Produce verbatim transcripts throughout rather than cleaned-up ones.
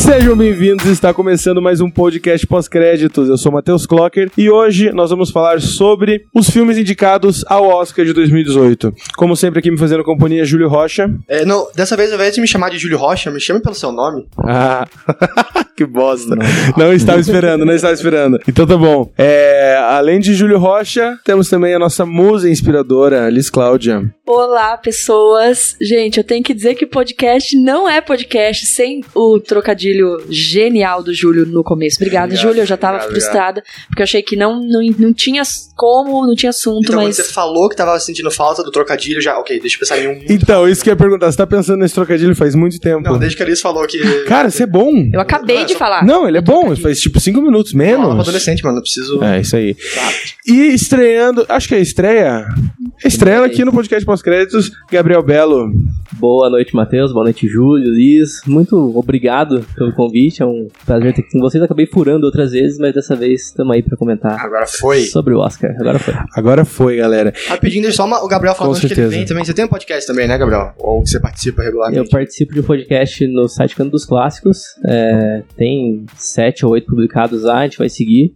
Sejam bem-vindos, está começando mais um podcast pós-créditos. Eu sou o Matheus Clocker e hoje nós vamos falar sobre os filmes indicados ao Oscar de dois mil e dezoito. Como sempre aqui me fazendo companhia, Júlio Rocha. É, não, dessa vez, ao invés de me chamar de Júlio Rocha, me chame pelo seu nome. Ah, que bosta. Não. não estava esperando, não estava esperando. Então tá bom. É, além de Júlio Rocha, temos também a nossa musa inspiradora, Liz Cláudia. Olá, pessoas. Gente, eu tenho que dizer que podcast não é podcast sem o trocadilho genial do Júlio no começo. Obrigada, obrigado, Júlio. Eu já tava obrigado, frustrada, obrigado. Porque eu achei que não, não, não tinha como, não tinha assunto, então, mas... Então, quando você falou que tava sentindo falta do trocadilho, já... Ok, deixa eu pensar em um... Então, rápido. Isso que eu ia perguntar. Você tá pensando nesse trocadilho faz muito tempo. Não, desde que a Alice falou que... Cara, isso é bom. Eu acabei não, de só... falar. Não, ele é bom. Faz tipo cinco minutos, menos. Não, é adolescente, mano. Eu preciso... É, isso aí. Claro. E estreando... Acho que é estreia... Estreando aqui no podcast pós-créditos, Gabriel Belo. Boa noite, Matheus. Boa noite, Júlio, Liz. Muito obrigado pelo convite. É um prazer ter aqui com vocês. Acabei furando outras vezes, mas dessa vez estamos aí pra comentar. Agora foi. Sobre o Oscar. Agora foi. Agora foi, galera. Rapidinho, deixa só uma, o Gabriel falando que ele vem também. Você tem um podcast também, né, Gabriel? Ou que você participa regularmente? Eu participo de um podcast no site Canto dos Clássicos. É, tem sete ou oito publicados lá, a gente vai seguir.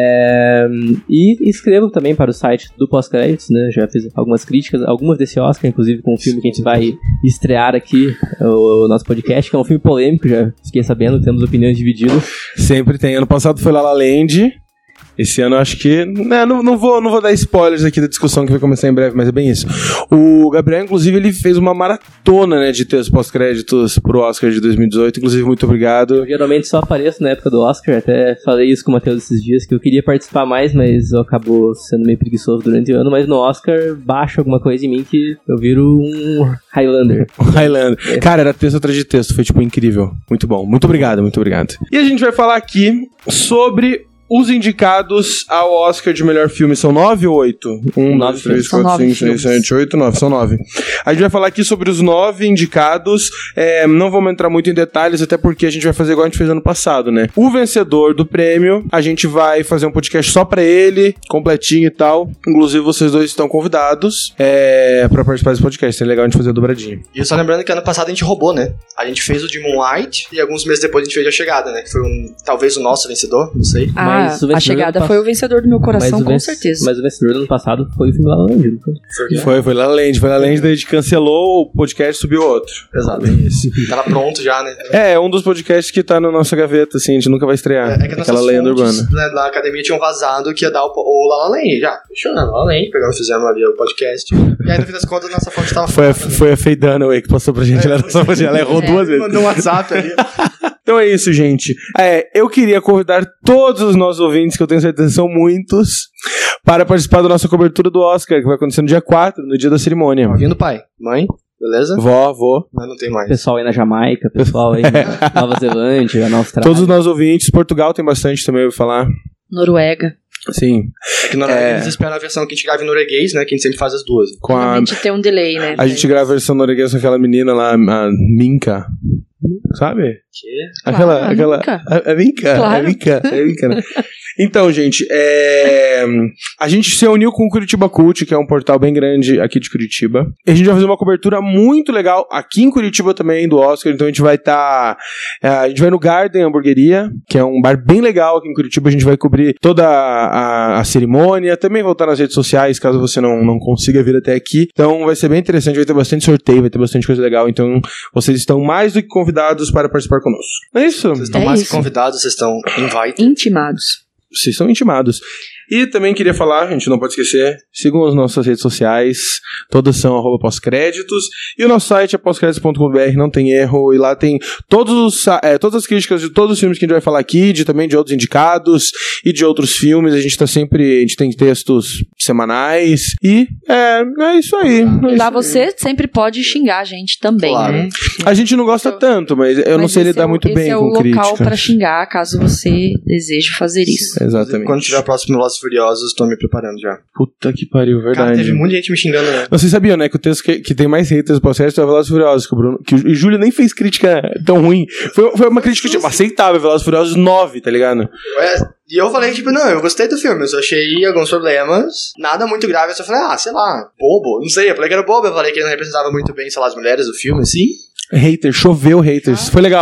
É, e escrevo também para o site do pós-créditos, né? Já fiz algumas críticas, algumas desse Oscar, inclusive com um filme que a gente vai estrear aqui, o, o nosso podcast, que é um filme polêmico, já fiquei sabendo, temos opiniões divididas. Sempre tem. Ano passado foi La La Land. Esse ano eu acho que... Né, não, não, vou, não vou dar spoilers aqui da discussão que vai começar em breve, mas é bem isso. O Gabriel, inclusive, ele fez uma maratona, né, de textos pós-créditos pro Oscar de dois mil e dezoito. Inclusive, muito obrigado. Eu geralmente só apareço na época do Oscar. Até falei isso com o Matheus esses dias, que eu queria participar mais, mas eu acabo sendo meio preguiçoso durante o ano. Mas no Oscar, baixo alguma coisa em mim que eu viro um Highlander. Um Highlander. É. Cara, era texto atrás de texto. Foi, tipo, incrível. Muito bom. Muito obrigado, muito obrigado. E a gente vai falar aqui sobre... Os indicados ao Oscar de melhor filme são nove ou oito? Um, dois, três, quatro, cinco, seis, sete, oito, nove. São nove. A gente vai falar aqui sobre os nove indicados. É, não vamos entrar muito em detalhes, até porque a gente vai fazer igual a gente fez ano passado, né? O vencedor do prêmio, a gente vai fazer um podcast só pra ele, completinho e tal. Inclusive, vocês dois estão convidados é, pra participar desse podcast. É legal a gente fazer a dobradinha. E só lembrando que ano passado a gente roubou, né? A gente fez o de Moonlight e alguns meses depois a gente fez a Chegada, né? Que foi um, talvez o nosso vencedor, não sei. Ah, a Chegada foi o vencedor do meu coração, com certeza. Mas o vencedor do ano passado foi o filme La La Land, não foi? Foi, foi La La Land. Foi La La Land, daí a gente cancelou o podcast e subiu outro. Exato, é isso. Tava pronto já, né? É, é um dos podcasts que tá na nossa gaveta, assim, a gente nunca vai estrear. É, é que aquela lenda urbana. Né, da academia tinham vazado que ia dar o, o La La Land, já. Fechou, né? La La Land, pegamos, fizemos ali o podcast. E aí, no fim das contas, nossa fonte tava Foi, fora, foi né? a Faye Dunaway que passou pra gente. É, ela, foi... fonte, ela errou é. duas vezes. Mandou um WhatsApp ali. Então é isso, gente. É, eu queria convidar todos os nossos ouvintes, que eu tenho certeza são muitos, para participar da nossa cobertura do Oscar, que vai acontecer no dia quatro, no dia da cerimônia. Tá ouvindo, pai? Mãe? Beleza? Vó, vô. Mas não tem mais. Pessoal aí na Jamaica, pessoal aí na Nova Zelândia, na Austrália. Todos os nossos ouvintes. Portugal tem bastante também, eu vou falar. Noruega. Sim. É que normalmente é... eles esperam a versão que a gente grava em norueguês, né? Que a gente sempre faz as duas. Com a... A gente tem um delay, né? A gente grava a versão norueguesa com aquela menina lá, a Minka. Sabe? Que? Aquela, claro, aquela, Minka. A, a Minka, claro. a Minka, a Minka, né? Então, gente, é... a gente se uniu com o Curitiba Cult, que é um portal bem grande aqui de Curitiba. E a gente vai fazer uma cobertura muito legal aqui em Curitiba também do Oscar. Então a gente vai estar... Tá... A gente vai no Garden Hamburgueria, que é um bar bem legal aqui em Curitiba. A gente vai cobrir toda a, a, a cerimônia. Também voltar nas redes sociais, caso você não, não consiga vir até aqui. Então vai ser bem interessante, vai ter bastante sorteio, vai ter bastante coisa legal. Então vocês estão mais do que convidados para participar conosco. É isso? Vocês estão é mais isso. que convidados, vocês estão invited. Intimados. Vocês estão intimados. E também queria falar, a gente não pode esquecer, sigam as nossas redes sociais, todas são arroba pós-créditos, e o nosso site é pós-créditos ponto com ponto b r, não tem erro, e lá tem todos os, é, todas as críticas de todos os filmes que a gente vai falar aqui, de, também de outros indicados, e de outros filmes. A gente tá sempre, a gente tem textos semanais, e é, é isso aí. É Lá isso você aí. sempre pode xingar a gente também, Claro. né? A gente não gosta tanto, mas eu mas não sei lidar é o, muito bem com críticas. Esse é o local críticas. pra xingar, caso você deseje fazer isso. Exatamente. Quando tiver o próximo Velozes e Furiosos, tô me preparando já. Puta que pariu, verdade. Cara, teve muita gente me xingando, né? Vocês sabiam, né, que o texto que, que tem mais haters do processo é o Velozes e Furiosos, que o Bruno, que o Júlio nem fez crítica tão ruim. Foi, foi uma crítica tipo, aceitável, Velozes e Furiosos nove, tá ligado? É, e eu falei, tipo, não, eu gostei do filme, eu só achei alguns problemas, nada muito grave, eu só falei, ah, sei lá, bobo, não sei, eu falei que era bobo, eu falei que ele não representava muito bem, sei lá, as mulheres do filme, assim. Haters, choveu haters, ah. Foi legal.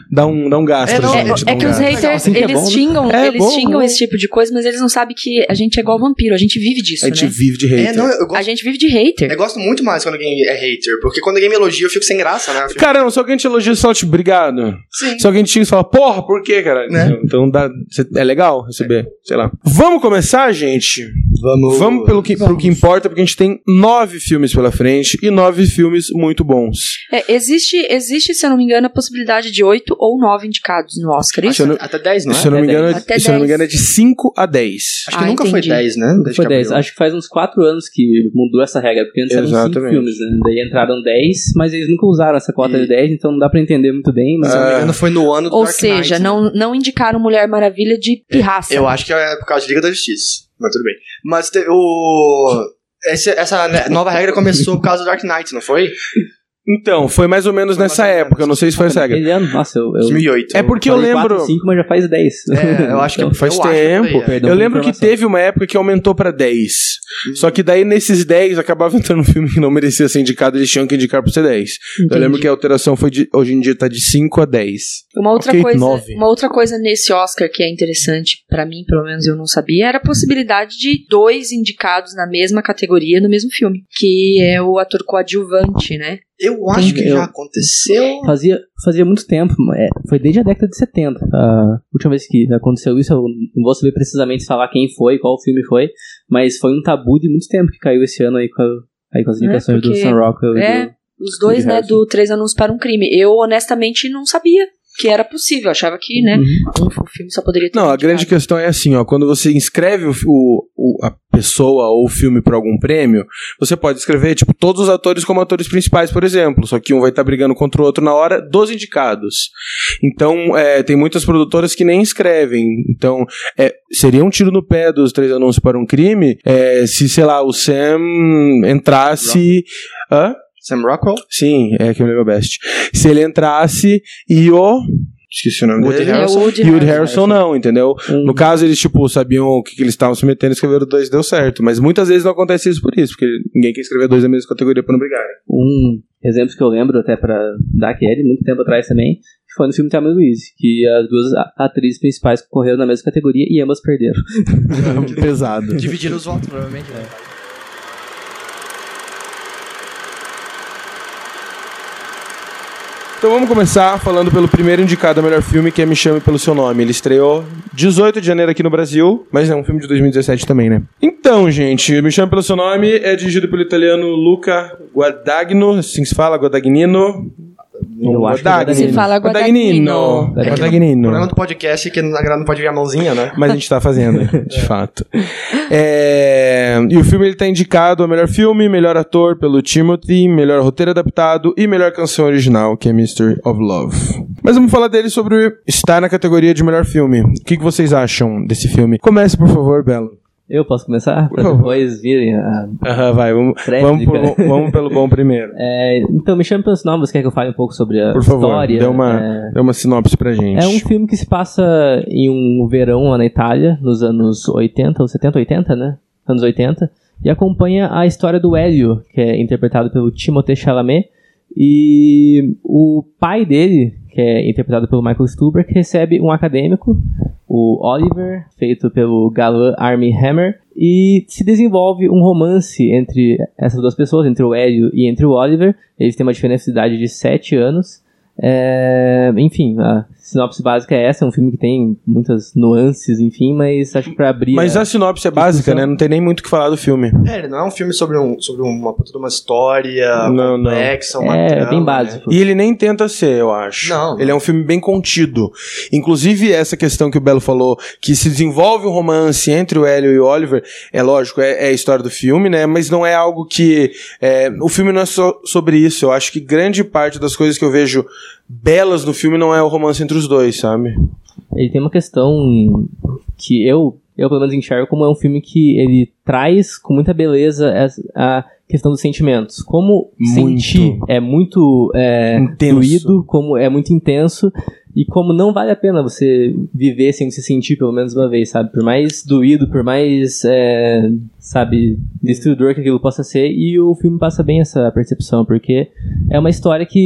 dá um, dá um gasto É, pra não, gente. É, dá é um que os gasto. haters, Assim que é eles bom, né? xingam, É eles bom, xingam bom. esse tipo de coisa, mas eles não sabem que a gente é igual vampiro, a gente vive disso, A gente né? vive de hater. É, não, eu gosto, A gente vive de hater. eu gosto muito mais quando alguém é hater, porque quando alguém me elogia, eu fico sem graça, né? Eu fico, Cara, não, se alguém te elogia, você fala, tipo, obrigado. sim. Se alguém te xinga, você fala, porra, por quê, cara? Né? Então dá, cê- é legal receber, sei lá. Vamos começar, gente? Vamos. Vamos pelo que, pro que importa, porque a gente tem nove filmes pela frente e nove filmes muito bons. É, existe, existe, se eu não me engano, a possibilidade de oito ou nove indicados no Oscar, Se isso? eu não, Até dez, não é? se eu não me Até engano, dez. se eu não me engano, é de cinco a dez. Acho que Ah, nunca entendi. foi dez, né? Desde Foi que dez. abriu. Acho que faz uns quatro anos que mudou essa regra, porque antes eram cinco Exatamente. filmes, né? Daí entraram dez, mas eles nunca usaram essa cota E- de dez, então não dá pra entender muito bem, mas... Se eu não me Ah. engano, foi no ano do Ou Dark seja, Knight, né? não, não indicaram Mulher Maravilha de pirraça. Eu acho que é por causa de Liga da Justiça. Mas tudo bem. Mas te- o... Esse, essa né, nova regra começou por causa do Dark Knight, não foi? Então, foi mais ou menos Foi nessa mais ou época, menos. eu não sei se foi essa regra. Aquele ano, nossa, eu... eu dois mil e oito. É porque eu falei lembro... quatro, cinco, mas já faz dez. É, eu acho que Então, Faz eu acho que tempo. foi, é. Perdão Eu por lembro que informação. teve uma época que aumentou pra dez. Só que daí nesses dez acabava entrando um filme que não merecia ser indicado, eles tinham que indicar pra ser dez. Eu lembro que a alteração foi de, hoje em dia tá de cinco a dez. Uma outra, Ok, coisa, nove. uma outra coisa nesse Oscar que é interessante, pra mim, pelo menos eu não sabia, era a possibilidade de dois indicados na mesma categoria no mesmo filme, que é o ator coadjuvante, né? Eu acho que Eu- já aconteceu. Fazia, fazia muito tempo, é, foi desde a década de setenta. A última vez que aconteceu isso, eu não vou saber precisamente falar quem foi, qual filme foi, mas foi um tabu de muito tempo que caiu esse ano aí com, a- aí com as indicações do porque- Sam Rockwell. e É, do- os dois, Woody né, Harrelson. do Três Anúncios para um Crime. Eu, honestamente, não sabia que era possível. Eu achava que, né, Uhum. um filme só poderia ter Não, a indicado. grande questão é assim, ó, quando você inscreve o, o- o- a pessoa ou o filme pra algum prêmio, você pode escrever, tipo, todos os atores como atores principais, por exemplo, só que um vai estar brigando contra o outro na hora dos indicados. Então, é, tem muitas produtoras que nem escrevem. Então, é, seria um tiro no pé dos Três Anúncios para um Crime é, se, sei lá, o Sam entrasse... Hã? Sam Rockwell? Sim, é que eu lembro best. Se ele entrasse e o... Esqueci o nome Woody dele. É o Woody E o Woody Harrelson. Harrelson não, entendeu? Uhum. No caso, eles, tipo, sabiam o que, que eles estavam se metendo e escreveram dois deu certo. Mas muitas vezes não acontece isso por isso, porque ninguém quer escrever dois da mesma categoria pra não brigarem. Um exemplo que eu lembro até pra dar aquele, muito tempo atrás também, que foi no filme Thelma e Louise, que as duas a- atrizes principais concorreram na mesma categoria e ambas perderam. Pesado. Dividiram os votos, provavelmente. Né? Então vamos começar falando pelo primeiro indicado a melhor filme, que é Me Chame Pelo Seu Nome. Ele estreou dezoito de janeiro aqui no Brasil, mas é um filme de dois mil e dezessete também, né? Então, gente, Me Chame Pelo Seu Nome é dirigido pelo italiano Luca Guadagnino, assim se fala, Guadagnino. Eu acho que é Se fala Guadagnino. Guadagnino. O problema do podcast é que na verdade não pode ver a mãozinha, né? Mas a gente tá fazendo, de fato. É, E o filme ele tá indicado a melhor filme, melhor ator pelo Timothy, melhor roteiro adaptado e melhor canção original, que é Mystery of Love. Mas vamos falar dele sobre estar na categoria de melhor filme. O que, que vocês acham desse filme? Comece, por favor, Belo. Eu posso começar? Pra favor. depois virem a... Aham, vai, vamos, Réplica. vamos, por- vamos pelo bom primeiro. É, então, Me Chame Pelos Nomes, quer que eu fale um pouco sobre a Por favor, história? dê uma, É, dê uma sinopse pra gente. É um filme que se passa em um verão lá na Itália, nos anos oitenta, ou setenta, oitenta, né? Anos oitenta. E acompanha a história do Hélio, que é interpretado pelo Timothée Chalamet. E o pai dele, que é interpretado pelo Michael Stuhlbarg, recebe um acadêmico, o Oliver, feito pelo galã Armie Hammer. E se desenvolve um romance entre essas duas pessoas, entre o Hélio e entre o Oliver. Eles têm uma diferença de idade de sete anos. É, enfim, a sinopse básica é essa, é um filme que tem muitas nuances, enfim, mas acho que pra abrir... Mas a sinopse é básica, né? Não tem nem muito o que falar do filme. É, ele não é um filme sobre, um, sobre uma puta de uma história Não, não. complexa, uma É, trama, bem né? básico. E ele nem tenta ser, eu acho. Não. Ele é um filme bem contido. Inclusive, essa questão que o Belo falou, que se desenvolve um romance entre o Hélio e o Oliver, é lógico, é, é a história do filme, né? Mas não é algo que... é, o filme não é só sobre isso. Eu acho que grande parte das coisas que eu vejo belas no filme não é o romance entre os dois, sabe? Ele tem uma questão que eu, eu pelo menos enxergo como é um filme que ele traz com muita beleza essa- a questão dos sentimentos. Como Muito. sentir é muito é, Intenso. doído, como é muito intenso, e como não vale a pena você viver sem se sentir pelo menos uma vez, sabe? Por mais doído, por mais, é, sabe, destruidor que aquilo possa ser, e o filme passa bem essa percepção, porque é uma história que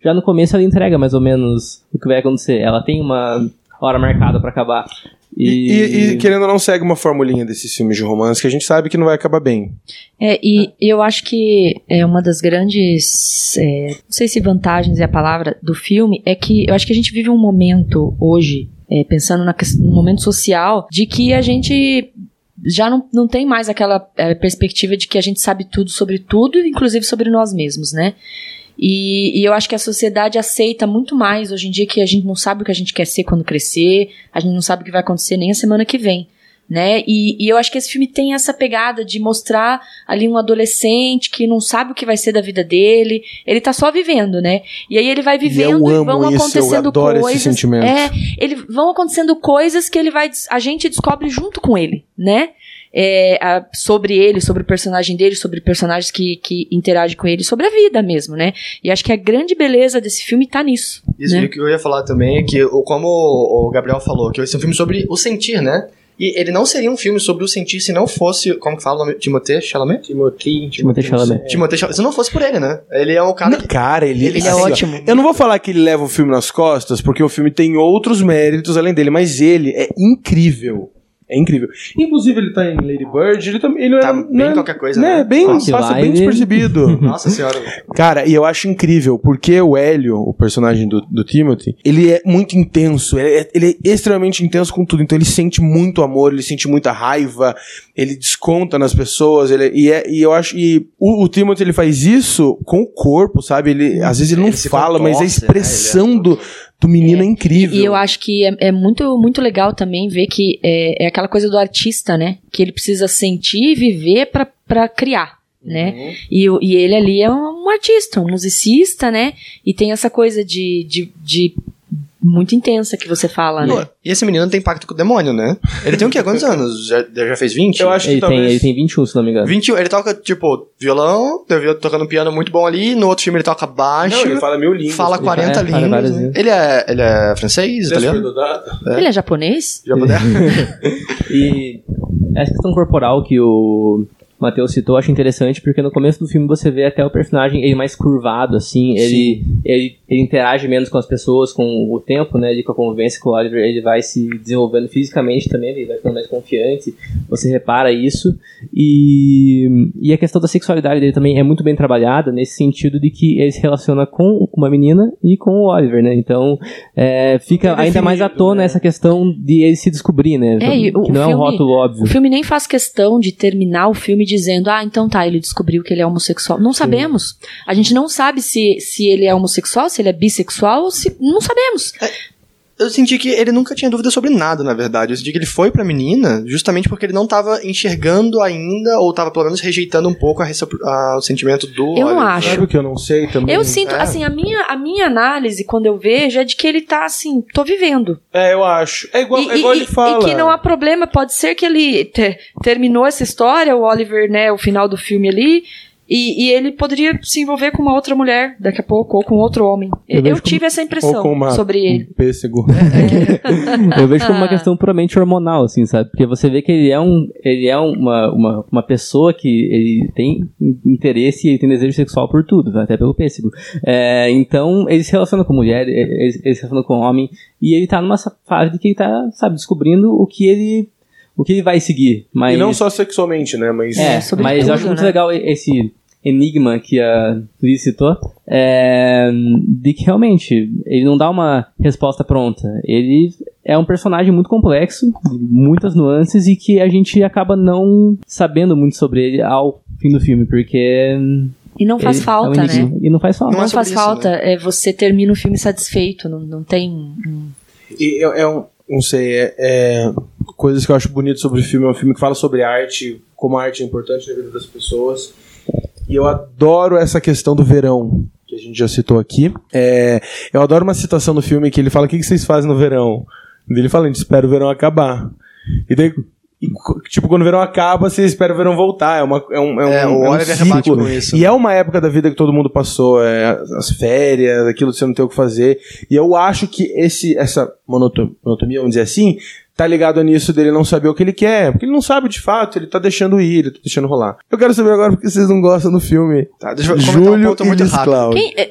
já no começo ela entrega mais ou menos o que vai acontecer. Ela tem uma hora marcada pra acabar. E... E, e, e querendo ou não, segue uma formulinha desses filmes de romance que a gente sabe que não vai acabar bem. É, e eu acho que é uma das grandes, é, não sei se vantagens é a palavra, do filme, é que eu acho que a gente vive um momento hoje, é, pensando na, no momento social, de que a gente já não, não tem mais aquela é, perspectiva de que a gente sabe tudo sobre tudo, inclusive sobre nós mesmos, né? E, e eu acho que a sociedade aceita muito mais hoje em dia, que a gente não sabe o que a gente quer ser quando crescer, a gente não sabe o que vai acontecer nem a semana que vem, né? E, e eu acho que esse filme tem essa pegada de mostrar ali um adolescente que não sabe o que vai ser da vida dele, ele tá só vivendo, né? E aí ele vai vivendo e, e vão isso, acontecendo eu adoro coisas. Esse sentimento. É, ele, vão acontecendo coisas que ele vai, a gente descobre junto com ele, né? É, a, sobre ele, sobre o personagem dele, sobre personagens que, que interagem com ele, sobre a vida mesmo, né? E acho que a grande beleza desse filme tá nisso. Isso, né? E o que eu ia falar também é que, como o Gabriel falou, que esse é um filme sobre o sentir, né? E ele não seria um filme sobre o sentir se não fosse, como que fala o nome? Timothée Chalamet? Timothée Timothée Chalamet. Timothée Chalamet. Se não fosse por ele, né? Ele é um cara... Não, que... cara, ele, Ele é assim, ótimo. Ó, eu não vou falar que ele leva o filme nas costas, porque o filme tem outros méritos além dele, mas ele é incrível. É incrível. Inclusive, ele tá em Lady Bird, ele também. Ele Tá é, bem né, qualquer coisa, né? né? Bem, Nossa, passa lá bem ele- despercebido. Nossa senhora. Cara, e eu acho incrível, porque o Hélio, o personagem do, do Timothy, ele é muito intenso, ele é, ele é extremamente intenso com tudo, então ele sente muito amor, ele sente muita raiva, ele desconta nas pessoas, ele, e, é, e eu acho que o, o Timothy, ele faz isso com o corpo, sabe? Ele, às vezes ele não Ele se fala, mas a contorce, expressão né? Ele é do, do menino é, incrível. E eu acho que é, é muito, muito legal também ver que é, é aquela coisa do artista, né? Que ele precisa sentir e viver pra, pra criar, né? Uhum. E, o- e ele ali é um, um artista, um musicista, né? E tem essa coisa de, de, de muito intensa que você fala, né? Pô, e esse menino tem pacto com o demônio, né? Ele tem o quê? Quantos anos? Já, já fez vinte? Eu acho que Ele tem, talvez... ele tem vinte e um, se não me engano. vinte e um, ele toca, tipo, violão, eu vi tocando um piano muito bom ali, no outro filme ele toca baixo, Não, ele fala mil línguas. fala Ele quarenta fala- fala línguas. várias né? línguas. Ele é, ele é francês, Ele é italiano? superdotado. É. Ele é japonês? Já puder? E essa questão corporal que o Matheus citou, eu acho interessante, porque no começo do filme você vê até o personagem ele mais curvado, assim, ele, ele, ele interage menos com as pessoas com o tempo, né, ele com a convivência com o Oliver, ele vai se desenvolvendo fisicamente também, ele vai ficando mais confiante, você repara isso, e, e a questão da sexualidade dele também é muito bem trabalhada, nesse sentido de que ele se relaciona com uma menina e com o Oliver, né, então é, fica Bem ainda mais à definido, tona né? essa questão de ele se descobrir, né, É, e o que não é um filme- rótulo óbvio. O filme nem faz questão de terminar o filme dizendo, ah, então tá, ele descobriu que ele é homossexual. Não sabemos. A gente não sabe se, se ele é homossexual, se ele é bissexual, ou se... Não sabemos. Eu senti que ele nunca tinha dúvida sobre nada, na verdade. Eu senti que ele foi pra menina justamente porque ele não tava enxergando ainda, ou tava pelo menos rejeitando um pouco a recipro- a- o sentimento do Eu não Oliver. acho. Sabe o que eu não sei também? Eu sinto, É. assim, a minha, a minha análise, quando eu vejo, é de que ele tá assim, tô vivendo. É, eu acho. É igual, E, é igual e- ele fala. e que não há problema, pode ser que ele te- terminou essa história, o Oliver, né, o final do filme ali, e, e ele poderia se envolver com uma outra mulher daqui a pouco, ou com outro homem. Eu Eu, vejo tive essa Ou impressão com uma, sobre ele. um pêssego. Eu vejo como uma questão puramente hormonal, assim, sabe? Porque você vê que ele é, um, ele é uma, uma, uma pessoa que ele tem interesse e ele tem desejo sexual por tudo, tá? Até pelo pêssego. É, então, ele se relaciona com mulher, ele, ele se relaciona com homem, e ele tá numa fase de que ele tá, sabe, descobrindo o que ele, o que ele vai seguir. Mas, E não só sexualmente, né? Mas. É, sobre mas tudo, eu acho muito né? legal esse enigma que a Luiz citou, é, de que realmente ele não dá uma resposta pronta. Ele é um personagem muito complexo, de muitas nuances, e que a gente acaba não sabendo muito sobre ele ao fim do filme, porque E não faz ele falta, é um né? enigma. E não faz falta. Não Não, é faz sobre isso, falta. É, você termina o filme satisfeito, não, não tem... um- E é, é um. Não sei, é, é. Coisas que eu acho bonito sobre o filme. É um filme que fala sobre arte, como a arte é importante na vida das pessoas. E eu adoro essa questão do verão, que a gente já citou aqui. É, eu adoro uma citação no filme que ele fala: o que que vocês fazem no verão? E ele fala: a gente espera o verão acabar. E daí, e, tipo, quando o verão acaba, você espera o verão voltar. É, uma, é um, é um, É, o é um Oliver rebate ciclo. com isso. E é uma época da vida que todo mundo passou, é, as férias, aquilo que você não tem o que fazer. E eu acho que esse, essa monoto- monotonia, vamos dizer assim, tá ligado nisso dele não saber o que ele quer. Porque ele não sabe de fato, ele tá deixando ir, ele tá deixando rolar. Eu quero saber agora porque vocês não gostam do filme. Tá, deixa eu comentar um Júlio ponto e muito Liz rápido. Cloud. Quem, é, é,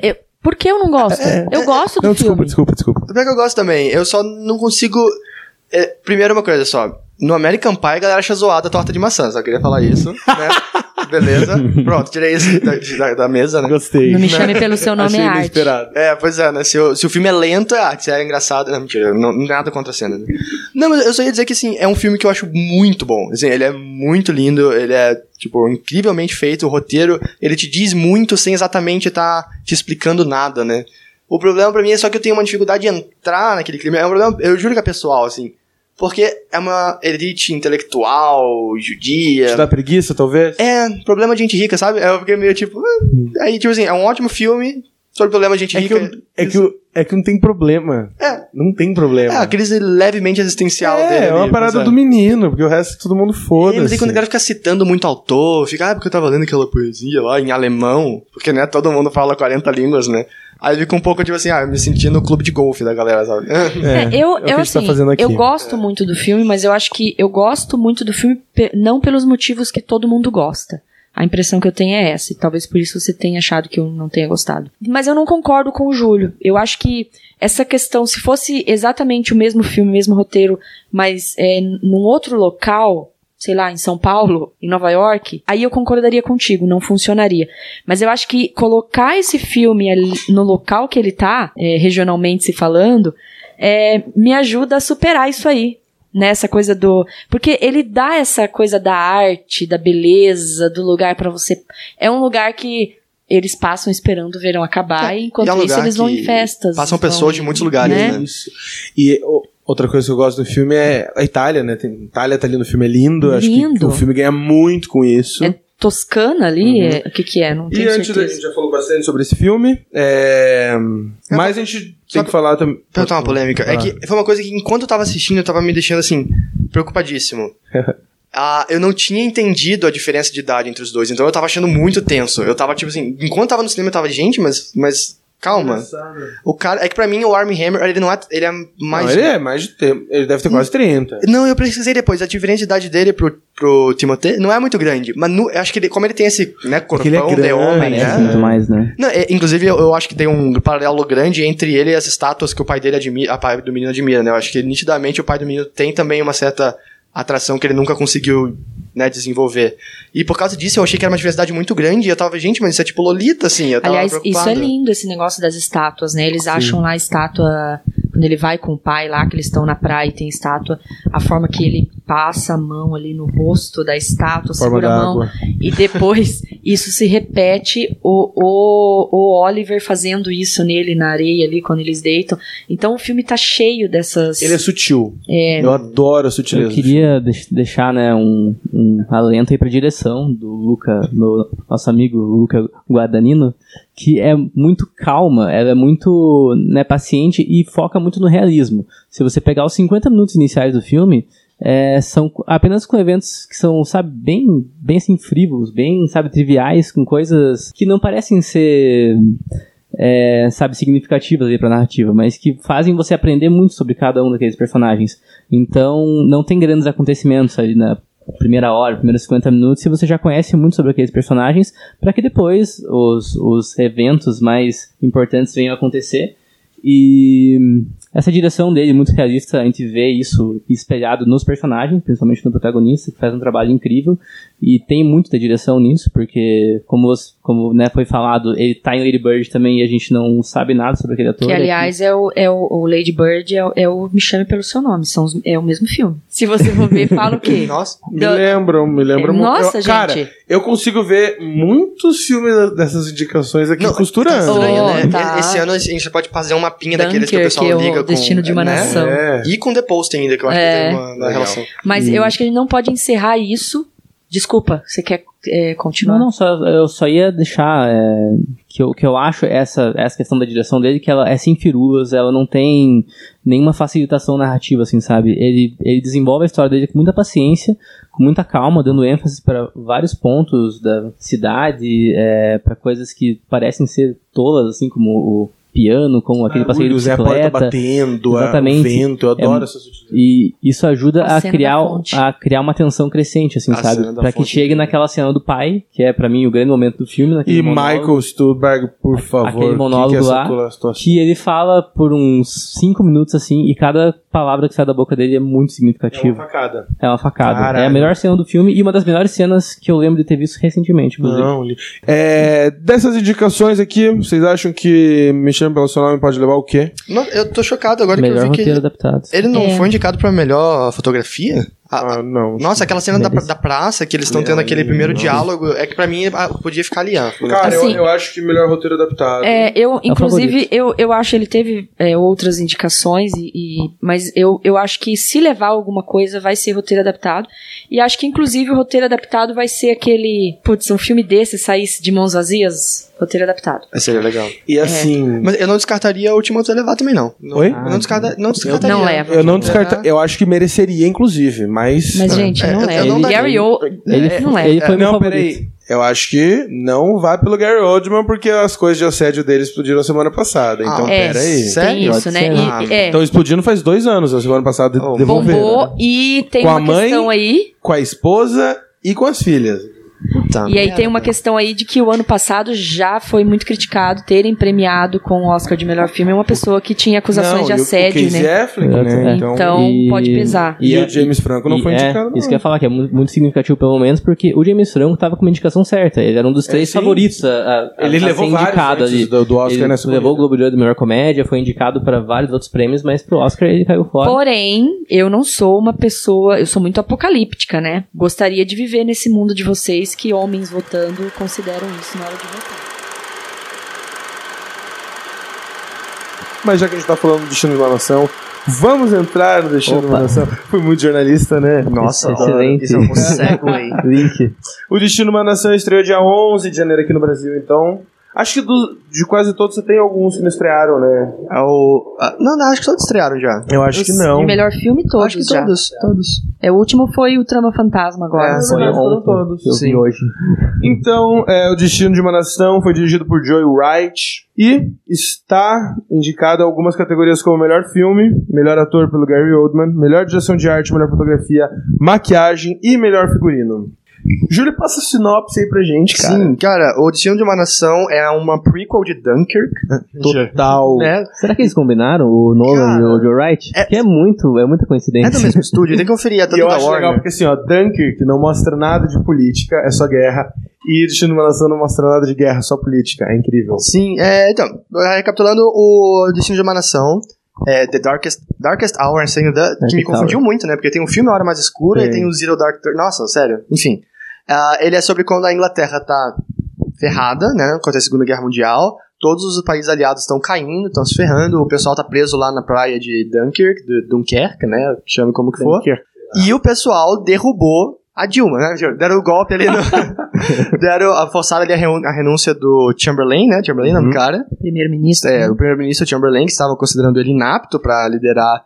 Por que eu não gosto? É, eu é, gosto do Não, filme. desculpa, desculpa, desculpa. Pior que eu gosto também. Eu só não consigo... É, primeiro uma coisa só. No American Pie, a galera acha zoada a torta de maçã. Só queria falar isso, né? Beleza. Pronto, tirei isso da, da, da mesa, né? Gostei. Não me chame pelo seu nome, Achei é arte. inesperado. É, pois é, né? Se, eu, se o filme é lento, é arte. Se é engraçado... Não, mentira. Não, nada contra a cena, né? Não, mas eu só ia dizer que, assim, é um filme que eu acho muito bom. Assim, ele é muito lindo. Ele é, tipo, incrivelmente feito. O roteiro, ele te diz muito sem exatamente estar te explicando nada, né? O problema pra mim é só que eu tenho uma dificuldade de entrar naquele clima. É um problema, eu juro que é pessoal, assim. Porque é uma elite intelectual, judia. Te dá preguiça, talvez? É, problema de gente rica, sabe? Eu fiquei meio tipo... ah. Aí, tipo assim, é um ótimo filme sobre problema de gente É que, rica. eu, é, que eu, é que não tem problema. É. Não tem problema. É, a crise levemente existencial é, dele. é uma parada mas é. do menino, porque o resto todo mundo É, foda-se. mas aí quando o cara fica citando muito autor, fica, ah, porque eu tava lendo aquela poesia lá em alemão, porque, né, todo mundo fala quarenta línguas, né? Aí fica um pouco, tipo assim, ah, eu me senti no clube de golfe da galera, sabe? É, É, eu, é o que eu a gente tá assim, fazendo aqui. eu gosto muito do filme, mas eu acho que eu gosto muito do filme pe- não pelos motivos que todo mundo gosta. A impressão que eu tenho é essa, e talvez por isso você tenha achado que eu não tenha gostado. Mas eu não concordo com o Júlio. Eu acho que essa questão, se fosse exatamente o mesmo filme, o mesmo roteiro, mas é, num outro local, sei lá, em São Paulo, em Nova York, aí eu concordaria contigo, não funcionaria. Mas eu acho que colocar esse filme ali no local que ele tá, é, regionalmente se falando, é, me ajuda a superar isso aí. Nessa coisa do... Porque ele dá essa coisa da arte, da beleza, do lugar pra você... É um lugar que eles passam esperando o verão acabar, É, e enquanto e é um isso lugar eles vão que em festas. passam vão, pessoas de muitos lugares, né? Isso. E o- outra coisa que eu gosto do filme é a Itália, né? Tem, a Itália tá ali no filme, é lindo. Acho que, Lindo. que o filme ganha muito com isso. É Toscana ali? É, o que que é? Não E tenho antes da certeza. gente já falou bastante sobre esse filme, é... mas a gente tem que falar também... Perguntar uma polêmica. É que foi uma coisa que, enquanto eu tava assistindo, eu tava me deixando, assim, preocupadíssimo. Ah, eu não tinha entendido a diferença de idade entre os dois, então eu tava achando muito tenso. Eu tava, tipo assim, enquanto eu tava no cinema, eu tava, gente, mas... mas calma. O cara... É que pra mim, o Armie Hammer, ele não é... Ele é mais... Não, ele é mais de tempo. Ele deve ter quase trinta. Não, eu pesquisei depois. A diferença de idade dele pro, pro Timothée não é muito grande. Mas no, eu acho que ele, como ele tem esse, né, corpão ele é grande, de homem, Parece né? muito mais, né? Não, é, inclusive, eu, eu acho que tem um paralelo grande entre ele e as estátuas que o pai dele admira, a pai do menino admira, né? Eu acho que nitidamente o pai do menino tem também uma certa atração que ele nunca conseguiu, né, desenvolver. E por causa disso, eu achei que era uma diversidade muito grande. E eu tava, gente, mas isso é tipo Lolita, assim. Eu tava Aliás, preocupado. isso é lindo, esse negócio das estátuas, né? Eles acham lá a estátua, quando ele vai com o pai lá, que eles estão na praia e tem estátua, a forma que ele passa a mão ali no rosto da estátua, Forma segura da a mão, água. e depois isso se repete, o, o, o Oliver fazendo isso nele na areia ali, quando eles deitam. Então o filme tá cheio dessas... Ele é sutil. É. Eu adoro a sutileza. Eu queria deix- deixar, né, um, um alento aí pra direção do Luca, do nosso amigo Luca Guadagnino, que é muito calma, ela é muito, né, paciente e foca muito no realismo. Se você pegar os cinquenta minutos iniciais do filme, é, são apenas com eventos que são, sabe, bem, bem assim, frívolos, bem, sabe, triviais, com coisas que não parecem ser... É, sabe, significativas ali pra narrativa, mas que fazem você aprender muito sobre cada um daqueles personagens. Então, não tem grandes acontecimentos ali na primeira hora, primeiros cinquenta minutos, e você já conhece muito sobre aqueles personagens, para que depois os, os eventos mais importantes venham a acontecer. E essa direção dele, muito realista, a gente vê isso espelhado nos personagens, principalmente no protagonista, que faz um trabalho incrível, e tem muito da direção nisso, porque, como, os, como né, foi falado, ele tá em Lady Bird também, e a gente não sabe nada sobre aquele ator. Que, aliás, é o, é o, o Lady Bird, é o, é o Me Chame Pelo Seu Nome, são os, é o mesmo filme. Se você for ver, fala o quê? Nossa. Me Do- lembram, me lembram muito. Nossa, eu, gente. Cara, eu consigo ver muitos filmes dessas indicações aqui Não, costurando. tá estranho, Oh, né? tá. Esse ano a gente já pode fazer uma pinha daqueles que o Dunkirk, pessoal que é o liga com... Destino de uma né? Nação. É. E com The Post ainda, que eu acho É. que tem uma, uma Legal. relação. Mas eu acho que ele não pode encerrar isso. Desculpa, você quer é, continuar? Não, não, só, eu só ia deixar é, que, eu, que eu acho essa, essa questão da direção dele, que ela é sem firulas, ela não tem nenhuma facilitação narrativa, assim, sabe? Ele, ele desenvolve a história dele com muita paciência, com muita calma, dando ênfase para vários pontos da cidade, é, para coisas que parecem ser tolas, assim, como o piano, com aquele ah, passeio de bicicleta. É a porta batendo, exatamente. o vento, eu adoro é, essa sutileza. E isso ajuda a, a criar, a criar uma tensão crescente, assim, a sabe? Pra que chegue naquela cena do pai, que é pra mim o grande momento do filme. E monólogo, Michael Stuhlbarg, por favor. Aquele monólogo que, que, lá, que ele fala por uns cinco minutos, assim, e cada palavra que sai da boca dele é muito significativa. É uma facada. É uma facada. Caralho. É a melhor cena do filme e uma das melhores cenas que eu lembro de ter visto recentemente, inclusive. Não, é, dessas indicações aqui, vocês acham que Me Chame Pelo Seu Nome pode levar o quê? Não, eu tô chocado agora melhor que eu vi que roteiro ele, adaptado. ele não é. foi indicado pra melhor fotografia? Ah, não. Nossa, aquela cena da, da praça, que eles estão tendo aquele primeiro não. diálogo, é que pra mim ah, podia ficar ali. Ah, Cara, assim, eu, eu acho que melhor roteiro adaptado. É, eu, é inclusive, eu, eu acho ele teve é, outras indicações, e, e, mas eu, eu acho que se levar alguma coisa vai ser roteiro adaptado. E acho que, inclusive, o roteiro adaptado vai ser aquele. Putz, um filme desse saísse de mãos vazias, roteiro adaptado. Seria legal. E assim. É. Mas eu não descartaria o Ultimato levar também, não. Oi? Eu não, descarta, não descartaria. Não leva. Eu não descarta, eu acho que mereceria, inclusive, mas. Mas, gente, é, não eu, leva. eu não Gary Oldman. Ele, não leva. ele foi é, meu não, favorito. peraí. Eu acho que não vai pelo Gary Oldman, porque as coisas de assédio dele explodiram semana passada. Então, Ah, é, peraí. Tem isso, né? E, Ah, é. Então, explodindo faz dois anos, a semana passada Oh, devolveram. Bombou, e tem Com uma a mãe, questão aí. com a esposa e com as filhas. Puta E aí merda. tem uma questão aí de que o ano passado já foi muito criticado terem premiado com o Oscar de melhor filme uma pessoa que tinha acusações Não, de e o- assédio, o Casey né? Affleck, né? Então, Então, E- pode pesar. E, E o é- James Franco não e foi é, indicado, não. Isso que eu ia falar, que é muito, muito significativo pelo menos, porque o James Franco tava com uma indicação certa. Ele era um dos três sim. favoritos a, a, a, Ele a levou ser vários indicado antes ali. do, do Oscar Ele nessa levou o corrida. Globo de Ouro de melhor comédia, foi indicado pra vários outros prêmios, mas pro Oscar ele caiu fora. Porém, eu não sou uma pessoa, eu sou muito apocalíptica, né? Gostaria de viver nesse mundo de vocês que homens votando consideram isso na hora de votar. Mas já que a gente tá falando do Destino de uma Nação, vamos entrar no Destino de uma Opa. Nação. Fui muito jornalista, né? Nossa, Excelente. isso é um cego aí. Link. O Destino de uma Nação estreou dia onze de janeiro aqui no Brasil, então... Acho que do- de quase todos você tem alguns que não estrearam, né? É o... ah, não, não, acho que todos estrearam já. Eu acho que De não. melhor filme, todos acho que já. todos, todos. É, o último foi o Trama Fantasma agora. É, Foi Foi foram ontem, todos. eu Sim. vi hoje. Então, é, O Destino de uma Nação foi dirigido por Joy Wright e está indicado a algumas categorias como melhor filme, melhor ator pelo Gary Oldman, melhor direção de arte, melhor fotografia, maquiagem e melhor figurino. Júlio, passa a sinopse aí pra gente, cara. Sim, cara, O Destino de uma Nação é uma prequel de Dunkirk. Total. Né? Será que eles combinaram o Nolan Cara, e o Joe Wright? é- Que é muito, é muita coincidência. É do mesmo estúdio, tem que conferir, é E tanto eu da acho legal Warner. porque assim, ó, Dunkirk não mostra nada de política, é só guerra. E Destino de uma Nação não mostra nada de guerra, só política. É incrível. Sim, é, então, recapitulando o Destino de uma Nação, é The Darkest, Darkest Hour, assim, the, que me Darkest confundiu muito, né? Porque tem um filme A Hora Mais Escura Sim. e tem o Zero Dark Thirty. Nossa, sério, enfim. Ah, ele é sobre quando a Inglaterra tá ferrada, né? Contra a Segunda Guerra Mundial. Todos os países aliados estão caindo, estão se ferrando. O pessoal tá preso lá na praia de Dunkirk, de Dunkerque, né? Chame como que for. E o pessoal derrubou a Dilma, né? Deram o golpe ali no... Deram a forçada ali a, reun- a renúncia do Chamberlain, né? Chamberlain, Uhum. nome do cara. Primeiro-ministro. É, o primeiro-ministro Chamberlain, que estava considerando ele inapto para liderar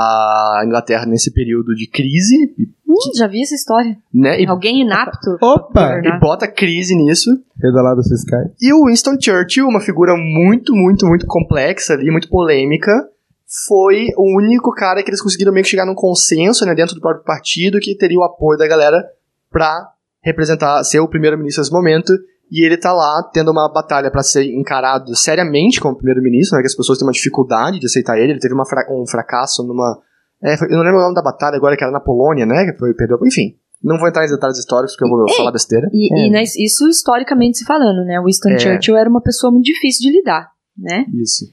a Inglaterra nesse período de crise, Hum, já vi essa história. né? E, Alguém inapto. Opa! pra e governar. bota crise nisso. Pedaladas fiscais. E o Winston Churchill, uma figura muito, muito, muito complexa ali, muito polêmica, foi o único cara que eles conseguiram meio que chegar num consenso, né, dentro do próprio partido, que teria o apoio da galera pra representar, ser o primeiro-ministro nesse momento. E ele tá lá tendo uma batalha pra ser encarado seriamente como primeiro-ministro, né, que as pessoas têm uma dificuldade de aceitar ele. Ele teve uma fra- um fracasso numa... é, foi- eu não lembro o nome da batalha agora, que era na Polônia, né, que foi, perdeu... Enfim, não vou entrar em detalhes históricos, porque eu vou falar besteira. E, É. e né, isso historicamente se falando, né? Winston É. Churchill era uma pessoa muito difícil de lidar, né? Isso.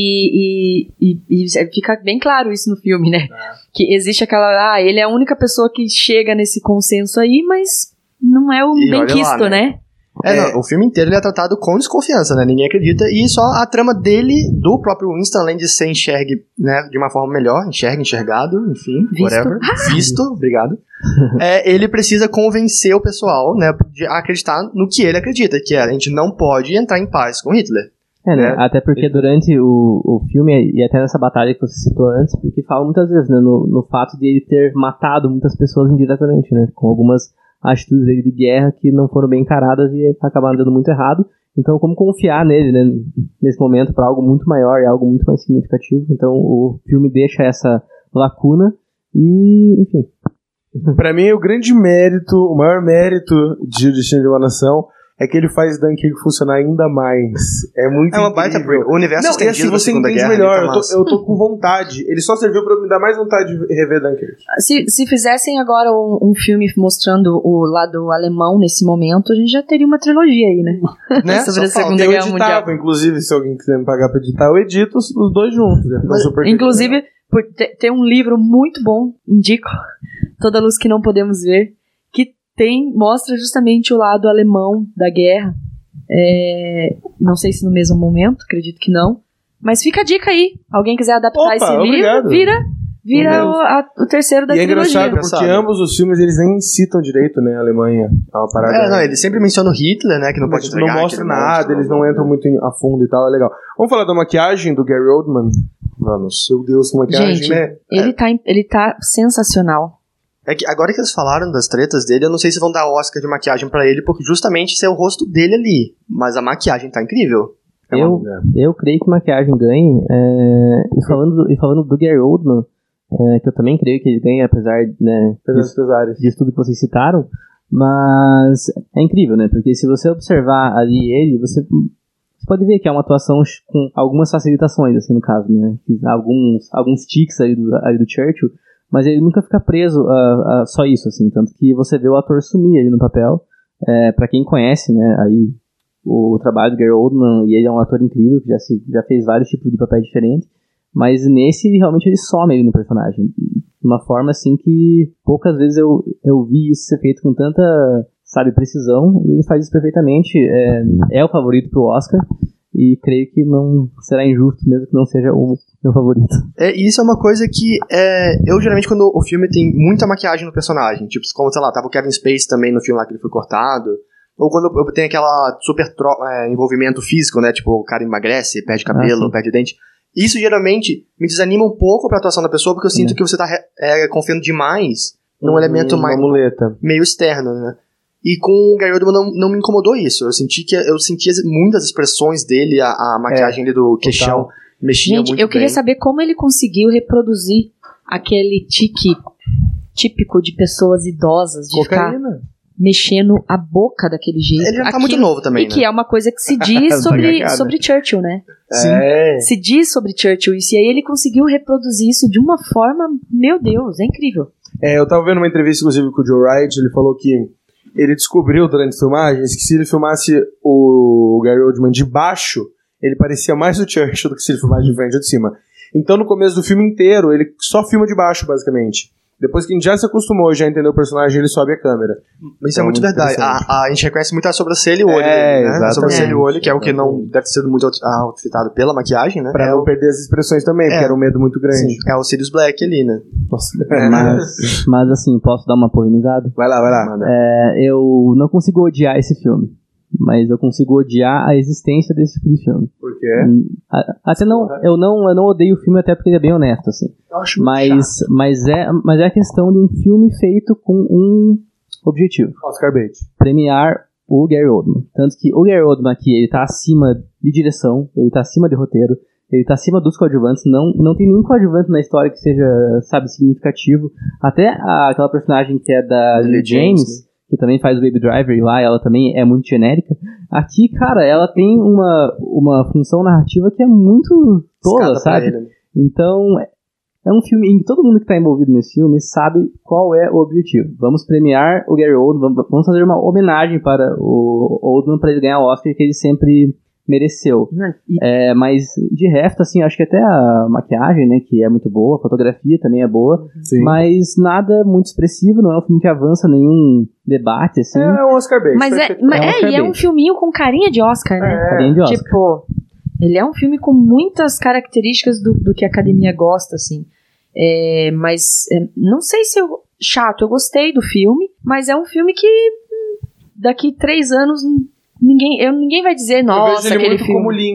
E, e, e, e fica bem claro isso no filme, né? Que existe aquela... Ah, ele é a única pessoa que chega nesse consenso aí, mas não é o E olha benquisto, lá, né? né? É, É. não, o filme inteiro ele é tratado com desconfiança, né? Ninguém acredita. E só a trama dele, do próprio Winston, além de ser enxergue, né, de uma forma melhor, enxergue, enxergado, enfim, Visto. whatever. Visto, obrigado. É, ele precisa convencer o pessoal, né, de acreditar no que ele acredita, que é, a gente não pode entrar em paz com Hitler. É, né? É. Até porque durante o, o filme, e até nessa batalha que você citou antes, porque fala muitas vezes, né, no, no fato de ele ter matado muitas pessoas indiretamente, né, com algumas atitudes dele de guerra que não foram bem encaradas e acabaram dando muito errado. Então, como confiar nele, né, nesse momento para algo muito maior e algo muito mais significativo? Então, o filme deixa essa lacuna e, enfim. Pra mim, o grande mérito, o maior mérito de O Destino de uma Nação é que ele faz Dunkirk funcionar ainda mais. É muito É uma incrível. baita break. O universo Não, e estendido assim, da você Segunda entende Guerra, melhor. tá Eu tô, massa. eu tô com vontade. Ele só serviu pra me dar mais vontade de rever Dunkirk. Se, se fizessem agora um, um filme mostrando o lado alemão nesse momento, a gente já teria uma trilogia aí, né? Né? Sobre a Só falta. Segunda Eu Guerra Mundial. editava, inclusive, se alguém quiser me pagar pra editar, eu edito os, os dois juntos. Né? Mas, Super inclusive, por, te, tem um livro muito bom, indico, Toda Luz que Não Podemos Ver, que tem, mostra justamente o lado alemão da guerra. É, não sei se no mesmo momento, acredito que não. Mas fica a dica aí. Alguém quiser adaptar Opa, esse obrigado. livro, vira, vira o, a- o terceiro da E é trilogia. engraçado, porque Engraçado. ambos os filmes, eles nem citam direito, né, a Alemanha. É uma parada... É, não, ele sempre menciona o Hitler, né, que não Mas pode entregar. não mostra que nada, mostra, eles não entram muito em- a fundo e tal, é legal. Vamos falar da maquiagem do Gary Oldman? Vamos. Meu Deus, que maquiagem, Gente, né? ele, tá, em- ele tá sensacional. É que agora que eles falaram das tretas dele, eu não sei se vão dar Oscar de maquiagem pra ele, porque justamente esse é o rosto dele ali. Mas a maquiagem tá incrível. É Eu, uma- eu creio que maquiagem ganhe. é, e, falando do, e falando do Gary Oldman, é, que eu também creio que ele ganhe, apesar, né, Apesar dos disso, pesares. disso tudo que vocês citaram. Mas é incrível, né? Porque se você observar ali ele, você, você pode ver que é uma atuação com algumas facilitações, assim, no caso, né? Alguns, alguns tics ali do, ali do Churchill, mas ele nunca fica preso a, a só isso, assim. Tanto que você vê o ator sumir ali no papel. É, pra quem conhece, né, aí o trabalho do Gary Oldman, e ele é um ator incrível, que já, se, já fez vários tipos de papéis diferentes, mas nesse, realmente, ele some ele no personagem, de uma forma, assim, que poucas vezes eu, eu vi isso ser feito com tanta, sabe, precisão, e ele faz isso perfeitamente, é, é o favorito pro Oscar, e creio que não será injusto, mesmo que não seja o meu favorito. É, e isso é uma coisa que é, eu geralmente quando o filme tem muita maquiagem no personagem, tipo, como, sei lá, tava o Kevin Spacey também no filme lá que ele foi cortado, ou quando eu tenho aquela super tro- é, envolvimento físico, né, tipo, o cara emagrece, perde cabelo, Ah, perde dente. Isso geralmente me desanima um pouco pra atuação da pessoa, porque eu sinto É. que você tá é, confiando demais num Hum, elemento mais, Uma muleta. meio externo, né. E com o Gary Oldman não, não me incomodou isso. Eu senti que eu sentia muitas expressões dele, a, a maquiagem ali do queixão mexia Gente, muito eu queria bem. saber como ele conseguiu reproduzir aquele tique típico de pessoas idosas, de ficar Cocaína. mexendo a boca daquele jeito. Ele já tá Aquilo- muito novo também, E né? que é uma coisa que se diz sobre, cagada. sobre Churchill, né? Sim. É. Se diz sobre Churchill isso. E aí ele conseguiu reproduzir isso de uma forma, meu Deus, é incrível. É, eu tava vendo uma entrevista, inclusive, com o Joe Wright, ele falou que ele descobriu durante as filmagens que se ele filmasse o Gary Oldman de baixo, ele parecia mais o Churchill do que se ele filmasse de frente ou de cima. Então, no começo do filme inteiro, ele só filma de baixo, basicamente. Depois que a gente já se acostumou, já entendeu o personagem, ele sobe a câmera. Isso Então, é muito muito verdade. interessante. A, a gente reconhece muito a sobrancelha e o olho É, dele, né? A exatamente. sobrancelha e o olho, que é o que não Exatamente. deve ter sido muito out- outfitado pela maquiagem, né? Pra é não o, perder as expressões também, porque É. era um medo muito grande. sim, é o Sirius Black ali, né? Nossa. Mas, mas assim, posso dar uma polemizada? Vai lá, vai lá. É, eu não consigo odiar esse filme, mas eu consigo odiar a existência desse tipo de filme. Por quê? Hum, a- Até não, eu não, eu não odeio o filme até porque ele é bem honesto, assim. Eu acho Mas, mas, é, mas é a questão de um filme feito com um objetivo: Oscar Bate. premiar o Gary Oldman. Tanto que o Gary Oldman aqui, ele tá acima de direção, ele tá acima de roteiro, ele tá acima dos coadjuvantes, não, não tem nenhum coadjuvante na história que seja, sabe, significativo. Até a- aquela personagem que é da Lily James, James, que também faz o Baby Driver lá, ela também é muito genérica. Aqui, cara, ela tem uma, uma função narrativa que é muito tola, escada pra sabe? ele, né? Então, é- é um filme em que todo mundo que está envolvido nesse filme sabe qual é o objetivo. Vamos premiar o Gary Oldman, vamos- vamos fazer uma homenagem para o Oldman para ele ganhar o Oscar que ele sempre mereceu. E- É, mas de resto, assim, acho que até a maquiagem, né, que é muito boa, a fotografia também é boa, Sim. mas nada muito expressivo, não é um filme que avança nenhum debate, assim. É um Oscar Bate. Mas é, perfeito. mas É um é, Oscar e é um bait. filminho com carinha de Oscar, né? Carinha de Oscar. Tipo, ele é um filme com muitas características do, do que a academia gosta, assim. É, mas é, não sei se eu. Chato, eu gostei do filme, mas é um filme que hum, daqui três anos hum, ninguém, eu, ninguém vai dizer, Eu nossa, vejo ele aquele muito filme. como Lincoln.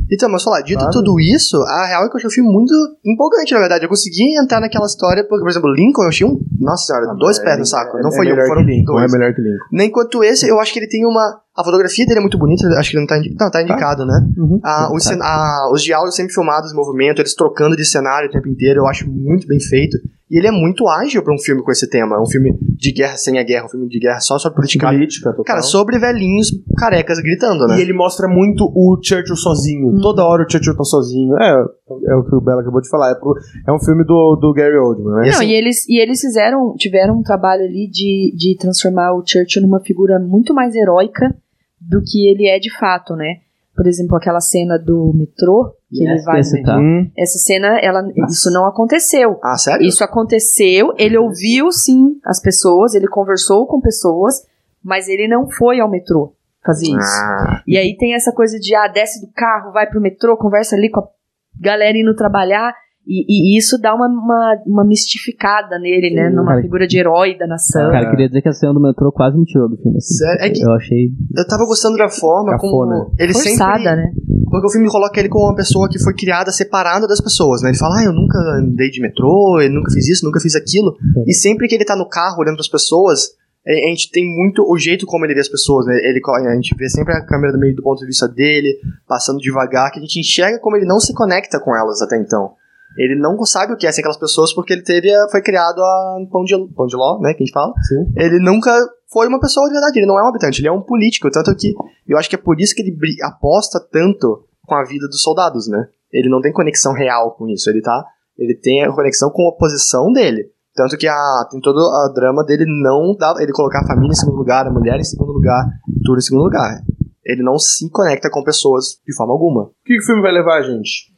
Então, mas falar, dito Claro. tudo isso, a real é que eu achei o filme muito empolgante, na verdade. Eu consegui entrar naquela história, porque, por exemplo, Lincoln, eu achei um, nossa senhora, dois pés no saco. É, não é foi um, melhor foram que Lincoln, dois. É melhor que Lincoln. Nem quanto esse, eu acho que ele tem uma... A fotografia dele é muito bonita, acho que ele não tá, indi... não, tá indicado, né? Uhum. Ah, os, cen... ah, os diálogos sempre filmados em movimento, eles trocando de cenário o tempo inteiro, eu acho muito bem feito. E ele é muito ágil pra um filme com esse tema. É um filme de guerra sem a guerra, um filme de guerra só sobre política. Política, total. Cara, sobre velhinhos carecas gritando, né? E ele mostra muito o Churchill sozinho. Hum. Toda hora o Churchill tá sozinho. É, é o que o Bela acabou de falar. É, pro, é um filme do, do Gary Oldman, né? Não, e eles, e eles fizeram, tiveram um trabalho ali de, de transformar o Churchill numa figura muito mais heróica do que ele é de fato, né? Por exemplo, aquela cena do metrô, que Yes, ele vai... esse tá. Hum. Essa cena, ela, isso não aconteceu. Ah, sério? Isso aconteceu, ele ouviu sim as pessoas, ele conversou com pessoas, mas ele não foi ao metrô fazer isso. Ah, E aí tem essa coisa de, ah, desce do carro, vai pro metrô, conversa ali com a galera indo trabalhar, e, e isso dá uma, uma, uma mistificada nele, né? Numa Cara, figura de herói da nação. Cara, queria dizer que a cena do metrô quase me tirou do filme. Assim. sério? É que Eu achei. eu tava gostando da forma Cafona. como ele Forçada, sempre... né? Porque o filme coloca ele como uma pessoa que foi criada separada das pessoas, né? Ele fala, ah, eu nunca andei de metrô, eu nunca fiz isso, nunca fiz aquilo. E sempre que ele tá no carro olhando pras pessoas, a gente tem muito o jeito como ele vê as pessoas, né? Ele, a gente vê sempre a câmera do meio do ponto de vista dele, passando devagar, que a gente enxerga como ele não se conecta com elas até então. Ele não sabe o que é ser aquelas pessoas porque ele teve, foi criado a pão de, pão de ló, né, que a gente fala. Sim. Ele nunca foi uma pessoa de verdade, ele não é um habitante, ele é um político, tanto que eu acho que é por isso que ele bri- aposta tanto com a vida dos soldados, né? Ele não tem conexão real com isso, ele tá, ele tem a conexão com a posição dele. Tanto que a, tem todo a drama dele não dá, ele colocar a família em segundo lugar, a mulher em segundo lugar, tudo em segundo lugar. Ele não se conecta com pessoas de forma alguma. O que, que o filme vai levar, gente?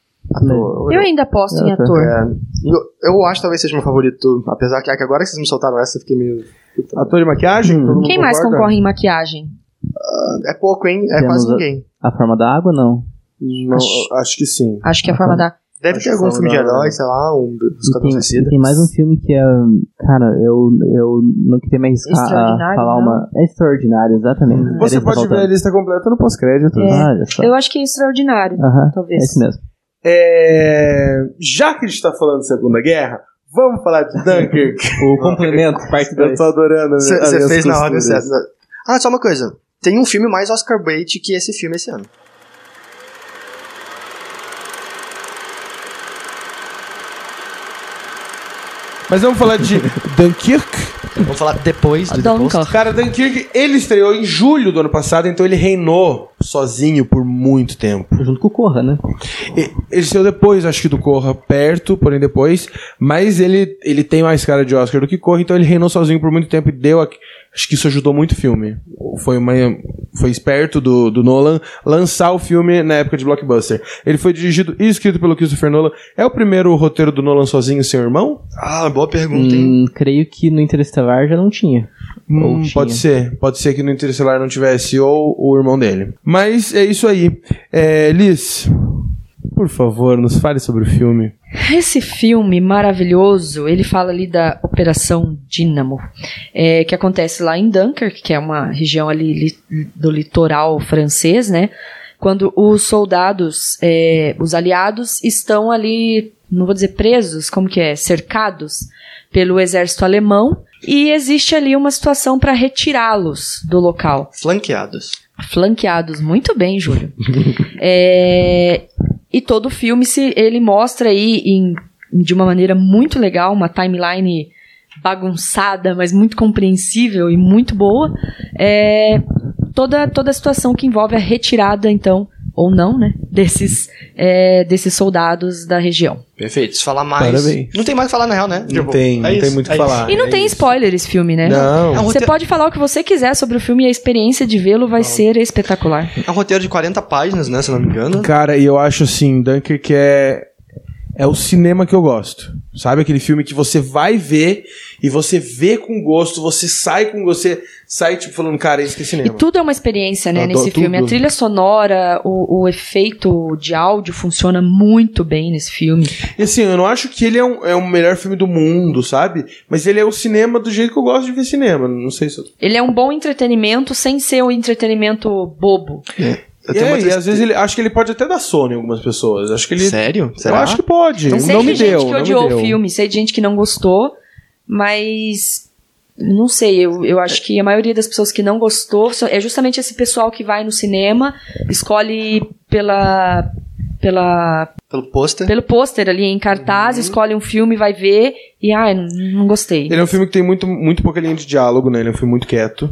Ator, Eu ainda aposto em É, ator. É, eu, eu acho que talvez seja meu favorito, apesar que, que agora que vocês me soltaram essa, eu fiquei meio... puta, Ator de maquiagem? Hum. Todo mundo Quem mais concorda? concorre em maquiagem? É pouco, hein? É Temos quase a- ninguém. A forma da água, não. Não, Acho- acho que sim. Acho que é a forma da... Deve Acho ter algum que filme de não, não. herói, sei lá, um E Esquadrão tem, Suicida. e tem mais um filme que é. Cara, eu, eu não queria me arriscar a Extraordinário, falar não? uma. É extraordinário, exatamente. Era Você isso que tá pode ver a faltando. lista completa no pós-crédito. É. Olha só. Eu acho que é extraordinário, Aham, talvez. é esse mesmo. É, já que a gente tá falando de Segunda Guerra, vamos falar de Dunkirk. O complemento, parte Eu dois. tô adorando. as Você minhas fez na ordem costuras. certa. Ah, só uma coisa. Tem um filme mais Oscar bait que esse filme esse ano. Mas vamos falar de Dunkirk. Vamos falar depois de Dunkirk. depois. Cara, Dunkirk, ele estreou em julho do ano passado, então ele reinou sozinho por muito tempo. Junto com o Corra, né? E- Ele estreou depois, acho que do Corra, perto, porém depois, mas ele, ele tem mais cara de Oscar do que Corra, então ele reinou sozinho por muito tempo e deu... A, acho que isso ajudou muito o filme. Foi, uma, foi esperto do, do Nolan lançar o filme na época de blockbuster. Ele foi dirigido e escrito pelo Christopher Nolan. É o primeiro roteiro do Nolan sozinho, sem o irmão? Ah, boa pergunta, hein? Hum, creio que no Interestelar já não tinha. Ou Hum, tinha. pode ser. Pode ser que no Interestelar não tivesse ou o irmão dele. Mas é isso aí. É, Liz, por favor, nos fale sobre o filme. Esse filme maravilhoso, ele fala ali da Operação Dínamo, é, que acontece lá em Dunkirk, que é uma região ali li, do litoral francês, né? Quando os soldados, é, os aliados, estão ali, não vou dizer presos, como que é? Cercados pelo exército alemão, e existe ali uma situação para retirá-los do local. Flanqueados. Flanqueados, muito bem, Júlio. É, e todo o filme se, ele mostra aí em, de uma maneira muito legal, uma timeline bagunçada, mas muito compreensível e muito boa, é, toda, toda a situação que envolve a retirada, então, ou não, né, desses, é, desses soldados da região. Perfeito. Se falar mais... Parabéns. Não tem mais o que falar, na real, né? Não tem, não tem muito o que falar. E não é tem isso. spoiler esse filme, né? Não. É um Você roteiro- pode falar o que você quiser sobre o filme e a experiência de vê-lo vai ser espetacular. É um roteiro de quarenta páginas, né? Se eu não me engano. Cara, e eu acho assim, Dunkirk é é o cinema que eu gosto. Sabe aquele filme que você vai ver e você vê com gosto, você sai com você sai tipo falando, cara, isso que é E cinema. tudo é uma experiência, né, Adoro nesse filme. A tudo. trilha sonora, o, o efeito de áudio funciona muito bem nesse filme. E assim, eu não acho que ele é, um, é o melhor filme do mundo, sabe? Mas ele é o cinema do jeito que eu gosto de ver cinema. Não sei se eu... Ele é um bom entretenimento sem ser um entretenimento bobo. Eu E, tenho é, uma e triste- às vezes ele acho que ele pode até dar sono em algumas pessoas. Acho que ele. Sério? Eu Será? acho que pode. Sei não de me gente deu. que não me odiou deu. o filme, sei de gente que não gostou, mas não sei, eu, eu acho que a maioria das pessoas que não gostou só- é justamente esse pessoal que vai no cinema, escolhe pela pela Pelo pôster. pelo pôster ali em cartaz, escolhe um filme, vai ver e ai, não, não gostei. Ele é um filme que tem muito, muito pouca linha de diálogo, né? Ele é um filme muito quieto.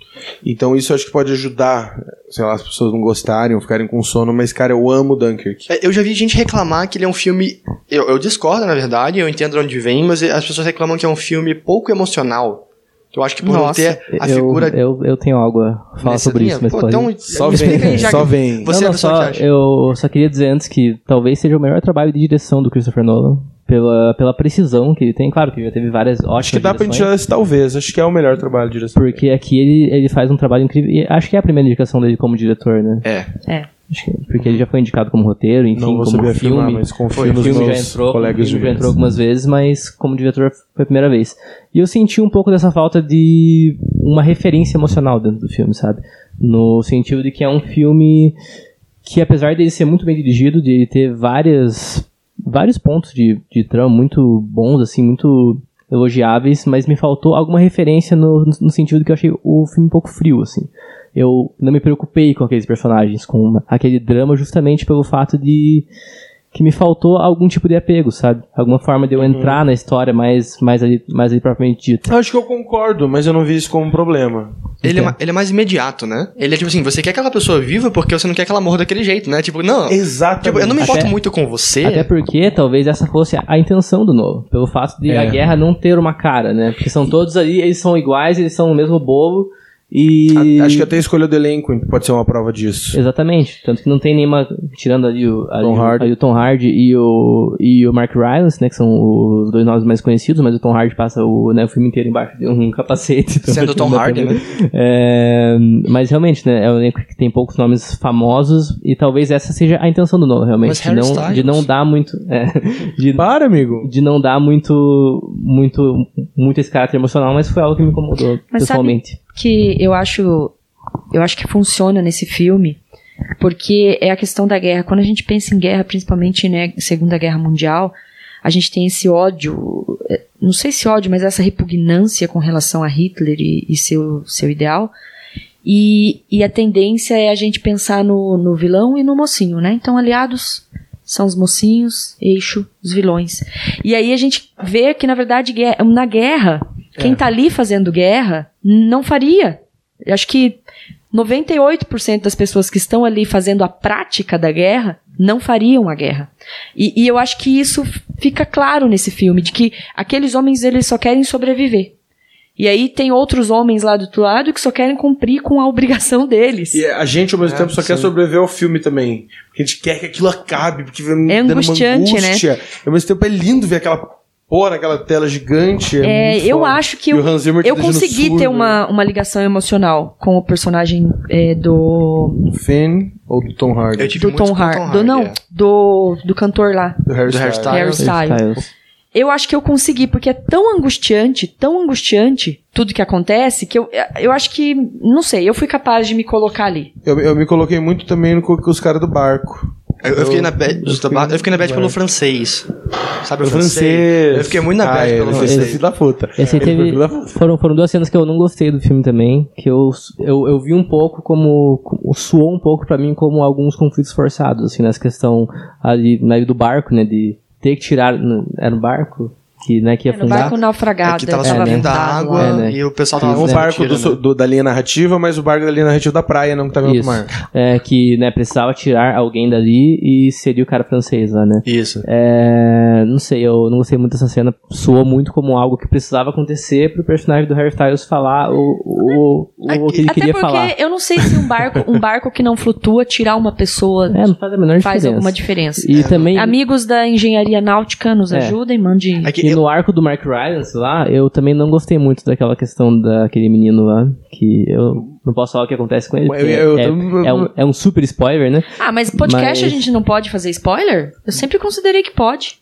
Então isso eu acho que pode ajudar, sei lá, as pessoas não gostarem ou ficarem com sono, mas, cara, eu amo Dunkirk. É, Eu já vi gente reclamar que ele é um filme. Eu, eu discordo, na verdade, eu entendo de onde vem, mas as pessoas reclamam que é um filme pouco emocional. Eu acho que por não Nossa, ter a eu, figura. eu, eu tenho algo a falar nessa sobre linha. isso, mas Pô, pode... então, Só me explica vem, aí, já só que vem. Você não, é não, do som só, que acha. eu só queria dizer antes que talvez seja o melhor trabalho de direção do Christopher Nolan. Pela, pela precisão que ele tem. Claro que já teve várias ótimas Acho que dá pra direções, indicar esse talvez. Acho que é o melhor trabalho de direção. porque aqui ele, ele faz um trabalho incrível. E acho que é a primeira indicação dele como diretor, né? É. É. Acho que, porque ele já foi indicado como roteiro, enfim, Não vou como saber filme. afirmar, mas O confio nos filme já meus entrou, o colegas de filme já mesa. entrou algumas vezes, mas como diretor foi a primeira vez. E eu senti um pouco dessa falta de uma referência emocional dentro do filme, sabe? No sentido de que é um filme que, apesar dele ser muito bem dirigido, de ele ter várias, vários pontos de, de trama muito bons, assim, muito elogiáveis, mas me faltou alguma referência no, no sentido de que eu achei o filme um pouco frio, assim. Eu não me preocupei com aqueles personagens, com uma- aquele drama, justamente pelo fato de que me faltou algum tipo de apego, sabe? Alguma forma de eu entrar na história mais, mais, ali, mais ali propriamente dita. Eu acho que eu concordo, mas eu não vi isso como um problema. Ele, é, Entendo. ma- ele é mais imediato, né? Ele é tipo assim, você quer aquela pessoa viva porque você não quer que ela morra daquele jeito, né? Tipo, não. Exatamente. Tipo, eu não me importo Até- muito com você. Até porque talvez essa fosse a, a intenção do Nolan, pelo fato de É. a guerra não ter uma cara, né? Porque são todos ali, eles são iguais, eles são o mesmo bolo e... A- Acho que até a escolha do elenco pode ser uma prova disso. Exatamente, tanto que não tem nenhuma, tirando ali o, ali Tom o- Hardy. ali o Tom Hardy e o, e o Mark Rylance, né, que são os dois nomes mais conhecidos, mas o Tom Hardy passa o, né, o filme inteiro embaixo de um capacete. então Sendo acho que Tom não dá pra Hardy, ver. né? É, mas realmente, né, é um elenco que tem poucos nomes famosos e talvez essa seja a intenção do Nolan, realmente, Mas de Harry não, Styles. de não dar muito, é, de, Para, amigo. de não dar muito, muito, muito esse caráter emocional, mas foi algo que me incomodou Mas sabe- pessoalmente. Que eu acho eu acho que funciona nesse filme porque é a questão da guerra. Quando a gente pensa em guerra, principalmente né, Segunda Guerra Mundial, a gente tem esse ódio, eh, não sei se ódio, mas essa repugnância com relação a Hitler e, e seu, seu ideal. E, e a tendência é a gente pensar no, no vilão e no mocinho, né? Então, aliados são os mocinhos, eixo, os vilões. E aí a gente vê que, na verdade, guerra- na guerra, quem tá ali fazendo guerra não faria. Eu acho que noventa e oito por cento das pessoas que estão ali fazendo a prática da guerra não fariam a guerra. E, e eu acho que isso fica claro nesse filme, de que aqueles homens eles só querem sobreviver. E aí tem outros homens lá do outro lado que só querem cumprir com a obrigação deles. E a gente, ao mesmo É, tempo, só quer sim. sobreviver ao filme também. Porque a gente quer que aquilo acabe, porque vai É dando angustiante, uma angústia. Né? Ao mesmo tempo é lindo ver aquela porra naquela tela gigante. É, É, muito eu foda. acho que E eu, o Hans Zimmer te eu deixando consegui surdo. ter uma, uma ligação emocional com o personagem é, do, Do Finn ou do Tom Hardy? Eu tive do muito Tom com o Hardy. Tom Do, não, é. do, do cantor lá. Do Harry do Harry Styles. Harry Styles. Styles. Eu acho que eu consegui, porque é tão angustiante, tão angustiante tudo que acontece, que eu, eu acho que, não sei, eu fui capaz de me colocar ali. Eu, eu me coloquei muito também no, com com os caras do barco. Eu, eu fiquei na bad, eu do fiquei- tabaco- eu fiquei na bad pelo vai. francês. Sabe o O francês? francês. Eu fiquei muito na bad Ah, pelo ele- francês. Esse filho da puta. Esse aí Ele foi teve, filho da puta. foram, foram duas cenas que eu não gostei do filme também, que eu, eu, eu vi um pouco como, como- soou um pouco pra mim como alguns conflitos forçados, assim, nessa questão ali, ali do barco, né, de ter que tirar, era um barco? Que, né, que ia É, no afundar. barco naufragado. É que tava é, subindo né? da afundado água lá. É, né? e o pessoal Tem tava um fazendo barco tiro, do, né? do- da linha narrativa, mas o barco da linha narrativa da praia, não que tava em outro Isso. mar. É, que, né, precisava tirar alguém dali e seria o cara francês lá, né. Isso. É, não sei, eu não gostei muito dessa cena. Soou muito como algo que precisava acontecer pro personagem do Harry Styles falar o, o, o, o que ele Até queria porque falar. eu não sei se um barco, um barco que não flutua, tirar uma pessoa É, não faz a menor faz diferença. alguma diferença. E também... Amigos da engenharia náutica, nos É. ajudem, mande. É que E eu- no arco do Mark Rylance lá, eu também não gostei muito daquela questão daquele menino lá, que eu não posso falar o que acontece com ele, Eu- porque eu- é, eu- é um, é um super spoiler, né? Ah, mas podcast Mas- a gente não pode fazer spoiler? Eu sempre considerei que pode.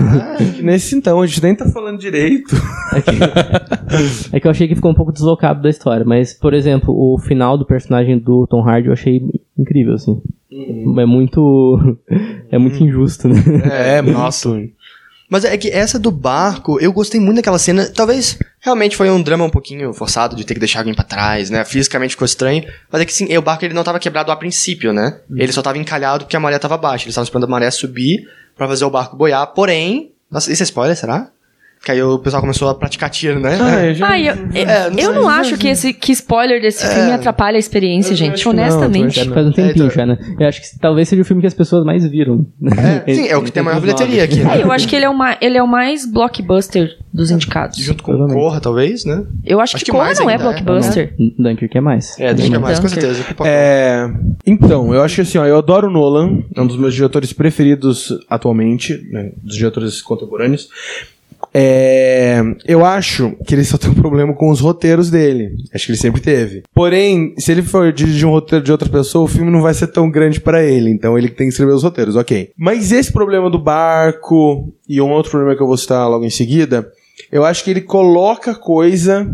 Nesse então, a gente nem tá falando direito. É que, é que eu achei que ficou um pouco deslocado da história, mas, por exemplo, o final do personagem do Tom Hardy eu achei incrível, assim. Uhum. É muito... é muito uhum. injusto, né? É, é nossa. Mas é que essa do barco, eu gostei muito daquela cena. Talvez realmente foi um drama um pouquinho forçado de ter que deixar alguém pra trás, né? Fisicamente ficou estranho. Mas é que sim, o barco ele não tava quebrado a princípio, né? Uhum. Ele só tava encalhado porque a maré tava baixa. Eles estavam esperando a maré subir pra fazer o barco boiar. Porém... Nossa, isso é spoiler, será? Que aí o pessoal começou a praticar tiro, né? Ah, eu, já... ah, eu, é, não, eu não acho que esse que spoiler desse é... filme atrapalha a experiência, eu gente. Honestamente. Não, faz um tempinho é, então... já, né? Eu acho que talvez seja o filme que as pessoas mais viram. É, sim, é o que tem a maior bilheteria aqui. Né? É, eu acho que ele é, uma, ele é o mais blockbuster dos indicados. Junto com o Corra, talvez, né? Eu acho, acho que, que Corra não é blockbuster. É. Dunkirk é mais. É, Dunkirk é mais, com certeza. É... Então, eu acho que assim, ó, eu adoro o Nolan. É um dos meus diretores preferidos atualmente, né, dos diretores contemporâneos. É, eu acho que ele só tem um problema com os roteiros dele. Acho que ele sempre teve. Porém, se ele for dirigir um roteiro de outra pessoa, o filme não vai ser tão grande pra ele. Então ele tem que escrever os roteiros, ok. Mas esse problema do barco e um outro problema que eu vou citar logo em seguida, eu acho que ele coloca coisa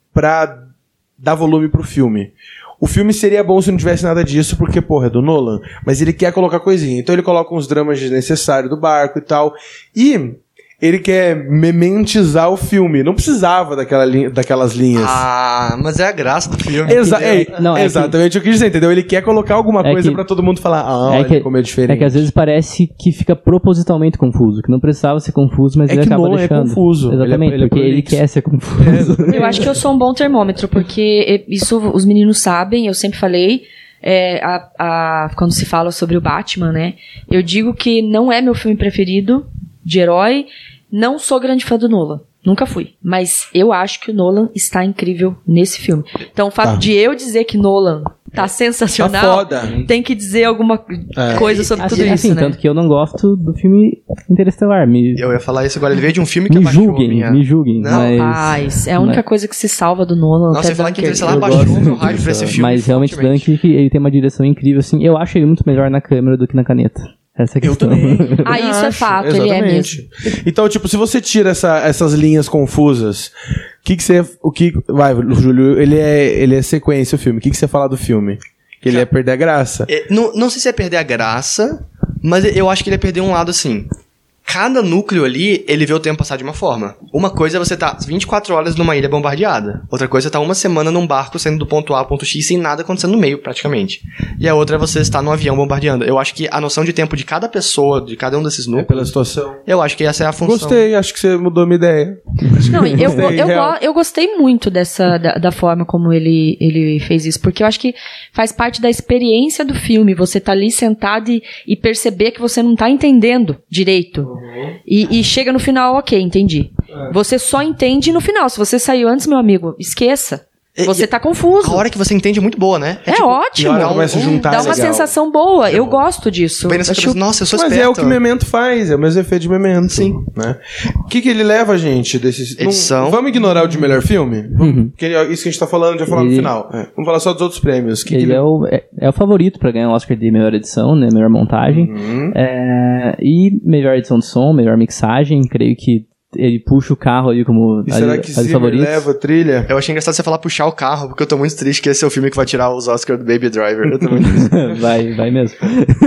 pra dar volume pro filme. O filme seria bom se não tivesse nada disso, porque, porra, é do Nolan. Mas ele quer colocar coisinha. Então ele coloca uns dramas desnecessários do barco e tal. E... ele quer mementizar o filme. Não precisava daquela li- daquelas linhas. Ah, mas é a graça do filme. Exa- é, não, é exatamente que... o que eu quis dizer, entendeu? Ele quer colocar alguma é coisa que... pra todo mundo falar, ah, é olha que... como é diferente. É que às vezes parece que fica propositalmente confuso, que não precisava ser confuso, mas é ele que acaba não deixando. É confuso. Exatamente, ele é, ele porque é ele quer ser confuso. É, eu acho que eu sou um bom termômetro, porque isso os meninos sabem, eu sempre falei, é, a, a, quando se fala sobre o Batman, né? Eu digo que não é meu filme preferido de herói. Não sou grande fã do Nolan. Nunca fui. Mas eu acho que o Nolan está incrível nesse filme. Então o fato tá. de eu dizer que Nolan tá sensacional, tá foda. Tem que dizer alguma é. coisa sobre assim, tudo isso, assim, né? Tanto que eu não gosto do filme Interestelar. Me... Eu ia falar isso agora. Ele veio de um filme que me abaixou julguem, minha... Me julguem, não. mas... Paz, é a única mas... coisa que se salva do Nolan. Nossa, eu ia falar que Interestelar abaixou o meu rádio pra esse filme. Mas realmente o Dunkirk, ele tem uma direção incrível, assim. Eu acho ele muito melhor na câmera do que na caneta. Essa é a questão. Eu também. Ah, isso é fato, exatamente. Ele é mesmo. Então, tipo, se você tira essa, essas linhas confusas, o que que você... O que, vai, Júlio, ele é, ele é sequência o filme. O que que você fala do filme? Que ele ia perder a graça. É, não, não sei se ia perder a graça, mas eu acho que ele ia perder um lado assim. Cada núcleo ali, ele vê o tempo passar de uma forma. Uma coisa é você tá vinte e quatro horas numa ilha bombardeada. Outra coisa é tá uma semana num barco saindo do ponto A ao ponto X sem nada acontecendo no meio, praticamente. E a outra é você estar num avião bombardeando. Eu acho que a noção de tempo de cada pessoa, de cada um desses núcleos... É pela situação. Eu acho que essa é a função. Gostei, acho que você mudou minha ideia. Não, eu, eu, eu, eu gostei muito dessa, da, da forma como ele, ele fez isso. Porque eu acho que faz parte da experiência do filme. Você tá ali sentado e, e perceber que você não tá entendendo direito. Uhum. E, e chega no final, ok, entendi. É. Você só entende no final. Se você saiu antes, meu amigo, esqueça. Você e, tá confuso. A hora que você entende é muito boa, né? É, é tipo, ótimo. Dá, um, a juntar, dá uma legal. sensação boa. Eu gosto disso. Bem nessa acho... cabeça, nossa, eu sou Mas esperto. é o que Memento faz, é o mesmo efeito de Memento. Sim. Né? O que que ele leva, gente? Desse... Edição. Não, vamos ignorar o de melhor filme? Uhum. Porque isso que a gente tá falando, já falar ele... no final. É. Vamos falar só dos outros prêmios. Que ele, que ele... É, o, é, é o favorito pra ganhar o Oscar de melhor edição, né? Melhor montagem. Uhum. É, e melhor edição de som, melhor mixagem. Creio que ele puxa o carro aí como e será que Zimmer leva a trilha? Eu achei engraçado você falar puxar o carro, porque eu tô muito triste que esse é o filme que vai tirar os Oscars do Baby Driver. Eu tô muito triste. vai, vai mesmo.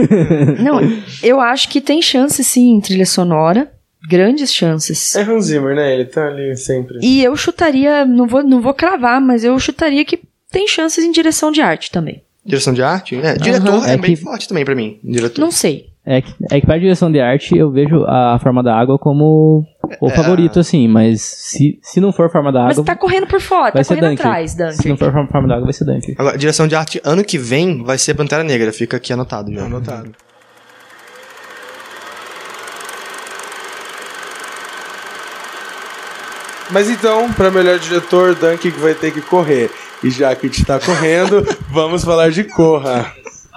Não, eu acho que tem chance sim em trilha sonora. Grandes chances. É Hans Zimmer, né? Ele tá ali sempre. E eu chutaria, não vou, não vou cravar, mas eu chutaria que tem chances em direção de arte também. Direção de arte? É, diretor uhum. é, é bem que... forte também pra mim. Diretor. Não sei. É que, é que para a direção de arte eu vejo a Forma da Água como o é, favorito, assim, mas se, se não for Forma da Água... Mas tá correndo por fora, vai tá correndo Dunkirk. atrás, Dunkirk. Se não for Forma da Água, vai ser Dunkirk. Agora, direção de arte ano que vem vai ser Pantera Negra, fica aqui anotado já. Anotado. Mas então, para melhor diretor, Dunkirk vai ter que correr. E já que a gente tá correndo, vamos falar de Corra.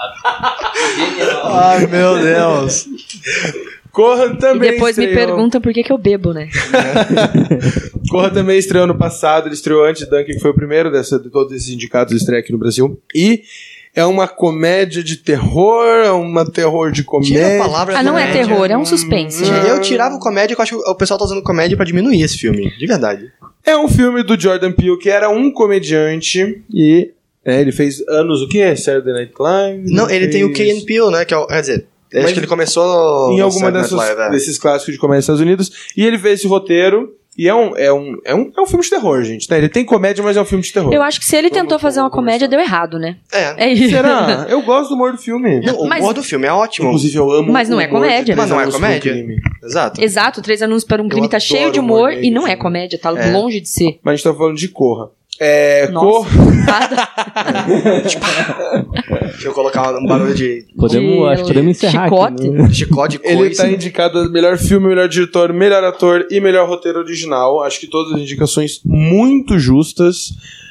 Ai, meu Deus. Corra também E depois estreou... me perguntam por que que eu bebo, né? Corra também estreou ano passado, ele estreou antes de Dunkirk, que foi o primeiro dessa, de todos esses indicados de estreia aqui no Brasil. E é uma comédia de terror, é uma terror de comédia. A palavra ah, não é terror, é um suspense. Hum, eu tirava o comédia, que eu acho que o pessoal tá usando comédia pra diminuir esse filme, de verdade. É um filme do Jordan Peele, que era um comediante e É, ele fez anos o quê? Saturday Night Live? Não, ele fez... tem o Key and Peele, né? Que é o, quer dizer, Mas acho que ele começou no, em no alguma Saturday dessas, Night Live, é. desses clássicos de comédia dos Estados Unidos. E ele fez esse roteiro. E é um, é, um, é, um, é um filme de terror, gente. Né? Ele tem comédia, mas é um filme de terror. Eu acho que se ele Vamos- tentou fazer uma vamos comédia, conversar. deu errado, né? É. É isso. Será? Eu gosto do humor do filme. Não, o Mas- humor do filme é ótimo. Inclusive, eu amo Mas não o é humor de comédia. Três Mas não é Anúncios para um comédia. Crime. Exato. Exato, Três Anúncios para um Crime tá adoro cheio de humor humor negro, e não é gente. comédia, tá É. longe de ser. Mas a gente tá falando de Corra. É, Nossa. Corra... Deixa eu colocar um barulho de, Podemos, De acho que podemos encerrar chicote. aqui. Né? de chicote de Ele coice. tá indicado a melhor filme, melhor diretor, melhor ator e melhor roteiro original. Acho que todas as indicações muito justas.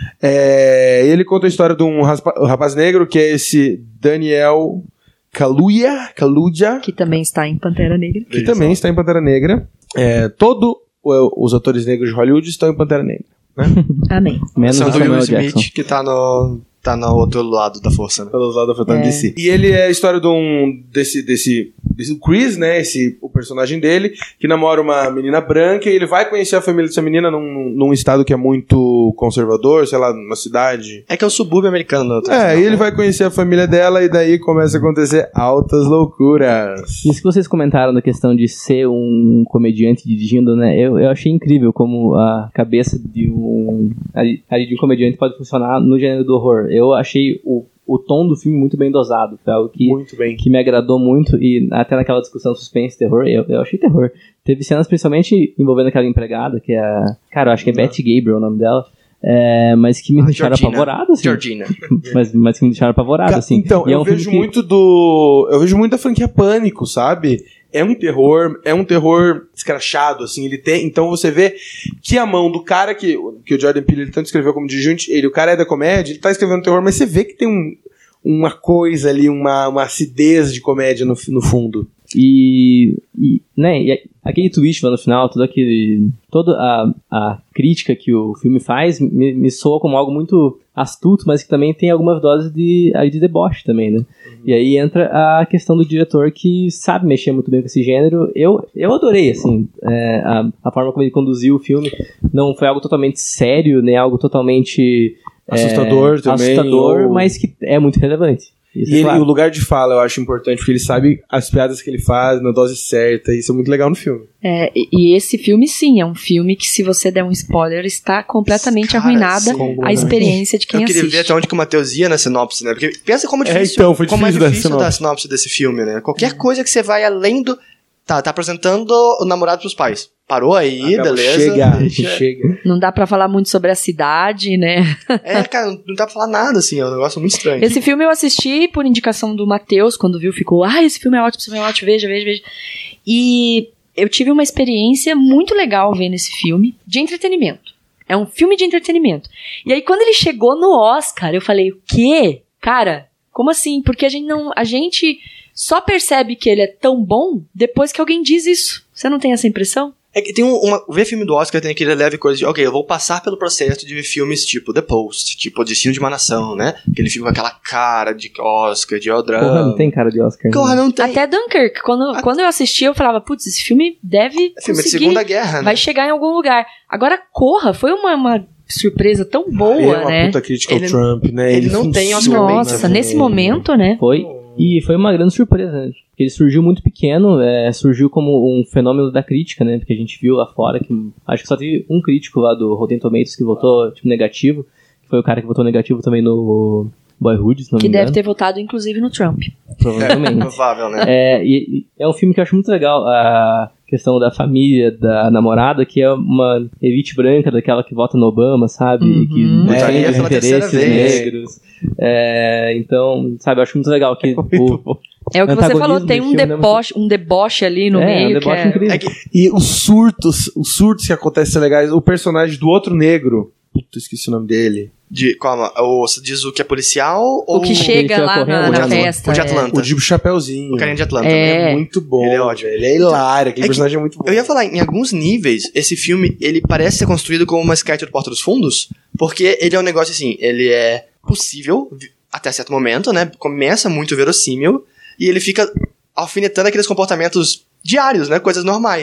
É, ele conta a história de um raspa- rapaz negro, que é esse Daniel Kaluuya, Kaluuya Que também está em Pantera Negra. que também está em Pantera Negra. É, Todos os atores negros de Hollywood estão em Pantera Negra. Amém. Menos São o do Will Samuel Smith, Jackson. que tá no, tá no outro lado da força, né? Pelos lados da Phantom É. D C. E ele é a história de um desse desse, desse Chris, né, esse o personagem dele, que namora uma menina branca e ele vai conhecer a família dessa menina num, num estado que é muito conservador, sei lá, numa cidade. É que é o subúrbio americano. Tá? É, e ele vai conhecer a família dela e daí começa a acontecer altas loucuras. Isso que vocês comentaram da questão de ser um comediante dirigindo, né? Eu, eu achei incrível como a cabeça de um, ali ali de um comediante pode funcionar no gênero do horror. Eu achei o, o tom do filme muito bem dosado. Foi algo que, Muito bem. que me agradou muito. E até naquela discussão suspense terror, eu, eu achei terror. Teve cenas principalmente envolvendo aquela empregada, que é a... Cara, eu acho que é Betty Gabriel o nome dela. É, mas que me Ah, deixaram Georgina. apavorado, assim. Georgina. Mas, mas que me deixaram apavorado, Ca- assim. Então, E é eu um filme vejo que- muito do. Eu vejo muito da franquia Pânico, sabe? É um terror, é um terror escrachado, assim, ele tem. Então você vê que a mão do cara que, que o Jordan Peele ele tanto escreveu como dirigente, ele, o cara é da comédia, ele tá escrevendo terror, mas você vê que tem um, uma coisa ali, uma, uma acidez de comédia no, no fundo. E, e, né, e aquele twist lá no final, todo aquele, toda a, a crítica que o filme faz me, me soa como algo muito astuto, mas que também tem algumas doses de, aí de deboche também, né? E aí entra a questão do diretor que sabe mexer muito bem com esse gênero. Eu, eu adorei, assim, é, a, a forma como ele conduziu o filme. Não foi algo totalmente sério, nem algo totalmente... é, Assustador também, Assustador, ou- mas que é muito relevante. Isso E é ele- claro. o lugar de fala eu acho importante, porque ele sabe as piadas que ele faz na dose certa, e isso é muito legal no filme. É, e, e esse filme, sim, é um filme que, se você der um spoiler, está completamente Cara, arruinada sim. a experiência de quem Eu queria assiste. ver até onde que o Matheus ia na sinopse, né? Porque pensa como é É, difícil, então, foi como é difícil dar difícil sinopse. dar a sinopse desse filme, né? Qualquer coisa que você vai além do... Tá, tá apresentando o namorado pros pais. Parou aí, Acaba- beleza. Chega, deixa- chega. Não dá pra falar muito sobre a cidade, né? É, cara, não dá pra falar nada, assim, é um negócio muito estranho. Esse filme eu assisti por indicação do Matheus, quando viu, ficou, ah, esse filme é ótimo, esse filme é ótimo, veja, veja, veja. E eu tive uma experiência muito legal vendo esse filme, de entretenimento. É um filme de entretenimento. E aí, quando ele chegou no Oscar, eu falei, o quê? Cara, como assim? Porque a gente não... A gente só percebe que ele é tão bom depois que alguém diz isso. Você não tem essa impressão? É que tem um- uma... Ver filme do Oscar tem aquele leve coisa de... Ok, eu vou passar pelo processo de ver filmes tipo The Post, tipo Destino de uma Nação, né? Aquele filme com aquela cara de Oscar, de Porra, drama. não tem cara de Oscar. né? Porra, não tem. Até Dunkirk. Quando, quando eu assisti, eu falava, putz, esse filme deve É filme de conseguir... Segunda Guerra, né? vai chegar em algum lugar. Agora, Corra foi uma, uma surpresa tão boa, Ele é uma né? puta crítica Ele- ao Trump, né? ele não tem funciona, Oscar Nossa, né? nesse momento, né? Foi, e foi uma grande surpresa, né? Porque ele surgiu muito pequeno, é, surgiu como um fenômeno da crítica, né? Porque a gente viu lá fora que acho que só teve um crítico lá do Rotten Tomatoes que votou tipo, negativo, que foi o cara que votou negativo também no Boyhood, se não Que me deve engano, ter votado, inclusive, no Trump. provavelmente. Provável, né? É, e, e é um filme que eu acho muito legal, a questão da família, da namorada, que é uma elite branca, daquela que vota no Obama, sabe? E que Uhum. defende Votaria os pela terceira interesses vez. negros. É, então, sabe, eu acho muito legal que o, É o que você Antagonismo falou, tem do um filme, né? deboche, um deboche ali no é, meio. um deboche que é... incrível. É que E os surtos, os surtos que acontecem são legais. O personagem do outro negro, puta, esqueci o nome dele. De, calma, o, você diz o que é policial O ou que chega Ele lá fica na, correndo, na o de Atlanta, festa. o de é. Atlanta. O de Chapeuzinho. O carinha de Atlanta. É. É muito bom. Ele é ótimo. Ele é hilário. Aquele É que- personagem é muito bom. Eu ia falar, em alguns níveis, esse filme, ele parece ser construído como uma sketch do Porta dos Fundos, porque ele é um negócio assim, ele é possível, vi- até certo momento, né? Começa muito verossímil, e ele fica alfinetando aqueles comportamentos diários, né? Coisas normais.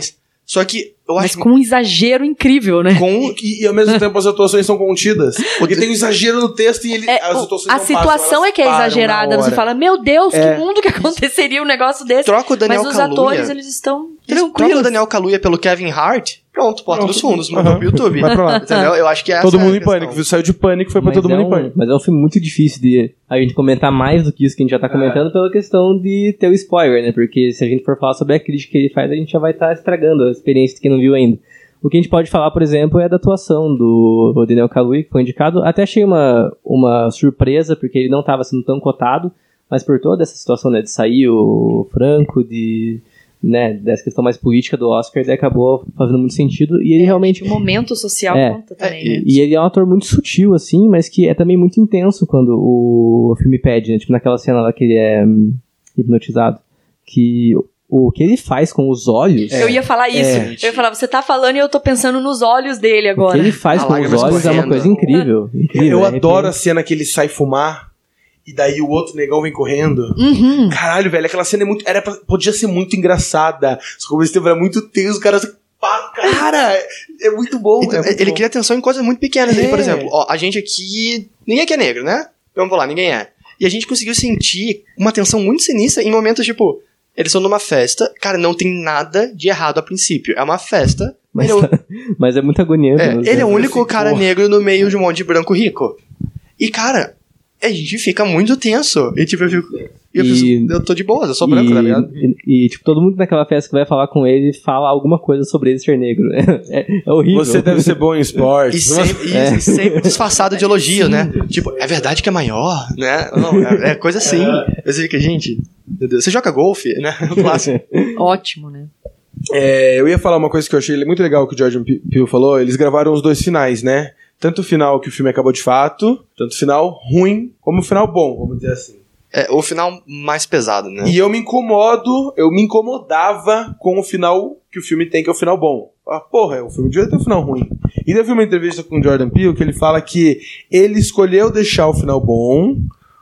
Só que eu Mas acho com um exagero incrível, né? com E, e ao mesmo tempo as atuações são contidas. Porque tem um exagero no texto e ele, É, as o- atuações a não situação passam, é que é elas param exagerada. na Você hora. fala, meu Deus, É. que mundo que aconteceria um negócio desse. troca o Daniel Mas os Kaluuya. atores, eles estão Isso, troca o tranquilos. Daniel Kaluuya pelo Kevin Hart. Pronto, porta Pronto. dos fundos, mandou Aham. pro YouTube. Vai pra lá. Entendeu? Eu acho que essa Todo é a mundo em questão. pânico. Saiu de pânico, foi pra Mas todo é mundo em um- pânico. Mas é um filme muito difícil de a gente comentar mais do que isso que a gente já tá comentando, pela questão de ter o spoiler, né? Porque se a gente for falar sobre a crítica que ele faz, a gente já vai estar estragando a experiência de quem não viu ainda. O que a gente pode falar, por exemplo, é da atuação do Daniel Kaluuya, que foi indicado. Até achei uma, uma surpresa, porque ele não estava sendo tão cotado, mas por toda essa situação, né, de sair o Franco, de, né, dessa questão mais política do Oscar, ele acabou fazendo muito sentido, e ele realmente... O momento social É. conta também, É, né? E ele é um ator muito sutil, assim, mas que é também muito intenso quando o filme pede, né? Tipo naquela cena lá que ele é hum, hipnotizado. Que o que ele faz com os olhos... Eu ia falar isso. É. Eu ia falar, você tá falando e eu tô pensando nos olhos dele O que agora. ele faz A com os lágrima olhos é uma escorrendo. coisa incrível. incrível Eu é adoro a arrepiante. cena que ele sai fumar e daí o outro negão vem correndo. Uhum. Caralho, velho, aquela cena é muito. Era pra- podia ser muito engraçada. Só que o Steve era muito tenso, os caras. Pá, cara, é, é muito bom. Então, é muito ele bom. cria atenção em coisas muito pequenas. É. Ele, por exemplo, ó, a gente aqui. Ninguém aqui é negro, né? Vamos lá, ninguém é. E a gente conseguiu sentir uma tensão muito sinistra em momentos tipo. Eles estão numa festa, cara, não tem nada de errado a princípio. É uma festa. Mas, ele é o- mas é muito agoniante. É, né? ele é o único Ficou. cara negro no meio de um monte de branco rico. E, cara, a gente fica muito tenso. E, tipo, eu fico. Eu, E- penso, eu tô de boa, eu sou branco, e, tá ligado? E, e, tipo, todo mundo naquela festa que vai falar com ele fala alguma coisa sobre ele ser negro. É, é horrível. Você deve ser bom em E esporte. sempre, É. e sempre disfarçado de elogio, né? Tipo, é verdade que é maior, né? Não, é, é coisa assim. Eu sei que, gente, meu Deus, você joga golfe, né? O clássico. Ótimo, né? É, eu ia falar uma coisa que eu achei muito legal que o Jordan Pe- Peele falou. Eles gravaram os dois finais, né? Tanto o final que o filme acabou de fato, tanto o final ruim, como o final bom, vamos dizer assim. É, o final mais pesado, né? E eu me incomodo, eu me incomodava com o final que o filme tem, que é o final bom. Ah, porra, o filme devia ter um final ruim. E daí eu vi uma entrevista com o Jordan Peele que ele fala que ele escolheu deixar o final bom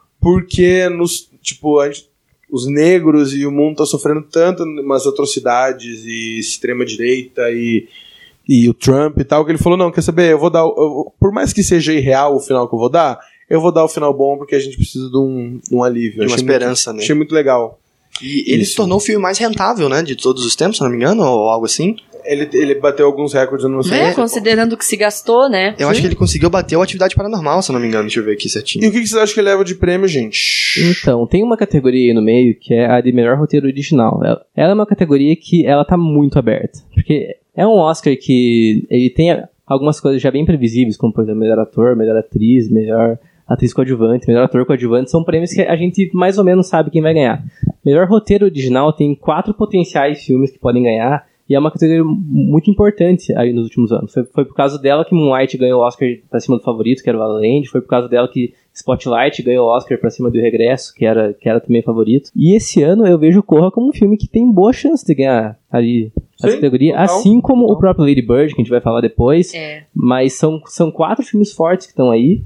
porque nos, tipo, a gente, os negros e o mundo estão sofrendo tanto umas atrocidades e extrema-direita e, e o Trump e tal, que ele falou, não, quer saber, eu vou dar, eu- por mais que seja irreal o final que eu vou dar, eu vou dar o final bom porque a gente precisa de um, de um alívio. De uma Achei esperança, muito, né? Achei muito legal. E ele Isso. se tornou o filme mais rentável, né? De todos os tempos, se não me engano, ou algo assim. Ele, ele bateu alguns recordes, eu não sei. É, considerando o que se gastou, né? Eu acho que ele conseguiu bater o Atividade Paranormal, se não me engano. Deixa eu ver aqui E certinho. o que que vocês acham que ele leva de prêmio, gente? Então, tem uma categoria aí no meio que é a de melhor roteiro original. Ela, ela é uma categoria que ela tá muito aberta. Porque é um Oscar que ele tem algumas coisas já bem previsíveis, como por exemplo, melhor ator, melhor atriz, melhor atriz coadjuvante, melhor ator coadjuvante, são prêmios que a gente mais ou menos sabe quem vai ganhar. Melhor roteiro original tem quatro potenciais filmes que podem ganhar, e é uma categoria muito importante aí nos últimos anos. Foi, foi por causa dela que Moonlight ganhou o Oscar pra cima do favorito, que era o La La Land. Foi por causa dela que Spotlight ganhou o Oscar pra cima do Regresso, que era, que era também favorito. E esse ano eu vejo Corra como um filme que tem boa chance de ganhar ali a Sim, categoria, total, assim como total. o próprio Lady Bird, que a gente vai falar depois. É. Mas são, são quatro filmes fortes que estão aí,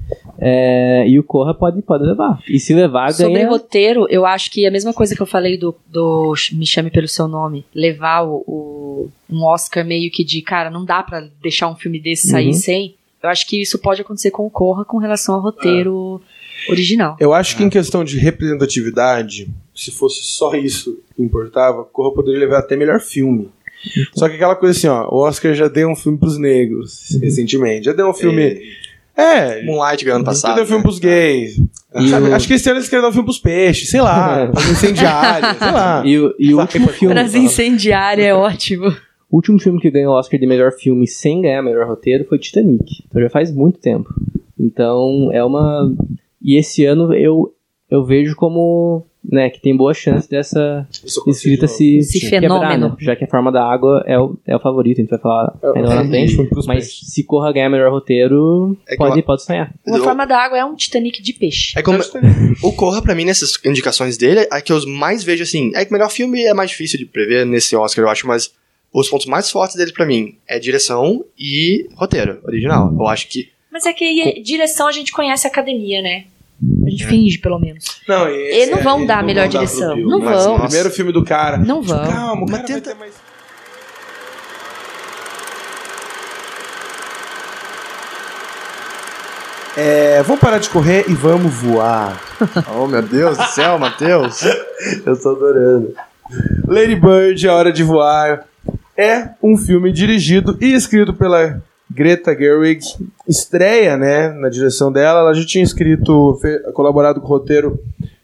é, e o Corra pode, pode levar. E se levar, Sobre ganha... roteiro, eu acho que a mesma coisa que eu falei do, do Me Chame Pelo Seu Nome, levar o, o- um Oscar meio que de, cara, não dá pra deixar um filme desse sair Uhum. sem. Eu acho que isso pode acontecer com o Corra com relação ao roteiro original. Eu acho que em questão de representatividade, se fosse só isso que importava, Corra poderia levar até melhor filme. Só que aquela coisa assim, ó, o Oscar já deu um filme pros negros recentemente, já deu um filme... É, Moonlight ganhou ano já passado. deu um filme né? pros gays. E Sabe, o- Acho que esse ano eles querem dar um filme pros peixes, sei lá, pros incendiários, sei lá. E, o- e o último filme... Prazer incendiária é ótimo. O último filme que ganhou o Oscar de melhor filme sem ganhar melhor roteiro foi Titanic. Então já faz muito tempo. Então é uma... E esse ano eu, eu vejo como... Né, que tem boa chance dessa escrita se, Esse se quebrar, fenômeno. né? Já que a Forma da Água é o, é o favorito, a gente vai falar ainda lá na frente. Mas se Corra ganhar melhor roteiro, É que pode, uma- pode sonhar. Uma Eu- Forma da Água é um Titanic de peixe. É como, o Corra, pra mim, nessas indicações dele, é que eu mais vejo assim. É que o melhor filme é mais difícil de prever nesse Oscar, eu acho, mas os pontos mais fortes dele pra mim é direção e roteiro original. Eu acho que. Mas é que direção a gente conhece a academia, né? A gente finge, pelo menos. Não, Eles não vão dar a melhor pro direção. Bill, Não mas vão. O primeiro filme do cara. Não Tipo, vão. calma, o Mas cara tenta- vai ter mais... É, vamos parar de correr e vamos voar. Oh, meu Deus do céu, Matheus. Eu tô adorando. Lady Bird, A Hora de Voar, é um filme dirigido e escrito pela Greta Gerwig. Estreia, né, na direção dela. Ela já tinha escrito, colaborado com o roteiro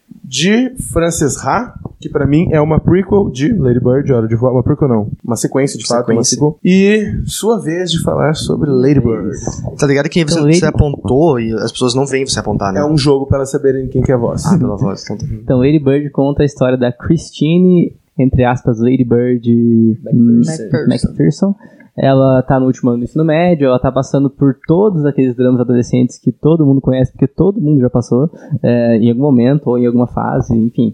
de Frances Ha, que pra mim é uma prequel de Lady Bird, A Hora de Voar. Uma prequel não, uma sequência de fato, sequência. Uma sequel. E sua vez de falar sobre Lady Bird. Tá ligado que você, você apontou e as pessoas não veem você apontar, né? É um jogo para elas saberem quem que é a voz. Ah, pela voz. Então, então Lady Bird conta a história da Christine, entre aspas, Lady Bird McPherson. McPherson. Ela tá no último ano do ensino médio, ela tá passando por todos aqueles dramas adolescentes que todo mundo conhece, porque todo mundo já passou, é, em algum momento ou em alguma fase, enfim.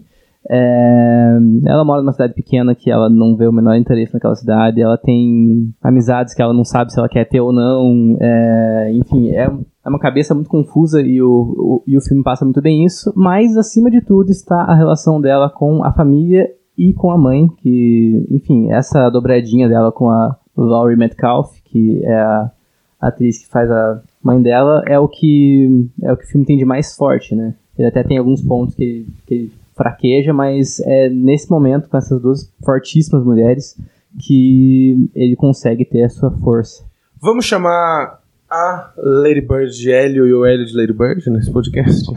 É, ela mora numa cidade pequena que ela não vê o menor interesse naquela cidade, ela tem amizades que ela não sabe se ela quer ter ou não, é, enfim, é, é uma cabeça muito confusa e o, o, e o filme passa muito bem isso, mas acima de tudo está a relação dela com a família e com a mãe, que, enfim, essa dobradinha dela com a Laurie Metcalf, que é a atriz que faz a mãe dela, é o que, é o, que o filme tem de mais forte, né? Ele até tem alguns pontos que ele, que ele fraqueja, mas é nesse momento, com essas duas fortíssimas mulheres, que ele consegue ter a sua força. Vamos chamar a Lady Bird de Hélio e o Hélio de Lady Bird nesse podcast?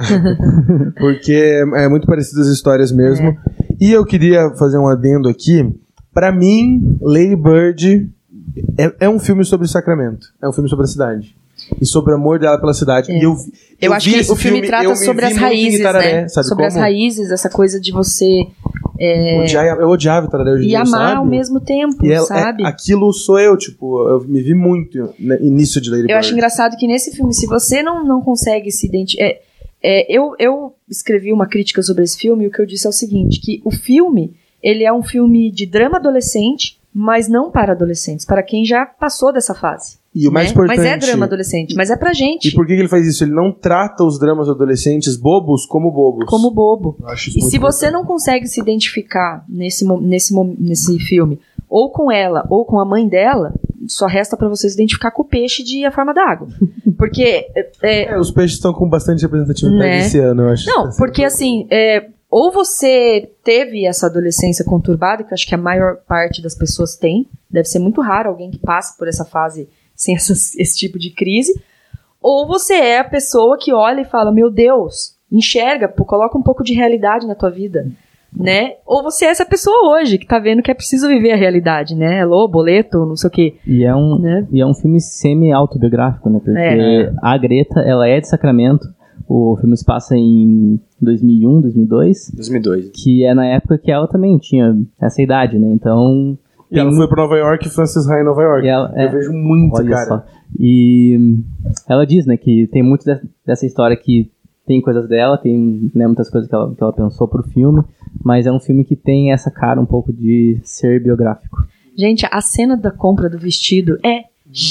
Porque é muito parecidas as histórias mesmo. É. E eu queria fazer um adendo aqui. Pra mim, Lady Bird é, é um filme sobre Sacramento. É um filme sobre a cidade. E sobre o amor dela pela cidade. É. E eu, eu, eu acho que o filme, filme trata sobre as raízes, Itararé, né? Sobre como? as raízes, essa coisa de você... É... Odiar, eu odiava Itararé hoje em E dia, amar sabe? ao mesmo tempo, e ela, sabe? É, aquilo sou eu, tipo, eu me vi muito no início de Lady Bird. Eu acho engraçado que nesse filme, se você não, não consegue se identificar... É, é, eu, eu escrevi uma crítica sobre esse filme e o que eu disse é o seguinte, que o filme, ele é um filme de drama adolescente, mas não para adolescentes, para quem já passou dessa fase. E o mais né? importante... Mas é drama adolescente, mas é pra gente. E por que ele faz isso? Ele não trata os dramas adolescentes bobos como bobos. Como bobo. Eu acho isso e muito se importante. você não consegue se identificar nesse, nesse, nesse filme, ou com ela, ou com a mãe dela, só resta pra você se identificar com o peixe de A Forma da Água. Porque... É, é, os peixes estão com bastante representatividade né? esse ano, eu acho. Não, porque assim... É, ou você teve essa adolescência conturbada, que eu acho que a maior parte das pessoas tem, deve ser muito raro alguém que passe por essa fase sem essas, esse tipo de crise, ou você é a pessoa que olha e fala, meu Deus, enxerga, pô, coloca um pouco de realidade na tua vida, né? Ou você é essa pessoa hoje, que tá vendo que é preciso viver a realidade, né? Alô, boleto, não sei o quê. E é um, né? e é um filme semi-autobiográfico, né? Porque é. a Greta, ela é de Sacramento. O filme se passa em dois mil e um, dois mil e dois. dois mil e dois. Que é na época que ela também tinha essa idade, né? Então... E tem... ela foi pra Nova York e Frances Ha em Nova York. Ela, Eu é... vejo muito, Olha cara. Só. E ela diz, né, que tem muito de, dessa história que tem coisas dela, tem, né, muitas coisas que ela, que ela pensou pro filme, mas é um filme que tem essa cara um pouco de ser biográfico. Gente, a cena da compra do vestido é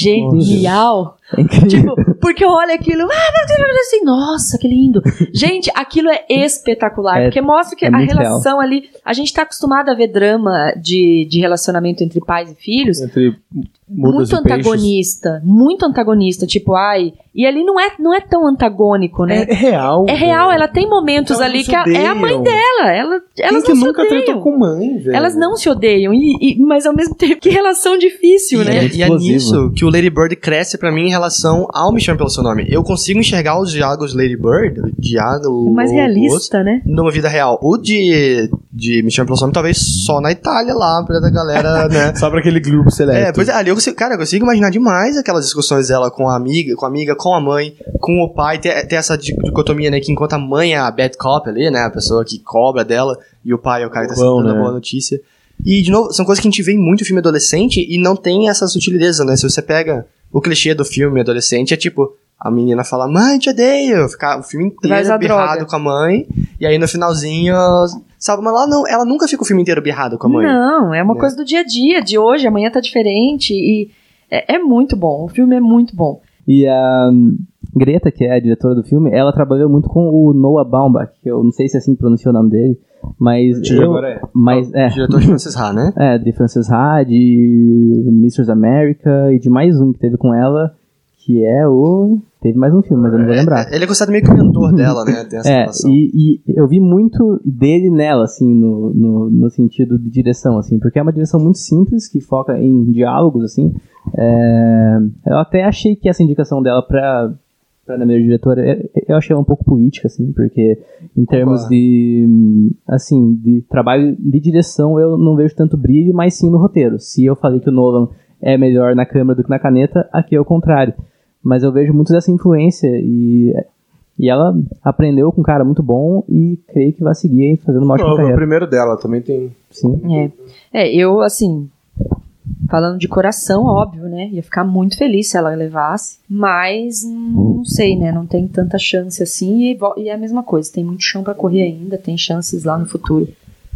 genial. É incrível. Tipo, porque eu olho aquilo, ah, assim, nossa, que lindo. Gente, aquilo é espetacular, É, porque mostra que é a muito relação ali, a gente tá acostumado a ver drama de, de relacionamento entre pais e filhos, Entre mudas muito e peixes. antagonista, muito antagonista, tipo, ai, e ali não é, não é tão antagônico, né? É, é real. É real, velho. ela tem momentos Elas ali não que se a- é a mãe odeiam. dela, ela, elas Quem não que se nunca odeiam. tretou com mãe, velho? Elas não se odeiam, e, e- mas ao mesmo tempo, que relação difícil, E, né? é, muito e é explosivo. nisso que o Lady Bird cresce pra mim em relação ao Me Chame Pelo Seu Nome. Eu consigo enxergar os diálogos de Lady Bird, diálogo É mais realista, né? numa vida real. O de, de Me Chame Pelo Seu Nome, talvez só na Itália lá, pra da galera, né? Só pra aquele grupo seleto. É, pois é, ali eu consigo, cara, eu consigo imaginar demais aquelas discussões dela com a amiga, com a amiga, com a mãe, com o pai, ter, ter essa dicotomia, né, que enquanto a mãe é a bad cop ali, né, a pessoa que cobra dela, e o pai é o cara que tá Bom, sempre dando né? a boa notícia. E, de novo, são coisas que a gente vê em muito filme adolescente e não tem essa sutileza, né, se você pega o clichê do filme adolescente, é tipo, a menina fala, mãe, te odeio, ficar o filme Vai usar inteiro birrado droga. com a mãe, e aí no finalzinho, sabe, mas lá não, ela nunca fica o filme inteiro birrado com a mãe. Não, é uma né? coisa do dia a dia, de hoje, amanhã tá diferente, e é, é muito bom, o filme é muito bom. E a Greta, que é a diretora do filme, ela trabalhou muito com o Noah Baumbach, que eu não sei se é assim que pronuncia o nome dele, mas Diga eu, agora é. mas é, Diretor de Frances Ha, né? é, de Frances Ha, de mister America e de mais um que teve com ela, que é o Teve mais um filme, mas eu não vou lembrar. Ele é considerado meio que o mentor dela, né? Tem essa é, relação. E, e eu vi muito dele nela, assim, no, no, no sentido de direção, assim, porque é uma direção muito simples, que foca em diálogos, assim. É, eu até achei que essa indicação dela pra, pra melhor diretora, eu achei ela um pouco política, assim, porque em termos Opa. de, assim, de trabalho de direção, eu não vejo tanto brilho, mas sim no roteiro. Se eu falei que o Nolan é melhor na câmera do que na caneta, aqui é o contrário. Mas eu vejo muito dessa influência e, e ela aprendeu com um cara muito bom e creio que vai seguir aí fazendo uma ótima carreira. O primeiro dela também tem... Sim. É. é, eu, assim, falando de coração, óbvio, né? Ia ficar muito feliz se ela levasse, mas não sei, né? Não tem tanta chance assim e, e é a mesma coisa. Tem muito chão pra correr ainda, tem chances lá no futuro.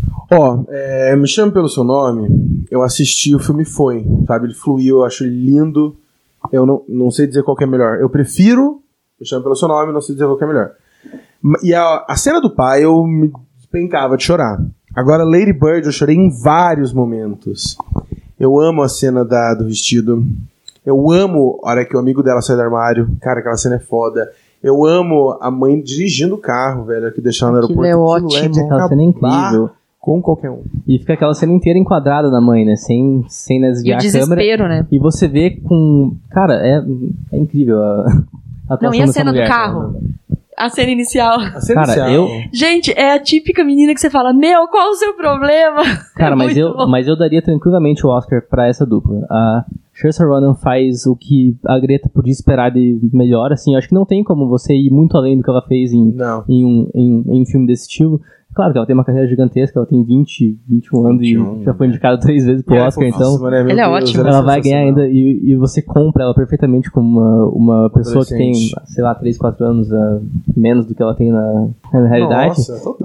Ó, oh, é, Me Chame Pelo Seu Nome, eu assisti, o filme foi, sabe? Ele fluiu, eu acho ele lindo. Eu não, não sei dizer qual que é melhor. Eu prefiro Me Chame Pelo Seu Nome, não sei dizer qual que é melhor. E a, a cena do pai, eu me despencava de chorar. Agora, Lady Bird, eu chorei em vários momentos. Eu amo a cena da, do vestido. Eu amo a hora que o amigo dela sai do armário. Cara, aquela cena é foda. Eu amo a mãe dirigindo o carro, velho, que deixou ela no aeroporto. É ótimo. É aquela cena é incrível. Com qualquer um. E fica aquela cena inteira enquadrada na mãe, né? Sem, sem desviar e o a câmera. desespero, né? E você vê com... Cara, é, é incrível a, a atuação. Não, e a cena mulher, do carro? A cena inicial. A cena Cara, inicial. eu... Gente, é a típica menina que você fala, meu, qual o seu problema? Cara, é mas, eu, mas eu daria tranquilamente o Oscar pra essa dupla. A Saoirse Ronan faz o que a Greta podia esperar de melhor, assim. Eu acho que não tem como você ir muito além do que ela fez em, em, um, em, em um filme desse estilo. Claro que ela tem uma carreira gigantesca, ela tem vinte, vinte e um anos vinte e um, e já foi indicada três vezes pro é, Oscar, então nossa, ela é ótima. Ela vai ganhar ainda e, e você compra ela perfeitamente como uma, uma pessoa que tem, sei lá, três, quatro anos a menos do que ela tem na, na realidade. Nossa, total.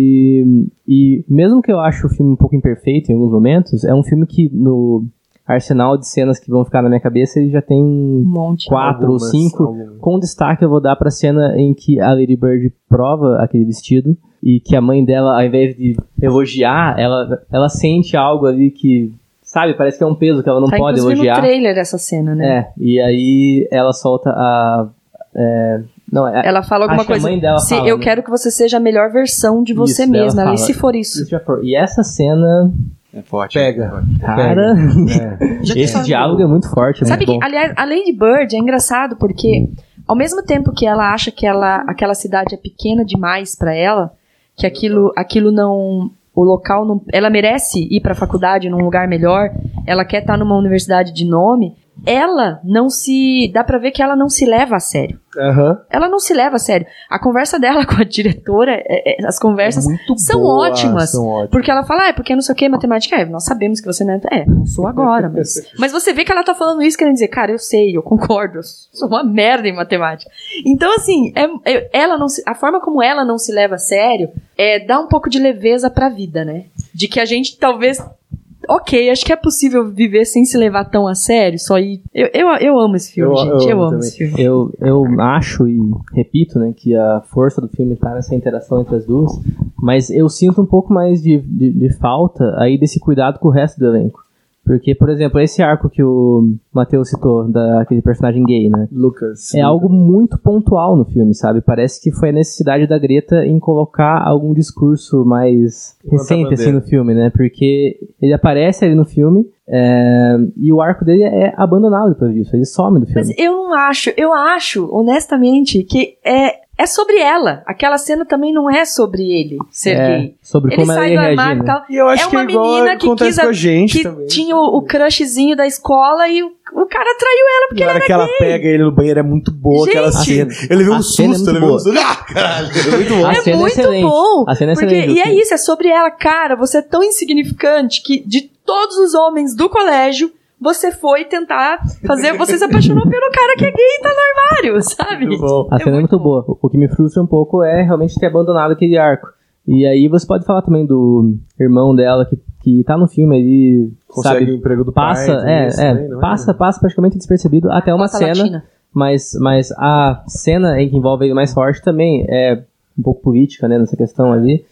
E, e mesmo que eu ache o filme um pouco imperfeito em alguns momentos, é um filme que no arsenal de cenas que vão ficar na minha cabeça ele já tem um monte, quatro algumas, ou cinco. algumas. Com destaque eu vou dar pra cena em que a Lady Bird prova aquele vestido e que a mãe dela, ao invés de elogiar, ela, ela sente algo ali que, sabe, parece que é um peso que ela não tá, pode elogiar. Tá no trailer dessa cena, né? É, e aí ela solta a... É, não, é, ela fala alguma coisa, se fala, eu né? quero que você seja a melhor versão de você isso, mesma, fala, e se for isso? For. E essa cena... É forte. Pega. Cara, é. esse diálogo é muito forte. É Sabe muito que, aliás, a Lady Bird é engraçado porque, ao mesmo tempo que ela acha que ela, aquela cidade é pequena demais pra ela, que aquilo, aquilo não... O local não... Ela merece ir pra faculdade num lugar melhor, ela quer estar numa universidade de nome, ela não se... Dá pra ver que ela não se leva a sério. Uhum. Ela não se leva a sério. A conversa dela com a diretora, é, é, as conversas é são, boa, ótimas, são ótimas. porque ela fala, ah, é porque não sei o que, matemática. É, nós sabemos que você não é... É, não sou agora, mas... mas você vê que ela tá falando isso querendo dizer, cara, eu sei, eu concordo, eu sou uma merda em matemática. Então, assim, é, é, ela não se, a forma como ela não se leva a sério é dá um pouco de leveza pra vida, né? De que a gente talvez... Ok, acho que é possível viver sem se levar tão a sério, só ir... Eu, eu, eu amo esse filme, eu, gente, eu, eu amo também. Esse filme. Eu, eu acho e repito, né, que a força do filme tá nessa interação entre as duas, mas eu sinto um pouco mais de, de, de falta aí desse cuidado com o resto do elenco. Porque, por exemplo, esse arco que o Matheus citou, daquele personagem gay, né? Lucas. É algo muito pontual no filme, sabe? Parece que foi a necessidade da Greta em colocar algum discurso mais recente, assim, no filme, né? Porque ele aparece ali no filme é... e o arco dele é abandonado depois disso. Ele some do filme. Mas eu não acho, eu acho, honestamente, que é... É sobre ela. Aquela cena também não é sobre ele ser é, gay. Sobre ele como sai ela do ia armário reagir, e tal. E eu acho é uma que é igual menina que, quis a, com a gente que também. tinha o, o crushzinho da escola e o, o cara traiu ela porque e a hora ele que era ela gay. pega ele no banheiro é muito boa. Gente, aquela cena. Ele viu um susto, é ele viu um susto. Ah, caralho. É muito bom. A É cena muito é excelente. bom. A cena é porque, excelente. e é isso, é sobre ela. Cara, você é tão insignificante que de todos os homens do colégio, você foi tentar fazer... Você se apaixonou pelo cara que é gay e tá no armário, sabe? Muito bom. A cena é muito boa. O que me frustra um pouco é realmente ter abandonado aquele arco. E aí você pode falar também do irmão dela que, que tá no filme ali, consegue sabe, o emprego do passa, pai. é, isso, é, né? passa, é? passa praticamente despercebido até uma Passa cena, latina. mas, mas a cena em que envolve ele mais forte também é um pouco política, né, nessa questão ali.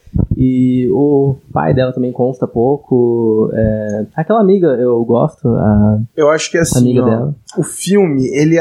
E o pai dela também consta pouco. É... Aquela amiga eu gosto, a eu acho que é assim, amiga ó, dela. o filme, ele,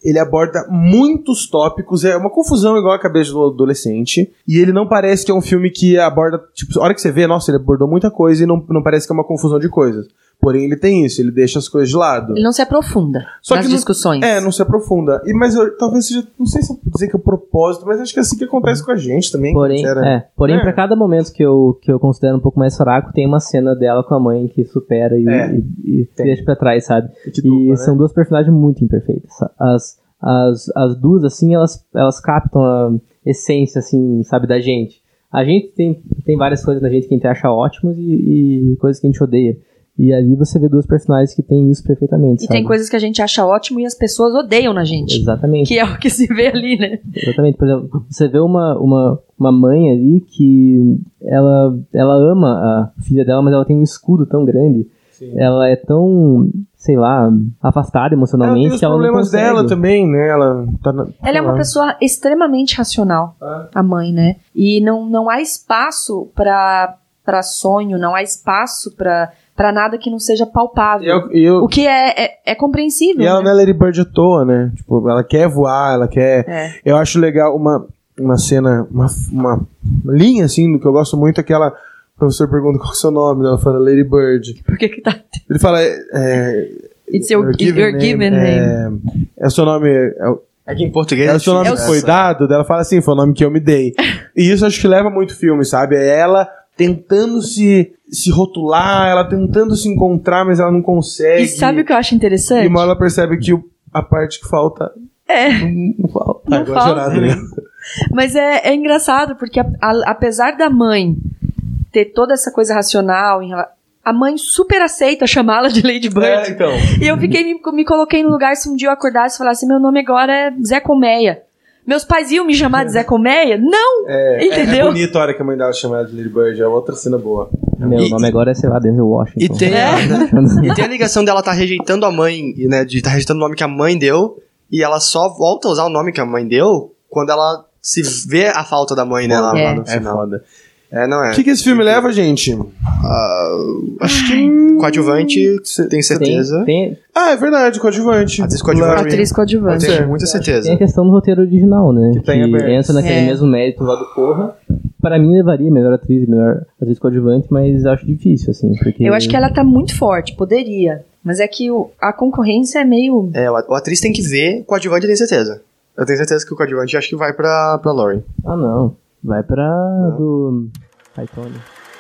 ele aborda muitos tópicos, é uma confusão igual a cabeça do adolescente, e ele não parece que é um filme que aborda, tipo, a hora que você vê, nossa, ele abordou muita coisa e não, não parece que é uma confusão de coisas. Porém, ele tem isso, ele deixa as coisas de lado. Ele não se aprofunda Só nas que não, discussões. É, não se aprofunda. E, mas eu, talvez seja, não sei se eu vou dizer que é o propósito, mas acho que é assim que acontece com a gente também. Porém, era, é, porém é. pra cada momento que eu, que eu considero um pouco mais fraco, tem uma cena dela com a mãe que supera e, É, e, e deixa pra trás, sabe? Que E dupla, né? são duas personagens muito imperfeitas. As, as, as duas, assim, elas, elas captam a essência, assim, sabe, da gente. A gente tem, tem várias coisas na gente que a gente acha ótimas e, e coisas que a gente odeia. E ali você vê duas personagens que têm isso perfeitamente, E sabe? tem coisas que a gente acha ótimo e as pessoas odeiam na gente. Exatamente. Que é o que se vê ali, né? Exatamente. Por exemplo, você vê uma, uma, uma mãe ali que ela, ela ama a filha dela, mas ela tem um escudo tão grande. Sim. Ela é tão, sei lá, afastada emocionalmente Ela tem os que ela não problemas consegue. dela também, né? Ela, tá na, Ela é uma pessoa extremamente racional, Ah. a mãe, né? E não, não há espaço pra, pra sonho, não há espaço pra, pra nada que não seja palpável. E, eu, e, eu, O que é, é, é compreensível, e ela né? não é Lady Bird à toa, né? Tipo, ela quer voar, ela quer... É. Eu acho legal uma, uma cena, uma, uma linha, assim, do que eu gosto muito, é que ela... O professor pergunta qual é o seu nome, ela fala Lady Bird. Por que que tá... Ele fala... É, It's your, your given name. É, é o seu nome... É, o- É que em português é o seu nome É o que foi seu. dado? Daí ela fala assim, foi o nome que eu me dei. E isso acho que leva muito filme, sabe? É ela tentando se, se rotular, ela tentando se encontrar, mas ela não consegue. E sabe o que eu acho E interessante? uma hora ela percebe que o- a parte que falta É, não, não falta. Não Ah, eu gosto de falta. chorar, né? mas é, é engraçado, porque a- a- apesar da mãe ter toda essa coisa racional, em rela- a mãe super aceita chamá-la de Lady Bird. É, então. E eu fiquei, me, me coloquei no lugar, se um dia eu acordasse e falasse, meu nome agora é Zé Colmeia. Meus pais iam me chamar de Zé Colmeia? Não! É, Entendeu? É, é bonito a hora que a mãe dela chama ela de Lady Bird, é outra cena boa. Meu E- nome agora é, sei lá, Denzel Washington. E tem, É. e tem a ligação dela tá rejeitando a mãe, e, né, de estar tá rejeitando o nome que a mãe deu, e ela só volta a usar o nome que a mãe deu quando ela se vê a falta da mãe, né, lá, É. lá no É final. foda. É, não é. O que, que esse filme leva, gente? Acho que coadjuvante, tenho certeza. Tem, tem, Ah, é verdade, coadjuvante. Atriz coadjuvante. Larry. Atriz coadjuvante. Tenho muita tem a certeza. questão do roteiro original, né? Que Que, tá em aberto. entra naquele É. mesmo mérito lá do Corra. Pra mim levaria melhor atriz, melhor atriz coadjuvante, mas acho difícil, assim, porque... Eu acho que ela tá muito forte, poderia. Mas é que o- a concorrência é meio... É, o o atriz tem que ver, o coadjuvante eu tenho certeza. Eu tenho certeza que o coadjuvante acho que vai pra, pra Lauren. Ah, não. Vai pra do... Ai, Tony.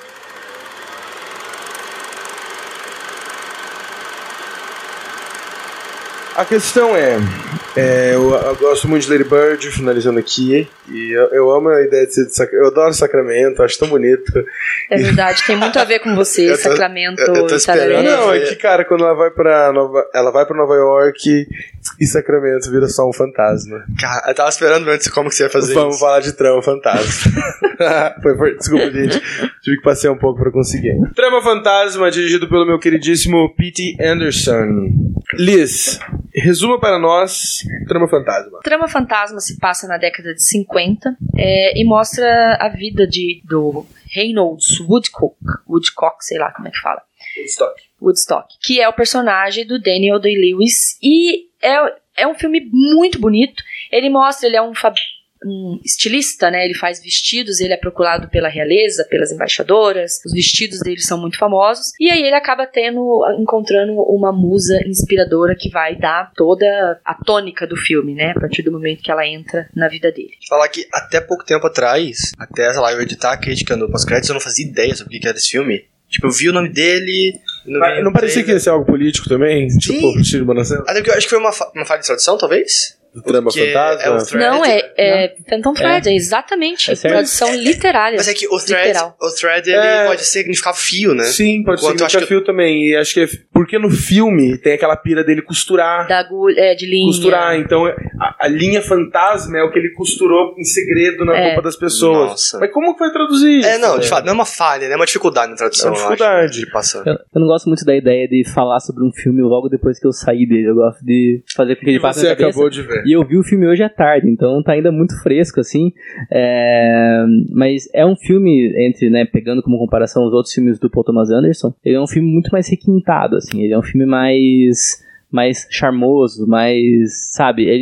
A questão é, é, eu, eu gosto muito de Lady Bird, finalizando aqui, e eu, eu amo a ideia de ser de Sac- eu adoro Sacramento, acho tão bonito. É verdade, tem muito a ver com você, Eu tô- Sacramento eu- eu tô e esperando. tararé. Não, é ver. que, cara, quando ela vai pra Nova, ela vai pra Nova York e Sacramento vira só um fantasma. Cara, eu tava esperando antes como que você ia fazer Vamos isso. falar de Trama Fantasma. foi, foi, desculpa, gente. Tive que passear um pouco pra conseguir. Trama Fantasma, dirigido pelo meu queridíssimo P T Anderson. Liz, resuma para nós Trama Fantasma. Trama Fantasma se passa na década de cinquenta é, e mostra a vida de, do Reynolds Woodcock, Woodcock, sei lá como é que fala, Woodstock. Woodstock, que é o personagem do Daniel Day-Lewis, e é, é um filme muito bonito. Ele mostra, ele é um, fab, um estilista, né? Ele faz vestidos, ele é procurado pela realeza, pelas embaixadoras, os vestidos dele são muito famosos, e aí ele acaba tendo, encontrando uma musa inspiradora que vai dar toda a tônica do filme, né? A partir do momento que ela entra na vida dele. Falar que até pouco tempo atrás, até, sei lá, eu editar a crítica no pós-créditos, eu não fazia ideia sobre o que era esse filme. Tipo, eu vi o nome dele... Não, Mas vi não o parecia que trailer. ia ser algo político também? Sim. Tipo, Tiro Bonacense? Até porque eu acho que foi uma, fa- uma falha de tradução, talvez? Do Trama Porque Fantasma? é o Thread. Não, é, é Phantom Thread, é, exatamente É certo. tradução literária. Mas é que o thread, Literal. o thread ele É. pode significar fio, né? Sim, pode Enquanto eu ser acho que- fio também. E acho que é porque no filme tem aquela pira dele costurar. Da agulha, é, de linha. Costurar, então a, a linha fantasma é o que ele costurou em segredo na É. roupa das pessoas. Nossa. Mas como que vai traduzir isso? É, não, de É. fato, não é uma falha, né? É uma dificuldade na tradução, É uma eu acho, dificuldade. de passar. Eu, eu não gosto muito da ideia de falar sobre um filme logo depois que eu saí dele. Eu gosto de fazer com que E ele passe você na cabeça. acabou de ver. E eu vi o filme hoje à tarde, então tá ainda muito fresco, assim. É, mas é um filme, entre, né, pegando como comparação os outros filmes do Paul Thomas Anderson, ele é um filme muito mais requintado, assim. Ele é um filme mais, mais charmoso, mais, sabe? Ele,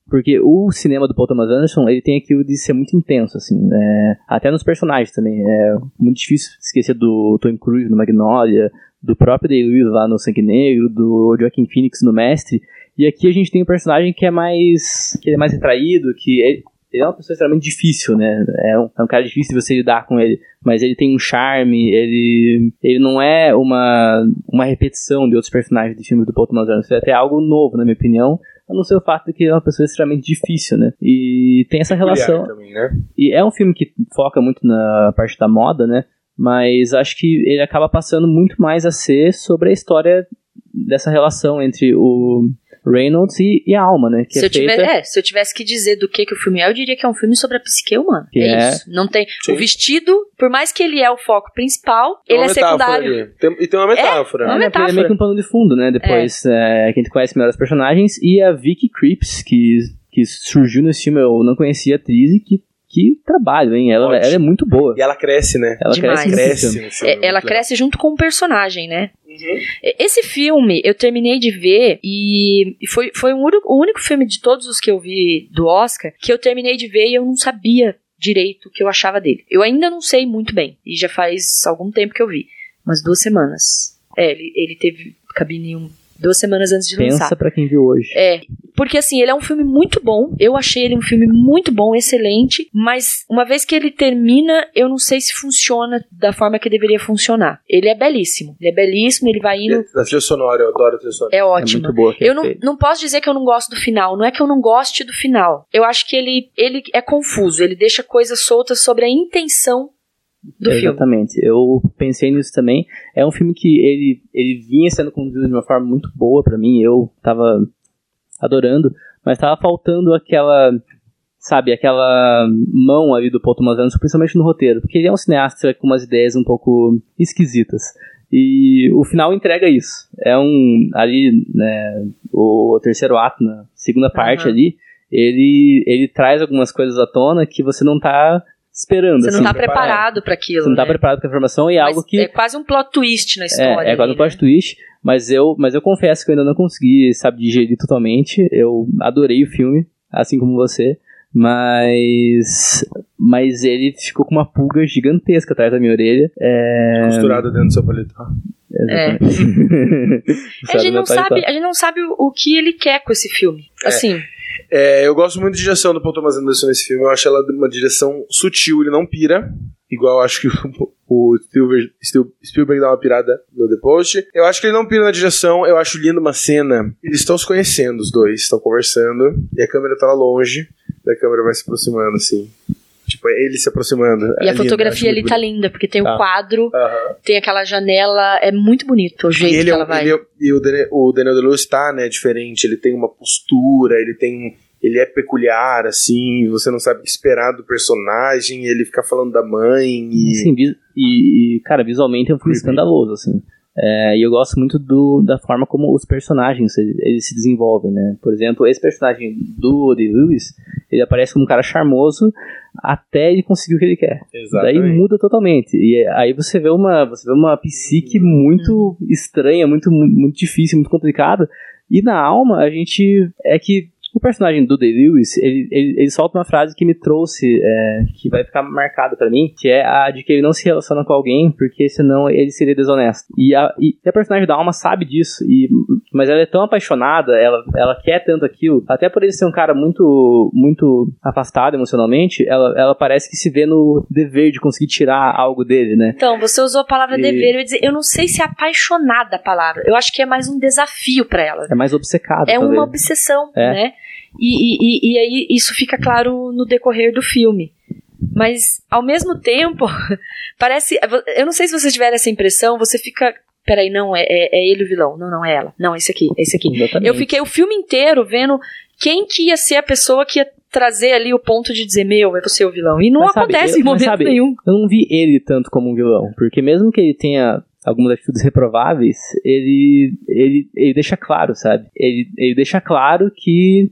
Porque o cinema do Paul Thomas Anderson, ele tem aquilo de ser muito intenso, assim, né? Até nos personagens também. É muito difícil esquecer do Tom Cruise no Magnolia, do próprio Day-Lewis lá no Sangue Negro, do Joaquin Phoenix no Mestre. E aqui a gente tem um personagem que é mais, que é mais retraído, que é, ele é uma pessoa extremamente difícil, né? É um, é um cara difícil de você lidar com ele. Mas ele tem um charme, ele, ele não é uma, uma repetição de outros personagens de filmes do Paul Thomas Anderson. É até algo novo, na minha opinião. A não ser o fato de que ele é uma pessoa extremamente difícil, né? E tem essa relação. Também, né? E é um filme que foca muito na parte da moda, né? Mas acho que ele acaba passando muito mais a ser sobre a história dessa relação entre o Reynolds e, e a alma, né? Que se, é eu tiver, feita... é, se eu tivesse que dizer do que, que o filme é, eu diria que é um filme sobre a psique humana. Que é, é... isso. Não tem... Sim. O vestido, por mais que ele é o foco principal, Tem ele uma é secundário. Tem, e tem uma metáfora. É, uma É, né, porque ele é metáfora. meio que um pano de fundo, né? Depois, é. É, que a gente conhece melhor os personagens. E a Vicky Krieps, que, que surgiu nesse filme, eu não conhecia a atriz e que, que trabalho, hein? Ela, ela é muito boa. E ela cresce, né? Ela Demais. cresce, Cresce cresce. no filme. É, ela muito cresce junto com o personagem, né? Uhum. Esse filme eu terminei de ver e foi, foi um único, o único filme de todos os que eu vi do Oscar que eu terminei de ver e eu não sabia direito o que eu achava dele. Eu ainda não sei muito bem, e já faz algum tempo que eu vi, umas duas semanas. É, ele, ele teve cabine um, duas semanas antes de Pensa lançar. pra quem viu hoje. É, porque assim, ele é um filme muito bom, eu achei ele um filme muito bom, excelente, mas uma vez que ele termina, eu não sei se funciona da forma que deveria funcionar. Ele é belíssimo, ele é belíssimo, ele vai indo... Da trilha sonora, eu adoro a trilha sonora. É É ótimo. muito boa. que Eu é não, feita. não posso dizer que eu não gosto do final. Não é que eu não goste do final. Eu acho que ele, ele é confuso. Ele deixa coisas soltas sobre a intenção do filme. Exatamente. Eu pensei nisso também. É um filme que ele, ele vinha sendo conduzido de uma forma muito boa pra mim. Eu tava adorando, mas tava faltando aquela, sabe, aquela mão ali do Paul Thomas Anderson, principalmente no roteiro, porque ele é um cineasta com umas ideias um pouco esquisitas. E o final entrega isso. É um, ali, né, o terceiro ato, na segunda parte Uhum. ali, ele, ele traz algumas coisas à tona que você não tá esperando. Você não assim. tá preparado pra aquilo, Você não tá né? preparado com a informação e é Mas algo que... é quase um plot twist na história. É, é quase um ali, né? plot twist, mas eu, mas eu confesso que eu ainda não consegui, sabe, digerir totalmente. Eu adorei o filme, assim como você, mas mas ele ficou com uma pulga gigantesca atrás da minha orelha. É... Costurada dentro do seu paletó. Exatamente. A gente, não Sabe, sabe, a gente não sabe o, o que ele quer com esse filme. Assim, É, eu gosto muito de direção do Paul Thomas Anderson nesse filme. Eu acho ela uma direção sutil, ele não pira. Igual eu acho que o, o Spielberg, Spielberg dá uma pirada no The Post. Eu acho que ele não pira na direção. Eu acho lindo uma cena. Eles estão se conhecendo, os dois. Estão conversando. E a câmera tá lá longe. E a câmera vai se aproximando, assim. Tipo, é ele se aproximando. e É a lindo, fotografia eu ali acho tá muito linda, porque tem o Tá. quadro, Aham. tem aquela janela, é muito bonito o jeito E ele que é ela um- vai. ele é- e o Daniel, o Daniel Day-Lewis tá, né, diferente. Ele tem uma postura, ele tem... Ele é peculiar, assim, você não sabe o que esperar do personagem, ele fica falando da mãe e... Sim, vi- e, e, cara, visualmente é um filme Creepy. escandaloso, assim. É, e eu gosto muito do, da forma como os personagens eles, eles se desenvolvem, né? Por exemplo, esse personagem do Day-Lewis, ele aparece como um cara charmoso até ele conseguir o que ele quer. Daí muda totalmente. E aí você vê uma, você vê uma psique muito estranha, muito, muito difícil, muito complicada. E na alma, a gente... É que o personagem do Day-Lewis, ele, ele, ele solta uma frase que me trouxe, é, que vai ficar marcada pra mim, que é a de que ele não se relaciona com alguém porque senão ele seria desonesto. E a, e a personagem da alma sabe disso, e, mas ela é tão apaixonada, ela, ela quer tanto aquilo, até por ele ser um cara muito, muito afastado emocionalmente, ela, ela parece que se vê no dever de conseguir tirar algo dele, né? Então, você usou a palavra E- dever, eu ia dizer, eu não sei se é apaixonada a palavra, eu acho que é mais um desafio pra ela. É mais obcecado, É talvez. uma obsessão, É. né? E, e, e, e aí isso fica claro no decorrer do filme. Mas, ao mesmo tempo, parece... Eu não sei se vocês tiveram essa impressão, você fica... Peraí, não, é, é, é ele o vilão. Não, não é ela. Não, é esse aqui, é esse aqui. Exatamente. Eu fiquei o filme inteiro vendo quem que ia ser a pessoa que ia trazer ali o ponto de dizer, meu, é você o vilão. E não Mas sabe, acontece eu- em mas momento sabe, nenhum. Eu não vi ele tanto como um vilão, porque mesmo que ele tenha algumas atitudes reprováveis, ele, ele, ele deixa claro, sabe? Ele, ele deixa claro que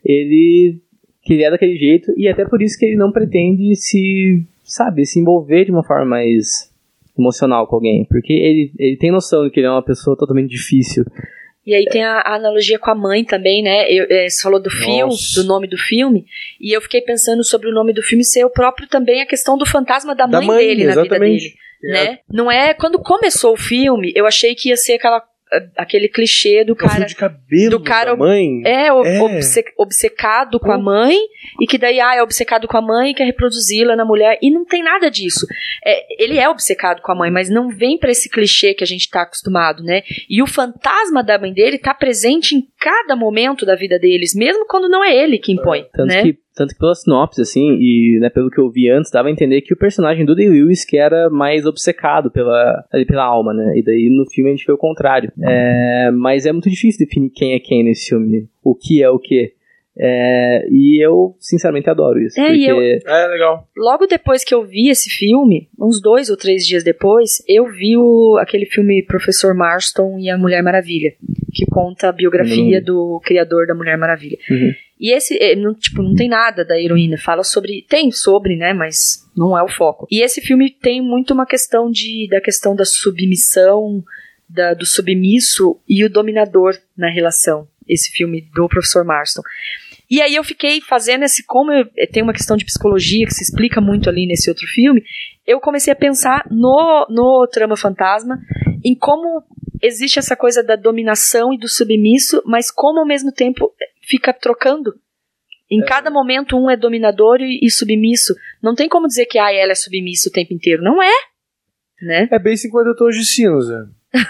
ele, que ele é daquele jeito, e até por isso que ele não pretende se, sabe, se envolver de uma forma mais emocional com alguém, porque ele, ele tem noção de que ele é uma pessoa totalmente difícil. E aí tem a, a analogia com a mãe também, né? Eu, é, você falou do filme, do nome do filme, e eu fiquei pensando sobre o nome do filme ser o próprio também a questão do fantasma da, da mãe, mãe dele exatamente. Na vida dele. É. Né? Não é... Quando começou o filme, eu achei que ia ser aquela... aquele clichê do cara... O fio de cabelo do cara, da mãe. É, é. Obce, obcecado com a mãe, e que daí, ah, é obcecado com a mãe e quer reproduzi-la na mulher, e não tem nada disso. É, ele é obcecado com a mãe, mas não vem pra esse clichê que a gente tá acostumado, né? E o fantasma da mãe dele tá presente em cada momento da vida deles, mesmo quando não é ele que impõe, Tanto né? que Tanto que pela sinopse, assim, e né, pelo que eu vi antes, dava a entender que o personagem do Day-Lewis que era mais obcecado pela, ali, pela alma, né? E daí no filme a gente vê o contrário. É, mas é muito difícil definir quem é quem nesse filme. O que é o que. É, e eu, sinceramente, adoro isso. É, porque... e eu, é, legal. Logo depois que eu vi esse filme, uns dois ou três dias depois, eu vi o, aquele filme Professor Marston e a Mulher Maravilha, que conta a biografia uhum. do criador da Mulher Maravilha. Uhum. E esse, não, tipo, não tem nada da heroína, fala sobre, tem sobre, né, mas não é o foco. E esse filme tem muito uma questão de, da questão da submissão, da, do submisso e o dominador na relação, esse filme do Professor Marston. E aí eu fiquei fazendo esse, como eu, tem uma questão de psicologia que se explica muito ali nesse outro filme, eu comecei a pensar no, no Trama Fantasma, em como existe essa coisa da dominação e do submisso, mas como ao mesmo tempo fica trocando. Em é. cada momento um é dominador e, e submisso. Não tem como dizer que ah, ela é submissa o tempo inteiro. Não é. Né? É bem cinquenta tons de cinza.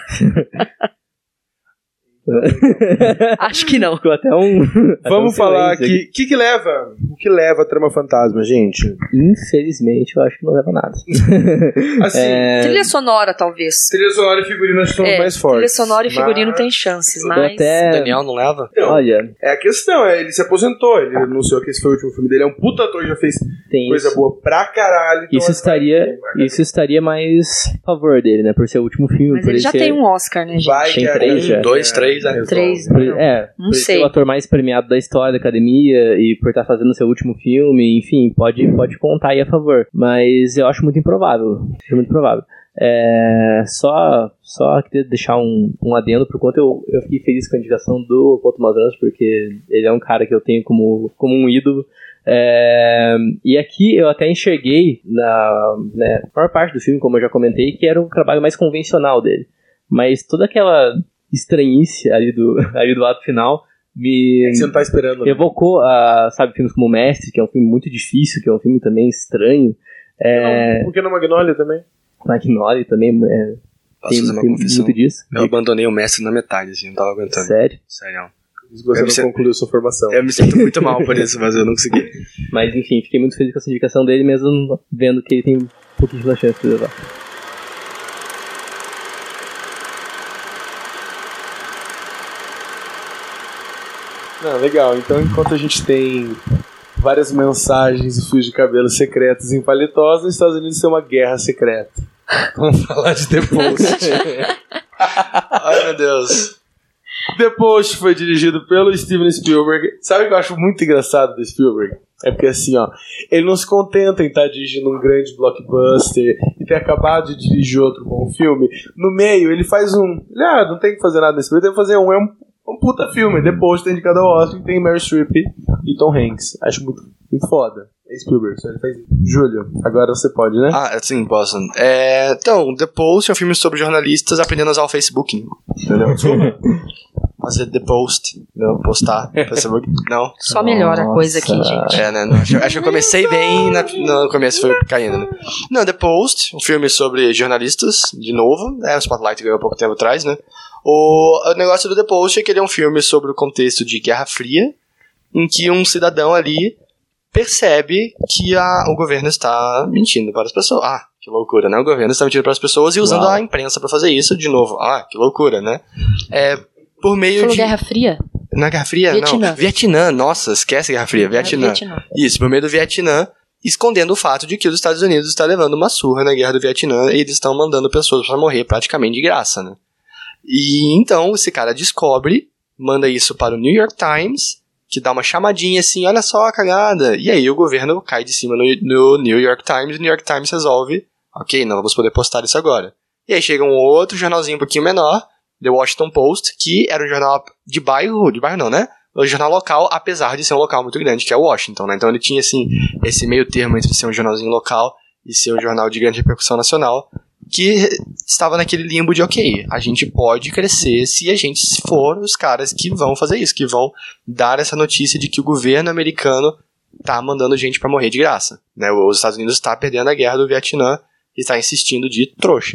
Acho que não. Ficou até um. Vamos até um falar aqui. O que, que leva? O que leva a Trama Fantasma, gente? Infelizmente, eu acho que não leva nada. Assim, é... Trilha sonora, talvez. Trilha sonora e figurino são é, mais fortes. Trilha sonora e figurino mas... tem chances, mas. Até... Daniel não leva? Não, olha. É a questão, é, ele se aposentou. Ele anunciou que esse foi o último filme dele. É um puta ator, já fez tem coisa isso. boa pra caralho. Então isso, estaria, isso estaria mais a favor dele, né? Por ser o último filme. Mas por ele já ser... tem um Oscar, né, gente? Vai, tem que três, é, já. Dois, três, né? Três. Por, é, não por sei. ser o ator mais premiado da história da academia e por estar fazendo seu último filme, enfim, pode, pode contar aí a favor. Mas eu acho muito improvável. Acho muito provável. É, só, só queria deixar um, um adendo por quanto eu, eu fiquei feliz com a indicação do Paul Thomas Anderson, porque ele é um cara que eu tenho como, como um ídolo. É, e aqui eu até enxerguei na, né, maior parte do filme, como eu já comentei, que era o trabalho mais convencional dele. Mas toda aquela estranhice ali do, ali do ato final me é que você não tá esperando, né? evocou a, sabe, filmes como Mestre, que é um filme muito difícil, que é um filme também estranho. É, Por que no Magnolia também? Magnolia também é, Posso tem, fazer uma tem confissão? muito disso. Eu abandonei o Mestre na metade, assim, não tava aguentando. Sério? Sério. Se você Eu não me sinto- concluiu sua formação. Eu me sinto muito mal por isso, mas eu não consegui. Mas enfim, fiquei muito feliz com essa indicação dele, mesmo vendo que ele tem um pouquinho de chance de levar. Não, legal. Então, enquanto a gente tem várias mensagens e fios de cabelo secretos em paletós, nos Estados Unidos tem uma guerra secreta. Vamos falar de The Post. Ai, meu Deus. The Post foi dirigido pelo Steven Spielberg. Sabe o que eu acho muito engraçado do Spielberg? É porque assim, ó, ele não se contenta em estar dirigindo um grande blockbuster e ter acabado de dirigir outro bom filme. No meio, ele faz um... Ah, não tem que fazer nada nesse filme, tem que fazer um... É um, um puta filme. The Post tem indicado ao Oscar, tem Meryl Streep e Tom Hanks. Acho muito, muito foda. É Spielberg, só ele faz isso. Júlio, agora você pode, né? Ah, sim, posso. É, então, The Post é um filme sobre jornalistas aprendendo a usar o Facebook. Entendeu? Fazer The Post. Não, postar no Facebook. Não. Só melhora a coisa aqui, gente. É, né? Não, acho, acho que eu comecei bem na, no começo, foi caindo, né? Não, The Post, um filme sobre jornalistas, de novo. É, o Spotlight ganhou há pouco tempo atrás, né? O, o negócio do The Post é que ele é um filme sobre o contexto de Guerra Fria, em que um cidadão ali percebe que a, o governo está mentindo para as pessoas. Ah, que loucura, né? O governo está mentindo para as pessoas e usando Uau. a imprensa para fazer isso de novo. Ah, que loucura, né? É, por meio Falou de... Guerra Fria? Na Guerra Fria? Vietnã. Não. Vietnã, nossa, esquece Guerra Fria. Vietnã. Vietnã. Isso, por meio do Vietnã, escondendo o fato de que os Estados Unidos está levando uma surra na Guerra do Vietnã e eles estão mandando pessoas para morrer praticamente de graça, né? E então esse cara descobre, manda isso para o New York Times, que dá uma chamadinha assim, olha só a cagada. E aí o governo cai de cima no, no New York Times, e o New York Times resolve, ok, não vamos poder postar isso agora. E aí chega um outro jornalzinho um pouquinho menor, The Washington Post, que era um jornal de bairro, de bairro não, né? Um jornal local, apesar de ser um local muito grande, que é o Washington, né? Então ele tinha, assim, esse meio termo entre ser um jornalzinho local e ser um jornal de grande repercussão nacional, que estava naquele limbo de, ok, a gente pode crescer se a gente for os caras que vão fazer isso, que vão dar essa notícia de que o governo americano tá mandando gente pra morrer de graça, né? Os Estados Unidos tá perdendo a guerra do Vietnã e tá insistindo de trouxa.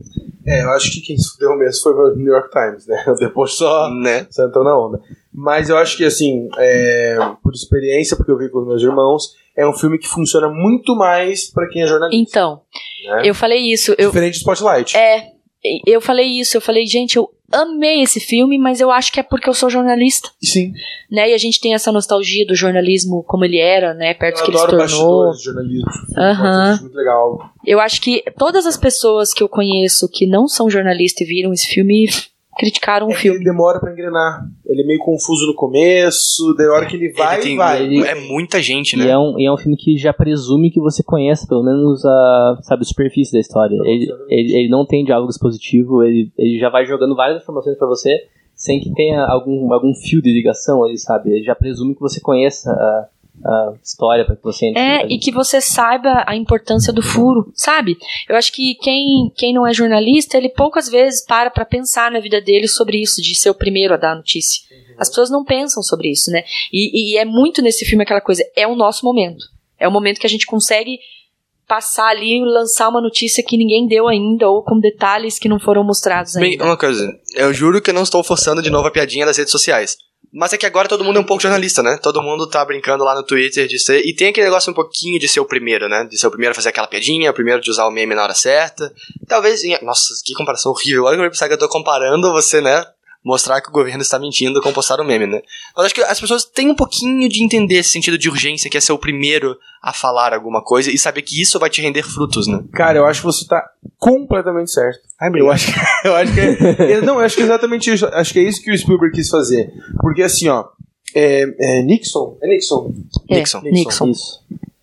É, eu acho que quem se fudeu mesmo foi o New York Times, né? Depois só, né? só entrou na onda. Mas eu acho que, assim, é, por experiência, porque eu vi com os meus irmãos, é um filme que funciona muito mais pra quem é jornalista. Então, né? eu falei isso. Eu, Diferente do Spotlight. É, eu falei isso. Eu falei, gente, eu amei esse filme, mas eu acho que é porque eu sou jornalista. Sim. Né? E a gente tem essa nostalgia do jornalismo como ele era, né? Perto eu que ele se adoro tornou. bastidores de jornalismo. Aham. Uhum. Muito legal. Eu acho que todas as pessoas que eu conheço que não são jornalistas e viram esse filme criticaram o é filme. Ele demora pra engrenar. Ele é meio confuso no começo, da hora que ele vai, ele tem, vai. Ele, é muita gente, né? E é, um, e é um filme que já presume que você conhece, pelo menos, a, sabe, a superfície da história. Ele, ele, ele não tem diálogo expositivo, ele, ele já vai jogando várias informações pra você, sem que tenha algum, algum fio de ligação ali, sabe? Ele já presume que você conheça a, a história pra que você entre. É, e que você saiba a importância do furo, sabe? Eu acho que quem, quem não é jornalista, ele poucas vezes para pra pensar na vida dele sobre isso, de ser o primeiro a dar a notícia. Uhum. As pessoas não pensam sobre isso, né? E, e é muito nesse filme aquela coisa, é o nosso momento. É o momento que a gente consegue passar ali e lançar uma notícia que ninguém deu ainda, ou com detalhes que não foram mostrados ainda. Bem, uma coisa, eu juro que eu não estou forçando de novo a piadinha das redes sociais. Mas é que agora todo mundo é um pouco jornalista, né? Todo mundo tá brincando lá no Twitter de ser... E tem aquele negócio um pouquinho de ser o primeiro, né? De ser o primeiro a fazer aquela piadinha, o primeiro de usar o meme na hora certa. Talvez... Nossa, que comparação horrível. Olha que eu vou pensar que eu tô comparando você, né? Mostrar que o governo está mentindo com postar o meme, né? Mas acho que as pessoas têm um pouquinho de entender esse sentido de urgência, que é ser o primeiro a falar alguma coisa e saber que isso vai te render frutos, né? Cara, eu acho que você tá completamente certo. Ai, eu acho que, eu acho que é, não, eu acho que é exatamente isso. Acho que é isso que o Spielberg quis fazer. Porque assim, ó, é, é Nixon, é Nixon. É, Nixon. Nixon. Isso.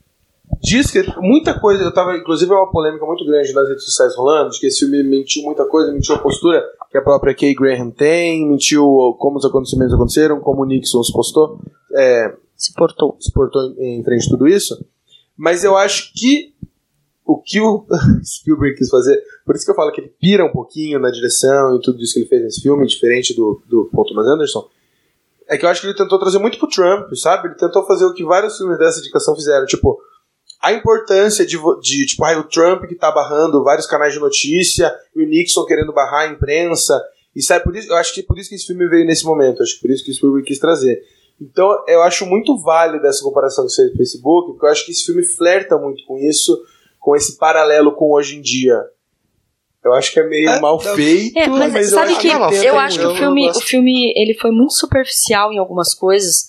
Diz que muita coisa, eu tava, inclusive é uma polêmica muito grande nas redes sociais rolando, de que esse filme mentiu muita coisa, mentiu a postura que a própria Kay Graham tem, mentiu como os acontecimentos aconteceram, como o Nixon se postou, é, se portou. se portou em, em frente a tudo isso. Mas eu acho que o que o Spielberg quis fazer, por isso que eu falo que ele pira um pouquinho na direção e tudo isso que ele fez nesse filme, diferente do, do Paul Thomas Anderson, é que eu acho que ele tentou trazer muito pro Trump, sabe? Ele tentou fazer o que vários filmes dessa indicação fizeram, tipo, a importância de, de tipo, ah, o Trump que tá barrando vários canais de notícia, e o Nixon querendo barrar a imprensa, e sabe, por isso, eu acho que por isso que esse filme veio nesse momento, acho que por isso que o Spielberg quis trazer. Então, eu acho muito válida essa comparação que você fez no Facebook, porque eu acho que esse filme flerta muito com isso, com esse paralelo com hoje em dia. Eu acho que é meio é, mal então, feito, é, mas, mas sabe eu que acho eu, eu acho que o filme, o filme ele foi muito superficial em algumas coisas.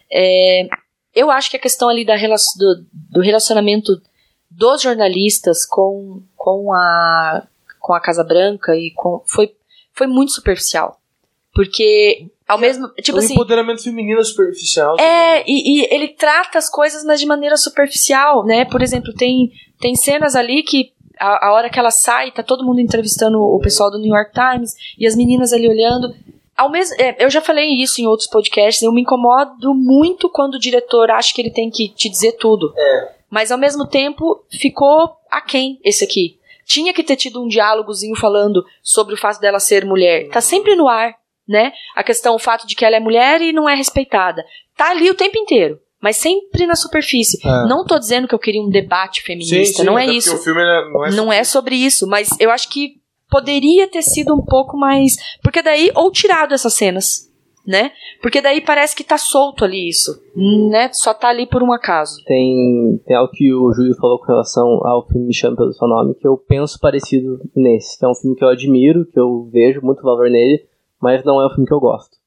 É, eu acho que a questão ali da, do, do relacionamento dos jornalistas com, com, a, com a Casa Branca e com, foi, foi muito superficial. Porque, ao mesmo... Tipo o assim, empoderamento feminino é superficial. É, e, e ele trata as coisas, mas de maneira superficial, né? Por exemplo, tem, tem cenas ali que a, a hora que ela sai, tá todo mundo entrevistando o pessoal do New York Times e as meninas ali olhando. Ao mesmo, é, eu já falei isso em outros podcasts, eu me incomodo muito quando o diretor acha que ele tem que te dizer tudo. É. Mas ao mesmo tempo, ficou aquém esse aqui. Tinha que ter tido um diálogozinho falando sobre o fato dela ser mulher. Tá sempre no ar, né? A questão, o fato de que ela é mulher e não é respeitada. Tá ali o tempo inteiro, mas sempre na superfície. É. Não tô dizendo que eu queria um debate feminista, sim, sim, não é isso. O filme não é, não é sobre isso, mas eu acho que poderia ter sido um pouco mais... Porque daí, ou tirado essas cenas, né? Porque daí parece que tá solto ali isso, né? Só tá ali por um acaso. Tem, tem algo que o Júlio falou com relação ao filme Me Chame Pelo Seu Nome, que eu penso parecido nesse, que é um filme que eu admiro, que eu vejo muito valor nele, mas não é um filme que eu gosto.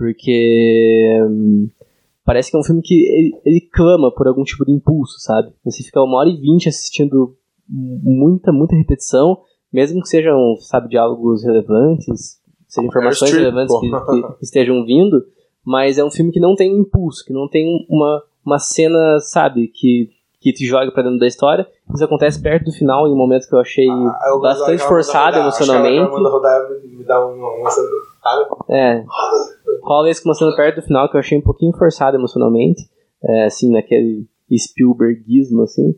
Porque hum, parece que é um filme que ele, ele clama por algum tipo de impulso, sabe? Você fica uma hora e vinte assistindo muita, muita repetição, mesmo que sejam, sabe, diálogos relevantes, sejam informações relevantes que, que estejam vindo, mas é um filme que não tem um impulso, que não tem uma, uma cena, sabe, que, que te joga pra dentro da história. Isso acontece perto do final, em um momento que eu achei Ah, eu bastante forçado emocionalmente. Acho que ela rodar me dá uma, uma... É, rola isso começando perto do final, que eu achei um pouquinho forçado emocionalmente, é, assim, naquele Spielbergismo, assim.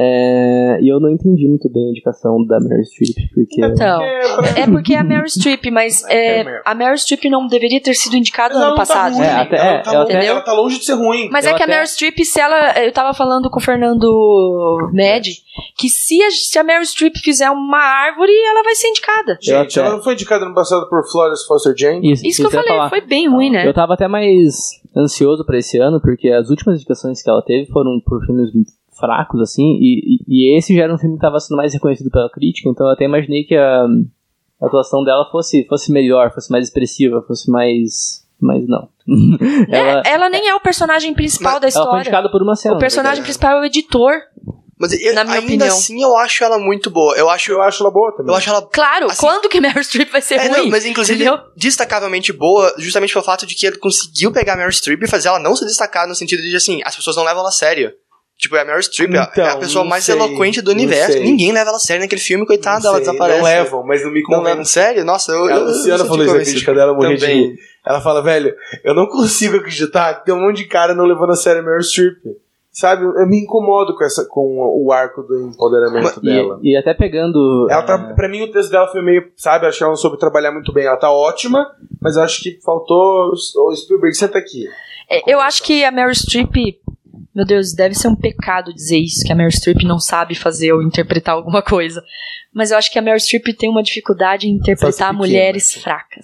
É, e eu não entendi muito bem a indicação da Meryl Streep, porque... Então, é porque é a Meryl Streep, mas é, a Meryl Streep não deveria ter sido indicada no ano passado. Tá ruim, É, até- ela, é, tá eu longe, até- ela tá longe de ser ruim. Mas Eu é que até- a Meryl Streep, se ela... Eu tava falando com o Fernando Med, que se a, se a Meryl Streep fizer uma árvore, ela vai ser indicada. Eu Gente, até- ela não foi indicada no passado por Florence Foster Jane? Isso, Isso que eu isso ia falei, falar. foi bem ruim, né? Eu tava até mais ansioso pra esse ano, porque as últimas indicações que ela teve foram por filmes fracos, assim, e, e, e esse já era um filme que tava sendo mais reconhecido pela crítica, então eu até imaginei que a, a atuação dela fosse, fosse melhor, fosse mais expressiva, fosse mais... Mas não. ela, É, ela nem é o personagem principal Mas da ela foi história. indicada por uma cena. O personagem na verdade. principal é o editor. Mas eu, Na minha ainda opinião. assim eu acho ela muito boa. Eu acho, Eu acho ela boa também. eu acho ela Claro, Assim- quando que Meryl Streep vai ser É, ruim? não, mas inclusive Entendeu? destacavelmente boa, justamente pelo fato de que ele conseguiu pegar a Meryl Streep e fazer ela não se destacar no sentido de, assim, as pessoas não levam ela a sério. Tipo, a Meryl Streep é- Então, é a pessoa não mais sei, eloquente do não universo. sei. Ninguém leva ela a sério naquele filme, coitada, Não ela sei, desaparece. Não levam, mas não me Não levam, convence. sério? Nossa, eu... A eu- Luciana eu falou senti isso, a convencido. crítica dela morrer de Também. rir. Ela fala, velho, eu não consigo acreditar que tem um monte de cara não levando a sério a Meryl Streep. Sabe, eu me incomodo com, essa, com o arco do empoderamento dela. E, e até pegando... Ela tá, é, pra mim, o texto dela foi meio, sabe, acho que ela não soube trabalhar muito bem. Ela tá ótima, mas eu acho que faltou. Ô, Spielberg, senta aqui. É, eu acho que a Meryl Streep... Meu Deus, deve ser um pecado dizer isso, que a Meryl Streep não sabe fazer ou interpretar alguma coisa. Mas eu acho que a Meryl Streep tem uma dificuldade em interpretar pequena. mulheres fracas.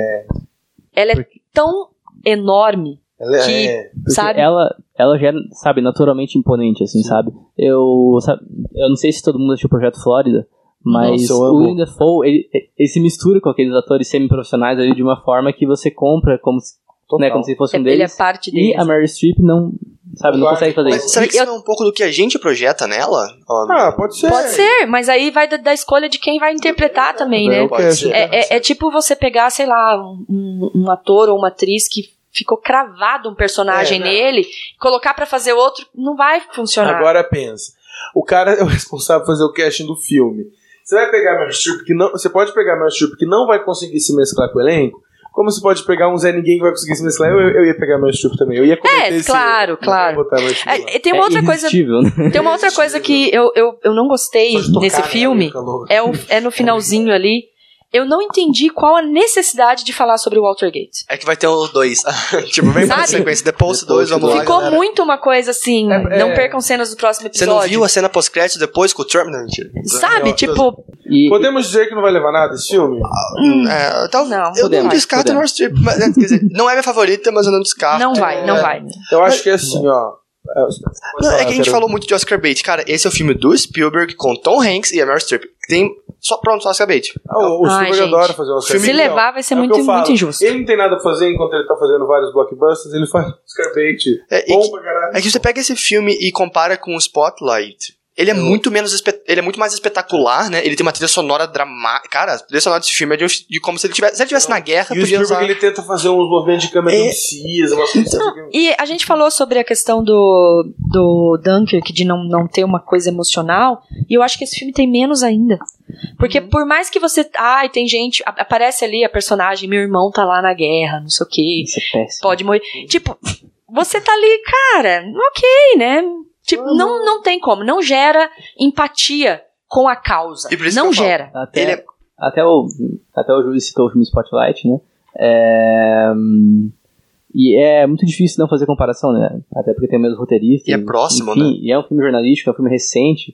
Ela é tão enorme, Ela Que- é. porque sabe? ela, ela já é, sabe, naturalmente imponente, assim, sabe? Eu, sabe? Eu não sei se todo mundo assistiu o Projeto Flórida, mas Nossa, eu o amo. Willem Dafoe, ele, ele se mistura com aqueles atores semi-profissionais ali de uma forma que você compra como se, né, como se fosse um ele é deles. parte E deles. a Meryl Streep não, sabe, não Claro. consegue fazer Mas isso. será que E isso não é um pouco do que a gente projeta nela? Ó, Ah, pode ser. Pode ser, mas aí vai da, da escolha de quem vai interpretar também, né? Eu Pode quero ser. É, é- é tipo você pegar, sei lá, um, um- um ator ou uma atriz que ficou cravado um personagem É, não. nele, colocar pra fazer outro, não vai funcionar. Agora pensa. O cara é o responsável por fazer o casting do filme. Você vai pegar a Meryl Streep que não. Você pode pegar a Meryl Streep que não vai conseguir se mesclar com o elenco. Como você pode pegar um Zé Ninguém que vai conseguir se mesclar? Eu, eu ia pegar a Meryl Streep também. Eu ia cometer É, esse claro, erro. claro. Eu ia botar a Meryl Streep lá. É, e tem uma outra coisa, irresistível, né? tem uma outra coisa que eu, eu, eu não gostei Só de tocar nesse nela, filme. fica louco. É, o, é no finalzinho ali. Eu não entendi qual a necessidade de falar sobre o Walter Gate. É que vai ter o dois. Tipo, vem pra Sabe? sequência. The Post dois, vamos lá. Ficou galera. muito uma coisa assim, É, não é. percam cenas do próximo Você episódio. não viu a cena pós-crédito depois com o Trump? Não, mentira. Sabe, Eu- tipo, E, Podemos dizer que não vai levar nada esse filme? Hum, é, tal, Não, eu podemos, não descarto a Meryl Streep. Mas, é, quer dizer, não é minha favorita, mas eu não descarto. não vai, não é. vai. Eu acho que é assim, ó. É, Não, é que a gente falou muito de Oscar Bait. Cara, esse é o filme do Spielberg com Tom Hanks e a Meryl Streep. Tem só pronto, só Oscar Bait. Ah, o o Ai, Spielberg gente. adora fazer um Oscar Se bait. levar, vai ser É o que muito, eu falo. muito injusto. Ele não tem nada a fazer enquanto ele tá fazendo vários blockbusters, ele faz Oscar bait. É, e Bom que- pra caralho. É que você pega esse filme e compara com o Spotlight. Ele é muito menos espe- ele é muito mais espetacular, né? Ele tem uma trilha sonora dramática. Cara, a trilha sonora desse filme é de, de como se ele tivesse, se ele tivesse na guerra, E o podia Spielberg usar. ele tenta fazer uns movimentos de câmera É. que não precisa, umas coisas assim. E a gente falou sobre a questão do, do Dunkirk, de não, não ter uma coisa emocional, e eu acho que esse filme tem menos ainda. Porque por mais que você... Ai, tem gente... a- Aparece ali a personagem, meu irmão tá lá na guerra, não sei o quê, isso é péssimo. pode morrer. Tipo, você tá ali, cara, ok, né? Tipo, não, não tem como. Não gera empatia com a causa. E por isso Não que eu falo. gera. Até, Ele é- até, o, até o Júlio citou o filme Spotlight, né? É, hum, e é muito difícil não fazer comparação, né? Até porque tem o mesmo roteirista. E é próximo, enfim, né? E é um filme jornalístico, é um filme recente.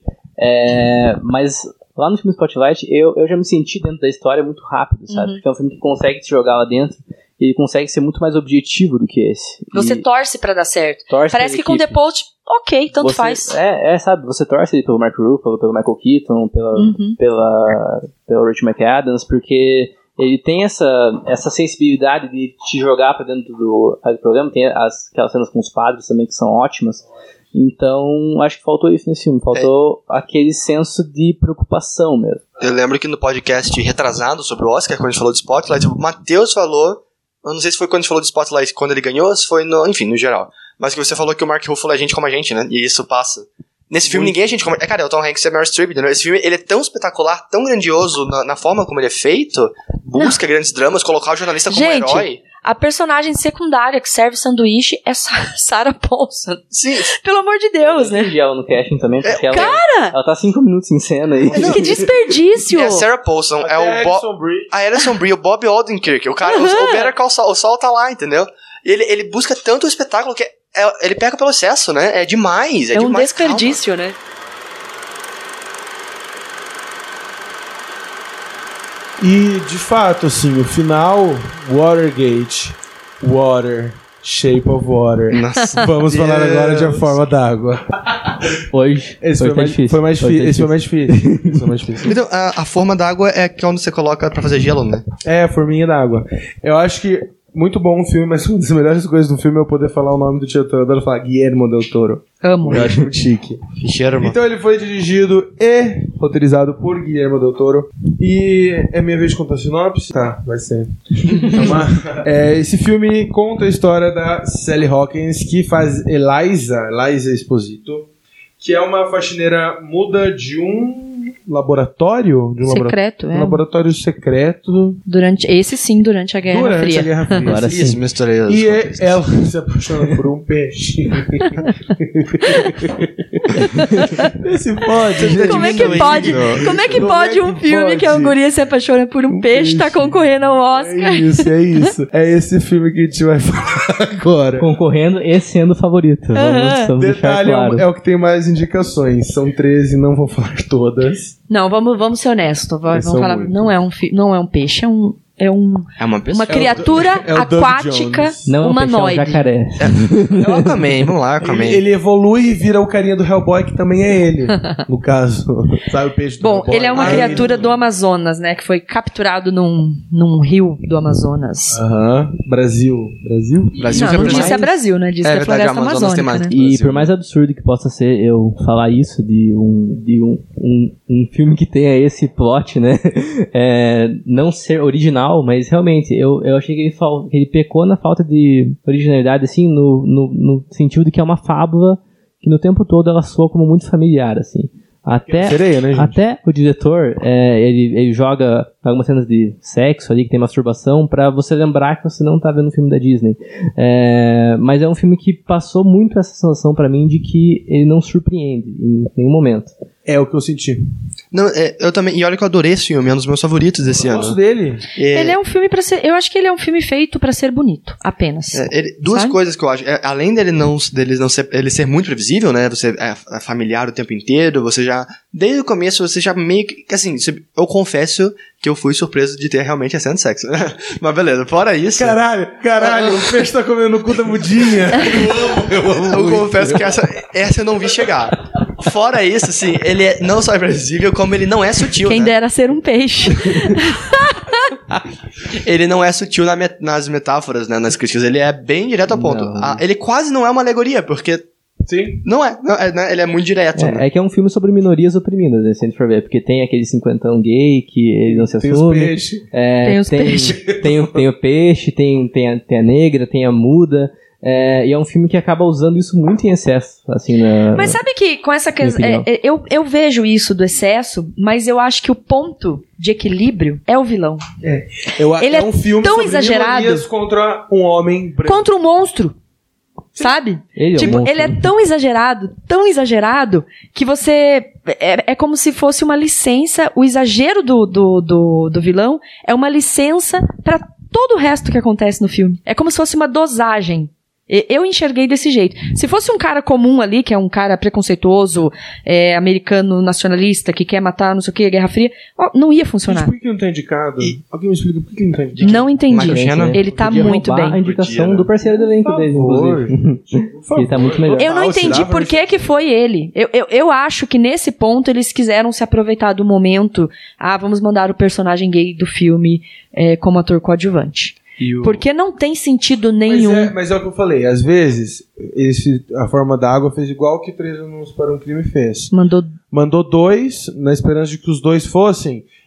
É, mas lá no filme Spotlight, eu, eu já me senti dentro da história muito rápido, sabe? Uhum. Porque é um filme que consegue te jogar lá dentro e ele consegue ser muito mais objetivo do que esse. Você E torce pra dar certo. torce Parece que pela com The equipe. Post, ok, tanto Você- faz. É, é, sabe, você torce ali pelo Mark Ruffalo, pelo Michael Keaton, pela, Uhum. pela, pelo Rachel McAdams, porque ele tem essa, essa sensibilidade de te jogar pra dentro do, do programa, tem as, aquelas cenas com os padres também que são ótimas, então acho que faltou isso nesse filme, faltou aquele senso de preocupação mesmo. Eu lembro que no podcast retrasado sobre o Oscar, quando a gente falou de Spotlight, o Matheus falou, eu não sei se foi quando a gente falou de Spotlight quando ele ganhou, ou se foi no, enfim, no geral, mas que você falou que o Mark Ruffalo é gente como a gente, né? E isso passa Nesse filme Muito. ninguém a gente... É, cara, é o Tom Hanks e a Meryl Streep, entendeu? Esse filme, ele é tão espetacular, tão grandioso na, na forma como ele é feito, busca grandes dramas, colocar o jornalista como Gente, herói. A personagem secundária que serve sanduíche é Sa- Sarah Paulson. Sim. Pelo amor de Deus, né? Eu ela no casting também, porque ela, Cara! ela tá cinco minutos em cena aí. Que desperdício! É a Sarah Paulson, é o Bob... A Alison Brie, o Bob Odenkirk, o cara, Uhum. o, o Better Call Saul, o Saul tá lá, entendeu? E ele, ele busca tanto o espetáculo que é, ele pega pelo excesso, né? É demais, é, É um demais. desperdício, né? E, de fato, assim, o final, Watergate, Water, Shape of Water. Calma. Nossa, Vamos Deus. falar agora de A Forma d'Água. Hoje, Esse hoje foi tá mais, difícil. foi mais Hoje difícil. tá Esse foi mais difícil. Esse foi mais difícil. Então, a, a forma d'água é que é onde você coloca pra fazer gelo, né? É, Forminha d'Água. Eu acho que muito bom o filme, mas uma das melhores coisas do filme é eu poder falar o nome do diretor. Eu adoro falar Guillermo del Toro. Amo. Eu acho muito chique. Que cheiro, mano. Então ele foi dirigido e roteirizado por Guillermo del Toro. E é minha vez de contar a sinopse? Tá, vai ser. Vamos lá. É, esse filme conta a história da Sally Hawkins, que faz Eliza, Eliza Esposito, que é uma faxineira muda de um laboratório? De um Secreto, labora- é. Um laboratório secreto Durante, esse sim, durante a Guerra durante Fria. a Guerra Fria. Agora Isso, sim. misturei as E é- coisas. ela se apaixona por um peixe. Esse pode, gente. Como é que diminuindo. pode? Como é que Como pode é um que filme pode? que a guria se apaixona por um, Um peixe tá peixe. concorrendo ao Oscar? É isso, é isso. É esse filme que a gente vai falar agora. Concorrendo e sendo favorito. Vamos, Aham. vamos deixar Detalhe é o- claro. é o que tem mais indicações. São treze, não vou falar todas. Não, vamos, vamos ser honestos. Vamos, Eles vamos são falar. muito. Não é um, fi- não é um peixe, é um, é um, É uma pessoa. uma criatura é o Doug aquática Jones. Não, humanoide. é um jacaré. É o Aquaman, vamos lá, Aquaman. Ele, ele evolui e vira o carinha do Hellboy, que também é ele, no caso. Sabe o peixe do Bom, Hellboy? ele é uma Ah, criatura ele- do Amazonas, né? Que foi capturado num, num rio do Amazonas. Aham. Brasil. Brasil? Brasil não, que é não por disse mais- a Brasil, né? Disse É que é a verdade, floresta a Amazonas tem amazônica, mais. né? E Brasil. por mais absurdo que possa ser eu falar isso de um, de um, um, um filme que tenha esse plot, né? É, não ser original, mas realmente eu, eu achei que ele, fal- que ele pecou na falta de originalidade, assim, no, no, no sentido de que é uma fábula que no tempo todo ela soa como muito familiar, assim. Até, Sereia, né, gente? até o diretor, é, ele, ele joga algumas cenas de sexo ali, que tem masturbação, pra você lembrar que você não tá vendo um filme da Disney. É, mas é um filme que passou muito essa sensação pra mim de que ele não surpreende em nenhum momento. É o que eu senti. Não, é, eu também. E olha que eu adorei esse filme, é um dos meus favoritos desse Eu ano. gosto dele. É, Ele é um filme para ser. Eu acho que ele é um filme feito pra ser bonito, apenas. é, ele- duas Sabe? coisas que eu acho. É, além dele não, dele não ser, ele ser muito previsível, né? Você é, é familiar o tempo inteiro, você já. Desde o começo, você já meio que. Assim, você- eu confesso que eu fui surpreso de ter realmente a cena de sexo. Mas beleza, fora isso. Caralho, caralho, o peixe tá comendo o cu da mudinha. Eu amo, eu amo. Eu muito. confesso que essa, essa eu não vi chegar. Fora isso, assim, ele é não só imprevisível, como ele não é sutil. Quem né? dera ser um peixe. Ele não é sutil na met- nas metáforas, né? Nas críticas. Ele é bem direto ao ponto. Não. Ah, ele quase não é uma alegoria, porque Sim. não é. Não é, né? Ele é muito direto. né? É, é que é um filme sobre minorias oprimidas, né, se a gente for ver, porque tem aquele cinquentão gay que ele não se Tem os assume. peixes. É, Tem os tem, peixes. tem, o, tem o peixe, tem, tem, a, tem a negra, tem a muda. É, e é um filme que acaba usando isso muito em excesso, assim, na... Mas sabe que com essa questão. Minha opinião. eu, eu vejo isso do excesso, mas eu acho que o ponto de equilíbrio é o vilão. Eu, Ele é é um filme tão sobre exagerado. minorias contra um homem branco. Contra um monstro. Sabe? Ele é um Tipo, monstro. ele é tão exagerado, tão exagerado, que você. É, é como se fosse uma licença. O exagero do, do, do, do vilão é uma licença pra todo o resto que acontece no filme. É como se fosse uma dosagem. E- Eu enxerguei desse jeito. Se fosse um cara comum ali, que é um cara preconceituoso, é, americano nacionalista, que quer matar não sei o que, Guerra Fria, ó, não ia Gente, funcionar. por que não tá indicado? E- Alguém me explica por que não tá indicado? Não entendi. Michael Shannon? Ele tá Podia muito roubar bem. a indicação Podia, né? do parceiro do elenco Por dele, favor. inclusive. Por favor. Ele tá muito melhor. Eu não Ah, o entendi Cidava- por que que foi ele. Eu, eu, eu acho que nesse ponto eles quiseram se aproveitar do momento. Ah, vamos mandar o personagem gay do filme é, como ator coadjuvante. E o- Porque não tem sentido Mas nenhum. é, mas é o que eu falei, às vezes esse, a Forma da Água fez igual que Três Anúncios para um Crime fez. Mandou. Mandou dois, na esperança de que os dois fossem,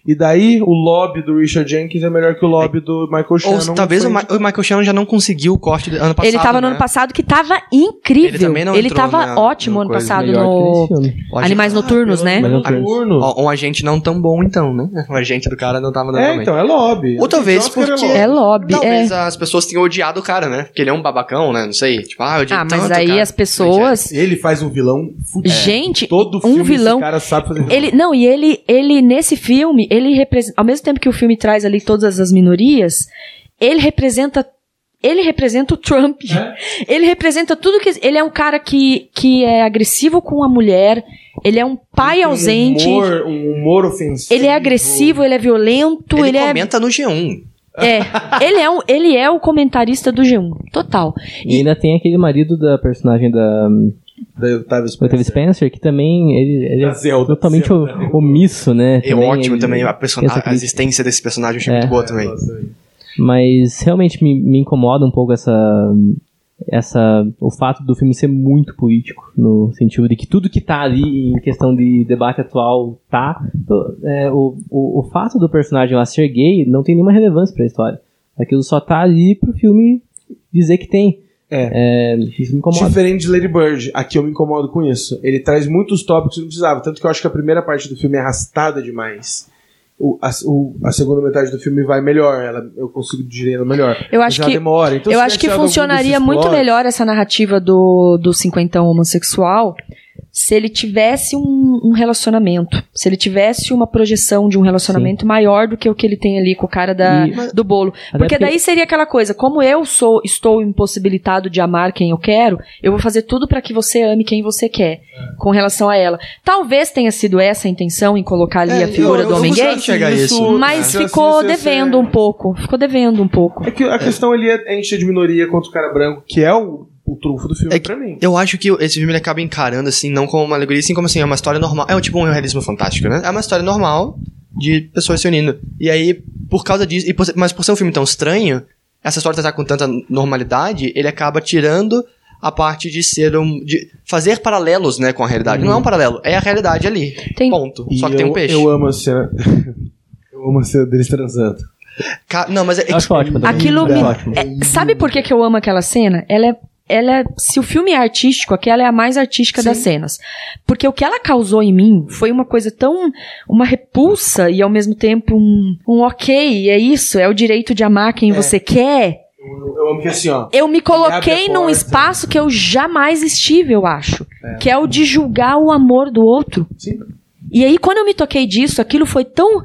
E daí, o lobby do Richard Jenkins é melhor que o lobby é. do Michael Shannon. Ou talvez o, Ma- o Michael Shannon já não conseguiu o corte do ano passado. Ele tava no né? ano passado que tava incrível. Ele também não Ele entrou tava na- ótimo no ano coisa passado melhor no que nesse filme. O agente- Animais Noturnos, né? Mas não Ah, Noturno. Ó, um agente não tão bom, então, né? O agente do cara não tava dando É, também. então, é lobby. Ou talvez Oscar porque... É lobby, Talvez é. as pessoas tenham odiado o cara, né? Porque ele é um babacão, né? Não sei. Tipo, ah, eu odiei Ah, mas tanto, aí cara. as pessoas... Ele faz um vilão fudido. Gente, Todo filme um vilão... esse cara sabe fazer vilão. Ele, não, e ele, ele nesse filme, ele representa, ao mesmo tempo que o filme traz ali todas as minorias, ele representa, ele representa o Trump. É? Ele representa tudo que, ele é um cara que, que é agressivo com a mulher, ele é um pai Ele tem ausente, Um humor, um humor ofensivo. ele é agressivo, ele é violento, Ele, ele, é, comenta no G um. é, ele é um, ele é o comentarista do G um, total. E ainda tem aquele marido da personagem da Da Octavia Octavia Spencer, que também ele, ele Da é Zelda, totalmente Zelda. o- omisso, né? É Também ótimo ele- também. A, person... tem essa a- a crítica. existência desse personagem eu achei É. muito boa também. Mas realmente me, me incomoda um pouco essa, essa, o fato do filme ser muito político, no sentido de que tudo que tá ali em questão de debate atual tá. É, o, o, o fato do personagem lá ser gay não tem nenhuma relevância pra história. Aquilo só tá ali pro filme dizer que tem. É. É, isso me incomoda. Diferente de Lady Bird, aqui eu me incomodo com isso. Ele traz muitos tópicos que não precisava. Tanto que eu acho que a primeira parte do filme é arrastada demais. O, a, o, a segunda metade do filme vai melhor. Ela, eu consigo digerir ela melhor. Eu Mas acho ela que- demora. Então, Eu se acho que tivesse algum funcionaria desses muito plots- melhor essa narrativa do, do cinquentão homossexual se ele tivesse um, um relacionamento. Se ele tivesse uma projeção de um relacionamento maior do que o que ele tem ali com o cara da, E- do bolo. Até Porque porque- daí seria aquela coisa, como eu sou, estou impossibilitado de amar quem eu quero, eu vou fazer tudo pra que você ame quem você quer, com relação a ela. Talvez tenha sido essa a intenção em colocar ali É, a figura eu- do eu homem consigo gay, enxergar isso. mas Se ficou assim, se você- devendo um pouco. Ficou devendo um pouco. É que a questão ali é a gente ser de minoria contra o cara branco, que é o, o trunfo do filme É que- pra mim. Eu acho que esse filme ele acaba encarando, assim, não como uma alegoria, assim como assim, é uma história normal. É tipo um realismo fantástico, né? É uma história normal de pessoas se unindo. E aí, por causa disso, e por- mas por ser um filme tão estranho, essa história tá com tanta normalidade, ele acaba tirando a parte de ser um. De fazer paralelos, né, com a realidade. Não é um paralelo, é a realidade ali. Tem- Ponto. E Só que tem um eu- peixe. Eu amo a cena. eu amo a cena deles transando. Ca- Não, mas é. Eu acho ótimo também. Aquilo É me- ótimo. É, sabe por que, que eu amo aquela cena? Ela é, ela é- se o filme é artístico, aquela é a mais artística das cenas. Porque o que ela causou em mim foi uma coisa tão, uma repulsa e ao mesmo tempo um, um ok, é isso, é o direito de amar quem você quer. Eu, eu amo que assim, ó. Eu me abre coloquei a num porta. espaço que eu jamais estive, eu acho. Que é o de julgar o amor do outro. Sim. E aí, quando eu me toquei disso, aquilo foi tão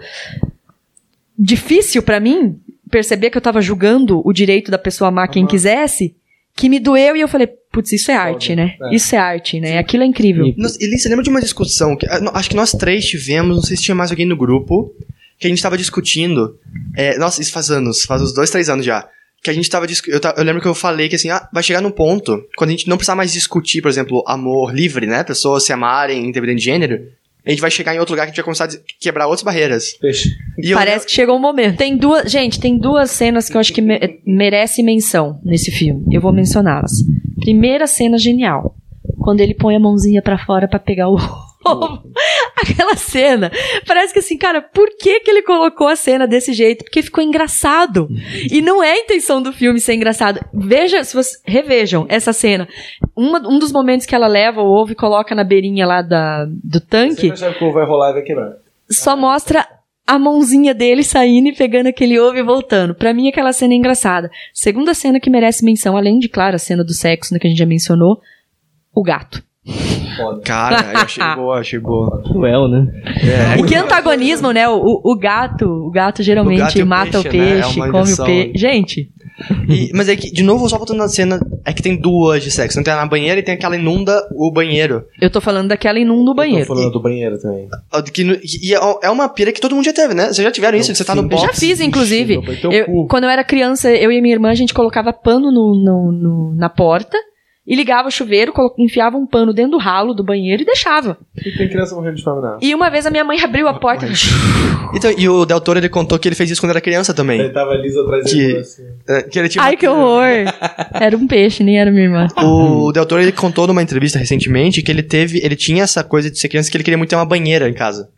difícil pra mim, perceber que eu tava julgando o direito da pessoa amar quem quisesse, que me doeu e eu falei, putz, isso é arte, né? É. Isso é arte, né? Aquilo é incrível. E- Nossa, Eli, você lembra de uma discussão que ah, não, acho que nós três tivemos, não sei se tinha mais alguém no grupo, que a gente tava discutindo. É, nossa, isso faz anos, faz uns dois, três anos já. Que a gente tava discutindo. Eu, ta- eu lembro que eu falei que assim, ah, vai chegar num ponto, quando a gente não precisar mais discutir, por exemplo, amor livre, né? Pessoas se amarem, independente de gênero. A gente vai chegar em outro lugar que a gente vai começar a des- quebrar outras barreiras. Peixe. E eu Parece que chegou o momento. Tem duas, gente, tem duas cenas que eu acho que me, merece menção nesse filme. Eu vou mencioná-las. Primeira cena genial. Quando ele põe a mãozinha pra fora pra pegar o ovo. Aquela cena. Parece que assim, cara, por que que ele colocou a cena desse jeito? Porque ficou engraçado. E não é a intenção do filme ser engraçado. Veja, se vocês revejam essa cena. Uma, um dos momentos que ela leva o ovo e coloca na beirinha lá da, do Você tanque, percebe que o ovo vai rolar e vai quebrar. só mostra a mãozinha dele saindo e pegando aquele ovo e voltando. Pra mim, aquela cena é engraçada. Segunda cena que merece menção, além de, claro, a cena do sexo, né, que a gente já mencionou, o gato. Foda. Cara, eu achei boa, achei boa. Cruel, né? É. E que antagonismo, né? O, o, o gato, o gato geralmente O gato e o mata peixe, o né? É peixe, uma come inversão. o peixe. Gente, E- mas é que, de novo, só voltando na cena, é que tem duas de sexo. Não tem a na banheira e tem aquela inunda o banheiro. eu tô falando daquela inunda o banheiro. Eu tô falando do banheiro também. Ah, que no- E é é uma pira que todo mundo já teve, né? Vocês já tiveram isso? de Você tá no sim. Eu box. já fiz, inclusive. Ixi, meu pai, teu Eu- cu. quando eu era criança, eu e minha irmã, a gente colocava pano no, no- no- na porta e ligava o chuveiro, colo- enfiava um pano dentro do ralo do banheiro e deixava. E tem criança morrendo de fome, não. E uma vez a minha mãe abriu a porta. Então, e o Del Toro, ele contou que ele fez isso quando era criança também. Ele tava liso atrás Que- dele. Assim. É, que ele tinha Ai, que horror! Era um peixe, nem era minha irmã. O Del Toro, ele contou numa entrevista recentemente que ele teve, ele tinha essa coisa de ser criança que ele queria muito ter uma banheira em casa.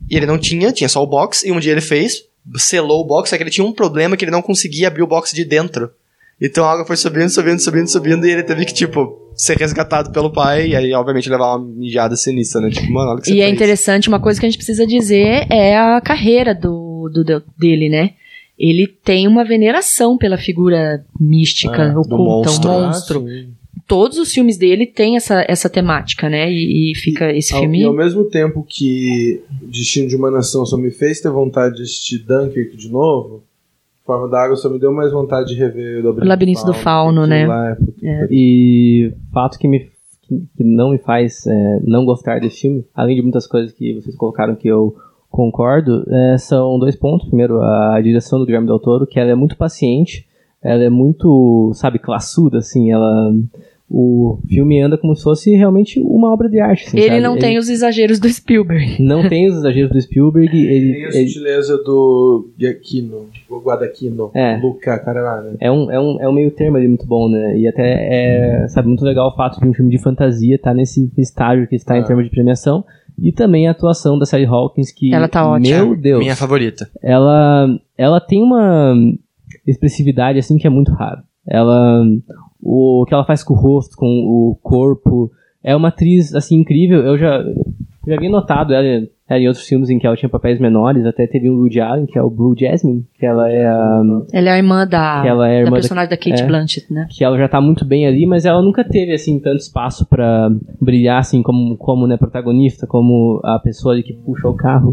e ele não tinha, tinha só o box, e um dia ele fez, selou o box, só que ele tinha um problema que ele não conseguia abrir o box de dentro. Então a água foi subindo, subindo, subindo, subindo, e ele teve que, tipo, ser resgatado pelo pai, e aí, obviamente, levar uma mijada sinistra, né? Tipo, mano, olha o que você E fez. é interessante, uma coisa que a gente precisa dizer é a carreira do, do, do- dele, né? Ele tem uma veneração pela figura mística, Ah, oculta, do monstro. um monstro. Todos os filmes dele têm essa, essa temática, né? E, e fica esse Ao- filme... E ao mesmo tempo que Destino de uma Nação só me fez ter vontade de assistir Dunkirk de novo, Forma da Água só me deu mais vontade de rever o O Labirinto do Fauno, né? Lá, é, puta que pariu. E fato que, me, que, que não me faz é, não gostar desse filme, além de muitas coisas que vocês colocaram que eu concordo, é, são dois pontos. Primeiro, a direção do Guilherme Del Toro, que ela é muito paciente, ela é muito, sabe, classuda, assim, ela... O filme anda como se fosse realmente uma obra de arte. Assim, Ele sabe? não tem os exageros do Spielberg. Não tem os exageros do Spielberg. Ele, Tem a ele- sutileza do Giacchino, o Guadagnino, É. Luca Carrara. é, um, é, um, é um meio termo ali muito bom, né? E até é, sabe, muito legal o fato de um filme de fantasia estar nesse estágio que está Ah. em termos de premiação. E também a atuação da Sally Hawkins, que, Ela tá ótima. meu Deus, Minha favorita. ela, ela tem uma expressividade assim que é muito rara. Ela, o que ela faz com o rosto, com o corpo, é uma atriz assim incrível. Eu já, já havia notado ela, ela em outros filmes em que ela tinha papéis menores, até teve um Woody Allen, que é o Blue Jasmine, que ela é a, Ela é a irmã da, que ela é a da irmã da- personagem da, Kate é. Blanchett, né? que ela já tá muito bem ali, mas ela nunca teve, assim, tanto espaço pra brilhar, assim, como, como né, protagonista, como a pessoa ali que puxa o carro.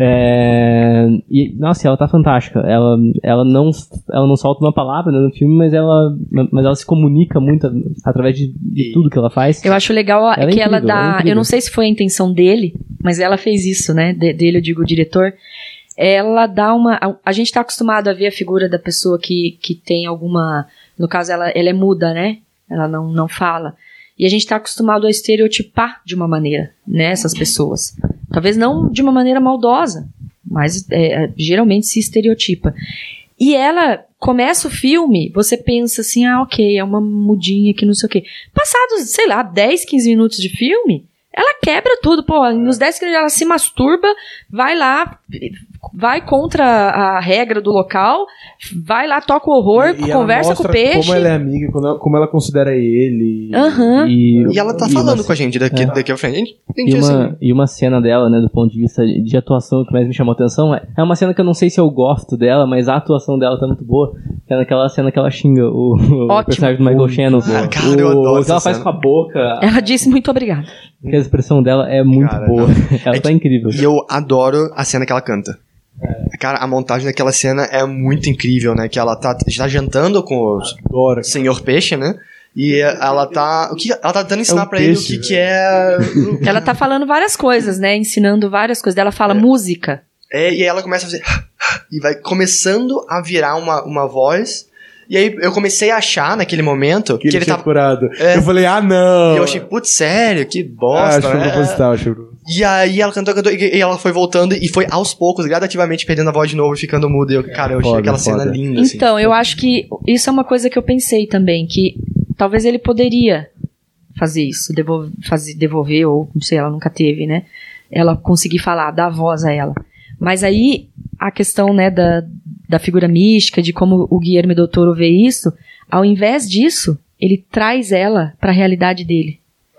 É... E, nossa, ela tá fantástica. Ela, ela, não, ela não solta uma palavra, né, no filme, mas ela, mas ela se comunica muito através de, de tudo que ela faz. Eu acho legal Ela é que ela incrível, ela é dá... incrível. Eu não sei se foi a intenção dele, mas ela fez isso, né? De- dele, eu digo, o diretor. Ela dá uma... A, a gente tá acostumado a ver a figura da pessoa que, que tem alguma... No caso, ela, ela é muda, né? Ela não, não fala. E a gente tá acostumado a estereotipar de uma maneira, né? Essas pessoas. Talvez não de uma maneira maldosa, mas é, geralmente se estereotipa. E ela começa o filme, você pensa assim, ah, ok, é uma mudinha que não sei o quê. Passados, sei lá, dez, quinze minutos de filme, ela quebra tudo, pô, nos dez minutos ela se masturba, vai lá, vai contra a regra do local, vai lá, toca o horror, E- e ela conversa com o mostra peixe. Como ela é amiga, como ela, como ela considera ele. Aham. E, E ela tá e falando uma- com a gente daqui, É. daqui à frente. A gente E entendi uma, assim. e uma cena dela, né, do ponto de vista de atuação que mais me chamou a atenção, é, é uma cena que eu não sei se eu gosto dela, mas a atuação dela tá muito boa. É naquela cena que ela xinga o, o Ótimo. personagem do Michael Muito Shannon. boa. Cara, eu o, adoro o que ela essa faz cena. com a boca, Ela disse muito obrigada. que a expressão dela é muito Cara, boa. Ela É tá que- incrível. E eu adoro a cena que ela canta. Cara, a montagem daquela cena é muito incrível, né? Que ela tá, tá jantando com o Adora. Senhor Peixe, né? E ela tá. O que, ela tá tentando ensinar um pra ele o peixe, que, que é. Ela tá falando várias coisas, né? Ensinando várias coisas. Ela fala música. É, e aí ela começa a fazer. E vai começando a virar uma, uma voz. E aí eu comecei a achar naquele momento Que ele, ele tinha tá. curado. É. Eu falei, ah, não. E eu achei, putz, sério, que Ah, bosta. acho que foi né? proposital, acho que E aí ela cantou, cantou, e e ela foi voltando e foi aos poucos, gradativamente perdendo a voz de novo e ficando muda. E eu, cara, eu achei Foda, aquela cena foda. linda, assim. Então, eu acho que isso é uma coisa que eu pensei também, que talvez ele poderia fazer isso, devolver, fazer, devolver, ou não sei, ela nunca teve, né? Ela conseguir falar, dar voz a ela. Mas aí, a questão, né, da, da figura mística, de como o Guilherme Del Toro vê isso, ao invés disso, ele traz ela para a realidade dele,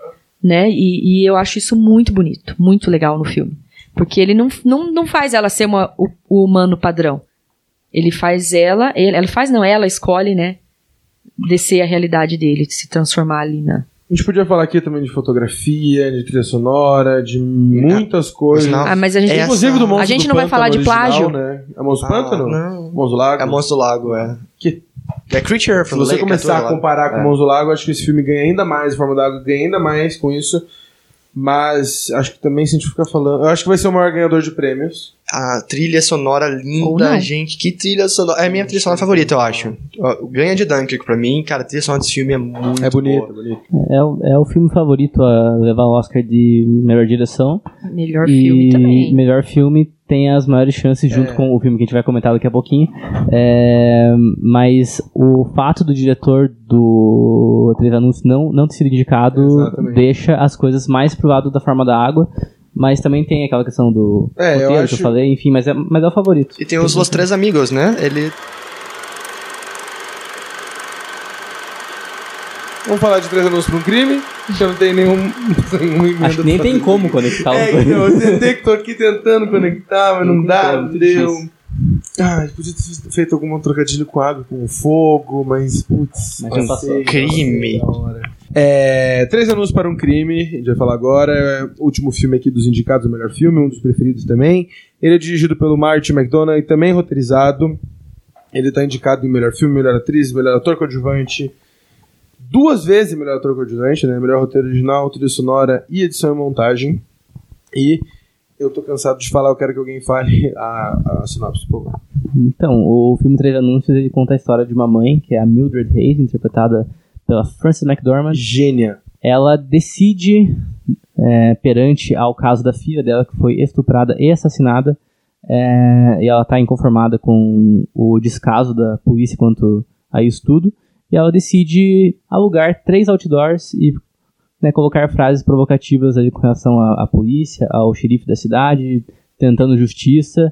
né? E, e eu acho isso muito bonito, muito legal no filme. Porque ele não, não, não faz ela ser uma, o, o humano padrão. Ele faz ela, ele, ela faz não, ela escolhe, né, descer a realidade dele, de se transformar ali na... A gente podia falar aqui também de fotografia, de trilha sonora, de muitas coisas. Não. Ah, mas a gente, Essa- Inclusive do Monstro a gente do não vai Pântano falar de original, plágio. Né? É Monstro do Ah, Pântano? não. Monstro do Lago? É Monstro do Lago, é. Que, É Creature se from the você Lake. começar a criatura lá. comparar com É. o Monstro do Lago, acho que esse filme ganha ainda mais, a Forma da Água ganha ainda mais com isso. Mas acho que também, se a gente ficar falando... Eu acho que vai ser o maior ganhador de prêmios. A trilha sonora Ou linda, não. gente. Que trilha sonora. É a minha trilha sonora favorita, eu acho. Ó, Ganha de Dunkirk pra mim, cara. A trilha sonora desse filme é muito É bonito, boa. é bonito. É, o- é o filme favorito a levar o Oscar de melhor direção. Melhor e filme também. melhor filme tem as maiores chances junto É. com o filme que a gente vai comentar daqui a pouquinho. É, mas o fato do diretor do Três Anúncios não, não ter sido indicado Exatamente. deixa as coisas mais pro lado da Forma da Água. Mas também tem aquela questão do É, eu roteiro acho- que eu falei, enfim, mas é, mas é o favorito. E tem os Los Três Amigos, né? Ele... Vamos falar de Três Anúncios pra um Crime, que eu não tenho nenhum... nenhum emenda Acho que nem pra tem fazer. como conectar os É, dois. então, eu tentei, que tô aqui tentando conectar, mas não, Não dá, tem não como, deu. difícil. Ah, podia ter feito algum trocadilho com água, com fogo, mas, putz, Mas já passou. passei, Crime. da hora. É, Três Anúncios para um Crime, a gente vai falar agora, é o último filme aqui dos indicados ao melhor filme, um dos preferidos também. Ele é dirigido pelo Martin McDonagh e também roteirizado. Ele está indicado em melhor filme, melhor atriz, melhor ator coadjuvante, duas vezes melhor ator coadjuvante, né? Melhor roteiro original, trilha sonora e edição e montagem. E eu tô cansado de falar, eu quero que alguém fale a, a sinopse, por favor. Então, o filme Três Anúncios, ele conta a história de uma mãe, que é a Mildred Hayes, interpretada pela Frances McDormand. Gênia. Ela decide, é, perante ao caso da filha dela, que foi estuprada e assassinada, é, e ela está inconformada com o descaso da polícia quanto a isso tudo, e ela decide alugar três outdoors e, né, colocar frases provocativas ali com relação à, à polícia, ao xerife da cidade, tentando justiça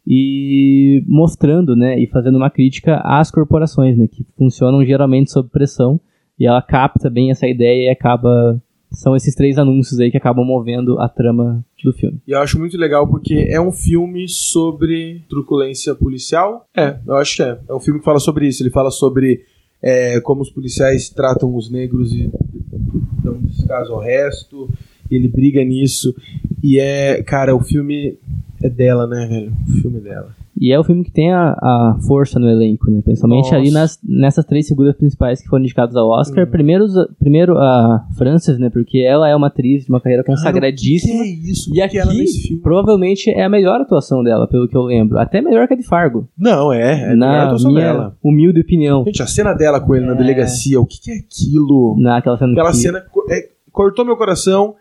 e mostrando, né, e fazendo uma crítica às corporações, né, que funcionam geralmente sob pressão, e ela capta bem essa ideia e acaba... São esses três anúncios aí que acabam movendo a trama do filme. E eu acho muito legal porque é um filme sobre truculência policial. É, eu acho que é. É um filme que fala sobre isso. Ele fala sobre é, como os policiais tratam os negros e dão descaso ao resto. E ele briga nisso. E é, cara, o filme é dela, né, velho? O filme é dela. E é o filme que tem a, a força no elenco, né? Principalmente Nossa. ali nas, nessas três figuras principais que foram indicadas ao Oscar. Hum. Primeiro, os- primeiro a Frances, né? Porque ela é uma atriz de uma carreira consagradíssima. Cara, o que que é isso? O E que que é ela nesse aqui, filme? provavelmente, é a melhor atuação dela, pelo que eu lembro. Até melhor que a de Fargo. Não, é. É a melhor na atuação minha dela. humilde opinião. Gente, a cena dela com ele na delegacia, o que, que é aquilo? Naquela cena Aquela que... cena co- é, cortou meu coração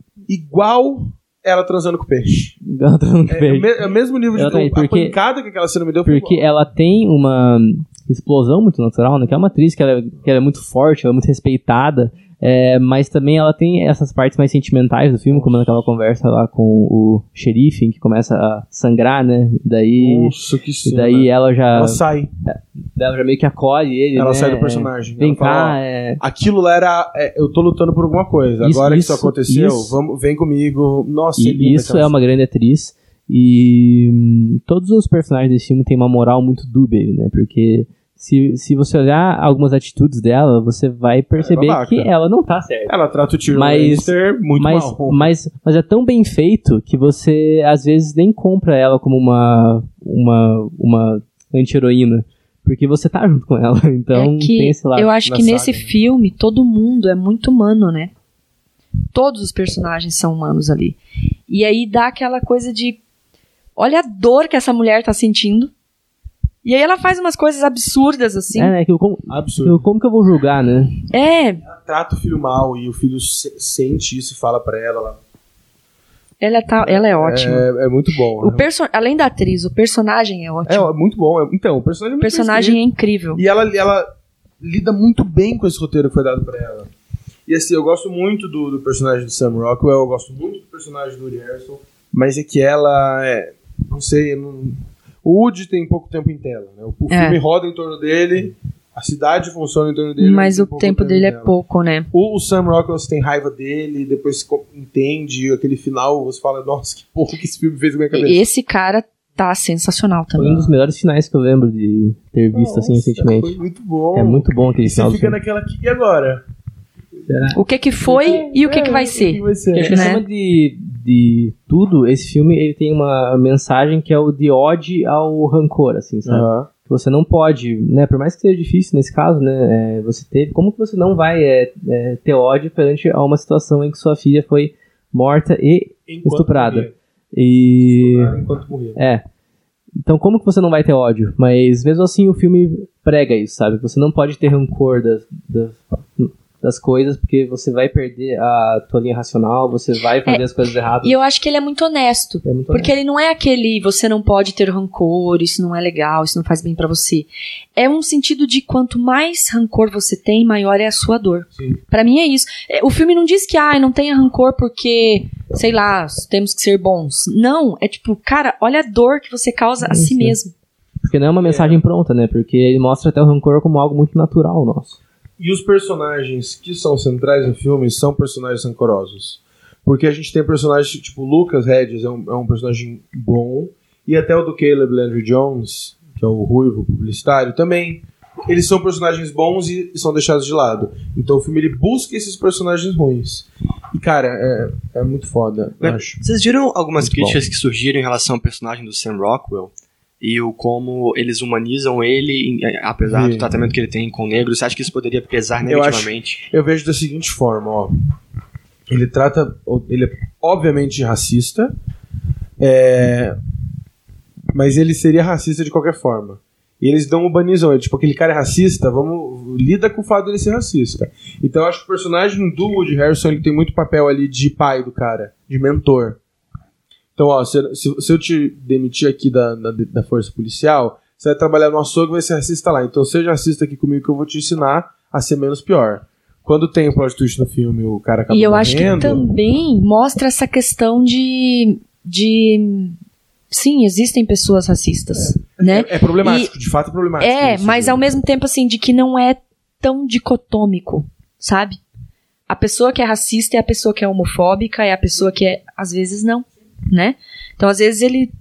igual ela transando com peixe. Ela tá no É, peito. o me- é o mesmo nível de Exatamente, a porque- pancada que aquela cena me deu. foi Porque igual. ela tem uma explosão muito natural, né? Que é uma atriz que ela, é- que ela é muito forte, ela é muito respeitada, é, mas também ela tem essas partes mais sentimentais do filme, como naquela conversa lá com o xerife, que começa a sangrar, né? Daí, Nossa, que e cena. daí ela já, Ela sai. ela já meio que acolhe ele, Ela né? sai do personagem. Vem Ela fala, cá, ó, é... aquilo lá era. é, eu tô lutando por alguma coisa. Isso, Agora que isso, isso aconteceu, isso. Vamos, vem comigo. Nossa, é E linda isso aquela é uma grande atriz. E hum, todos os personagens desse filme têm uma moral muito dúbia, né? Porque se, se você olhar algumas atitudes dela, você vai perceber babaca. que ela não tá certa. Ela trata o Tyrion Mas- Lannister muito mas, mal. mas, mas é tão bem feito que você, às vezes, nem compra ela como uma, uma, uma anti-heroína. Porque você tá junto com ela. Então é que tem esse lado. eu acho na que saga, nesse né? filme todo mundo é muito humano, né? Todos os personagens são humanos ali. E aí dá aquela coisa de olha a dor que essa mulher tá sentindo. E aí ela faz umas coisas absurdas assim. É, né? Que eu, como, Absurdo. eu- como que eu vou julgar, né? É, Ela trata o filho mal e o filho se- sente isso e fala pra ela. Ela ela, tá, ela é ótima. É, é muito bom. O né? perso Além da atriz, o personagem é É, ótimo. é muito bom. É- Então, o personagem é O muito bem personagem é escrito. incrível. E ela, ela lida muito bem com esse roteiro que foi dado pra ela. E assim, eu gosto muito do, do personagem de Sam Rockwell, eu gosto muito do personagem do Woody Harrelson, mas é que ela é. Não sei, não, o Woody tem pouco tempo em tela, né? O, o É. filme roda em torno dele, a cidade funciona em torno dele. Mas tem o pouco tempo dele é dela. pouco, né? O, o Sam Rockwell, você tem raiva dele, depois você co- entende aquele final, você fala, nossa, que porra que esse filme fez na minha cabeça. Esse cara tá sensacional Foi um também. dos melhores finais que eu lembro de ter visto, assim, Nossa, recentemente. Foi muito bom. É muito bom aquele E você final do fica filme. naquela aqui, e agora? O que que foi e o que que vai ser. vai ser? Porque né? acima de, de tudo, esse filme ele tem uma mensagem que é o de ódio ao rancor, assim, sabe? Aham. Que você não pode, né, por mais que seja difícil nesse caso, né, é, você teve, como que você não vai é, é, ter ódio perante a uma situação em que sua filha foi morta e Enquanto estuprada? morria. E... Estuprada enquanto morria. É. Então, como que você não vai ter ódio? Mas, mesmo assim, o filme prega isso, sabe? Você não pode ter rancor das, das, das coisas, porque você vai perder a tua linha racional, você vai fazer É, as coisas erradas. E eu acho que ele é muito honesto. É muito Porque ele não é aquele, você não pode ter rancor, isso não é legal, isso não faz bem pra você. É um sentido de quanto mais rancor você tem, maior é a sua dor. Sim. Pra mim é isso. É, O filme não diz que, ah, não tenha rancor porque sei lá, temos que ser bons. Não, é tipo, cara, olha a dor que você causa a si mesmo. Porque não é uma mensagem é. pronta, né? Porque ele mostra até o rancor como algo muito natural nosso. E os personagens que são centrais no filme são personagens rancorosos. Porque a gente tem personagens tipo Lucas Hedges, é um, é um personagem bom, e até o do Caleb Landry Jones, que é o ruivo publicitário, também. Eles são personagens bons e são deixados de lado. Então o filme ele busca esses personagens ruins. E cara, é, é muito foda, eu acho. Vocês viram algumas Muito críticas bom. que surgiram em relação ao personagem do Sam Rockwell? E o como eles humanizam ele, apesar Sim. do tratamento que ele tem com negros. Você acha que isso poderia pesar Eu negativamente? acho, eu vejo da seguinte forma, ó. Ele trata... Ele é obviamente racista, é, mas ele seria racista de qualquer forma. E eles não urbanizam ele. Tipo, aquele cara é racista, vamos... Lida com o fato dele ser racista. Então eu acho que o personagem do Woody Harrelson ele tem muito papel ali de pai do cara, de mentor. Então, ó, se, se, se eu te demitir aqui da, da, da força policial, você vai trabalhar no açougue e vai ser racista lá. Então seja racista aqui comigo que eu vou te ensinar a ser menos pior. Quando tem o plot twist no filme, o cara acaba E eu morrendo. acho que também mostra essa questão de... de... Sim, existem pessoas racistas, é, né? É, é problemático, e, de fato é problemático. É, mas ao mesmo tempo, assim, de que não é tão dicotômico, sabe? A pessoa que é racista é a pessoa que é homofóbica, é a pessoa que é... Às vezes não, né? Então, às vezes ele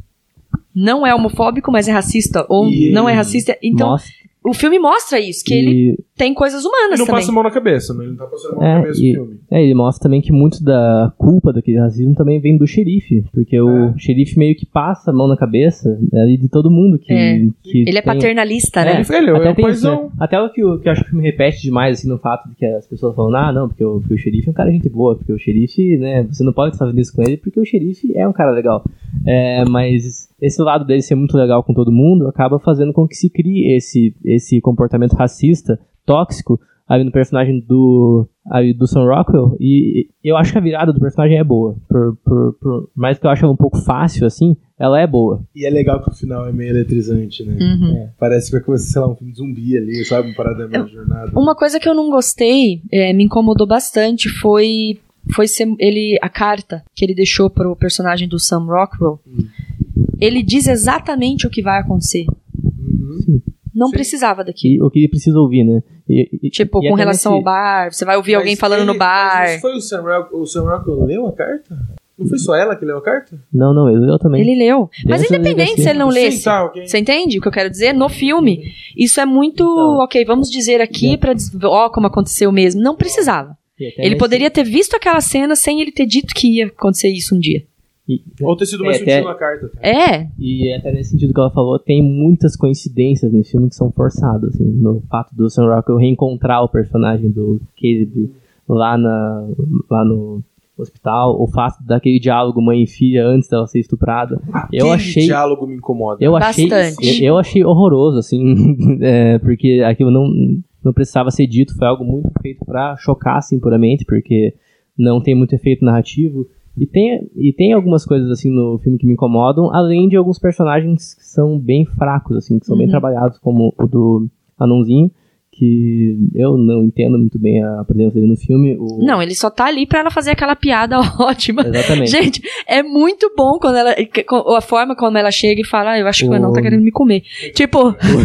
não é homofóbico, mas é racista, ou e não é racista. Então, mostra. O filme mostra isso, que e... ele tem coisas humanas também. Ele não também. passa a mão na cabeça, né? Ele não tá passando a mão é, na cabeça e, no filme. É, ele mostra também que muito da culpa daquele racismo também vem do xerife, porque é. o xerife meio que passa a mão na cabeça ali de todo mundo que... É. que ele é tem... paternalista, é, né? Ele é, até é o tem paizão. isso, né? Até o que, eu, que eu acho que o filme repete demais, assim, no fato de que as pessoas falam, ah, não, porque o, porque o xerife é um cara gente boa, porque o xerife, né, você não pode fazer isso com ele, porque o xerife é um cara legal. É, mas esse lado dele ser muito legal com todo mundo acaba fazendo com que se crie esse, esse comportamento racista, tóxico, ali no personagem do, ali do Sam Rockwell, e eu acho que a virada do personagem é boa, por, por, por mais que eu ache ela um pouco fácil, assim, ela é boa. E é legal que o final é meio eletrizante, né? Uhum. É. Parece que vai começar, sei lá, um filme de zumbi ali, sabe? Uma parada meio de jornada. Uma coisa que eu não gostei, é, me incomodou bastante, foi, foi ser ele, a carta que ele deixou pro personagem do Sam Rockwell. Hum. Ele diz exatamente o que vai acontecer. Uhum. Não Sim. precisava daquilo. E, o que ele precisa ouvir, né? E, e, tipo, e com relação nesse... ao bar, você vai ouvir mas alguém falando ele, no bar. Mas foi o Sam Rockwell, o Sam Rockwell leu a carta? Não foi só ela que leu a carta? Não, não, ele leu também. Ele leu. Mas independente se ele não lesse, Sim, tá, okay. Você entende o que eu quero dizer? No filme, isso é muito... Então, ok, vamos dizer aqui pra... Ó, como aconteceu mesmo. Não precisava. Ele nesse... poderia ter visto aquela cena sem ele ter dito que ia acontecer isso um dia. E, Ou ter sido mais é, sutil até, na carta. Tá? É. E até nesse sentido que ela falou, tem muitas coincidências nesse filme que são forçadas, assim, no fato do Sam Rockwell reencontrar o personagem do Caleb lá, na, lá no hospital, o fato daquele diálogo mãe e filha antes dela ser estuprada. Aquele eu achei, diálogo me incomoda. Eu achei, Bastante. Eu, eu achei horroroso, assim, é, porque aquilo não, não precisava ser dito, foi algo muito feito pra chocar, assim, puramente, porque não tem muito efeito narrativo. E tem, e tem algumas coisas, assim, no filme que me incomodam, além de alguns personagens que são bem fracos, assim, que são uhum. bem trabalhados, como o do Anãozinho, que eu não entendo muito bem a presença dele no filme. O... Não, ele só tá ali pra ela fazer aquela piada ótima. Exatamente. Gente, é muito bom quando ela, a forma como ela chega e fala, ah, eu acho que o Anão tá querendo me comer. Tipo...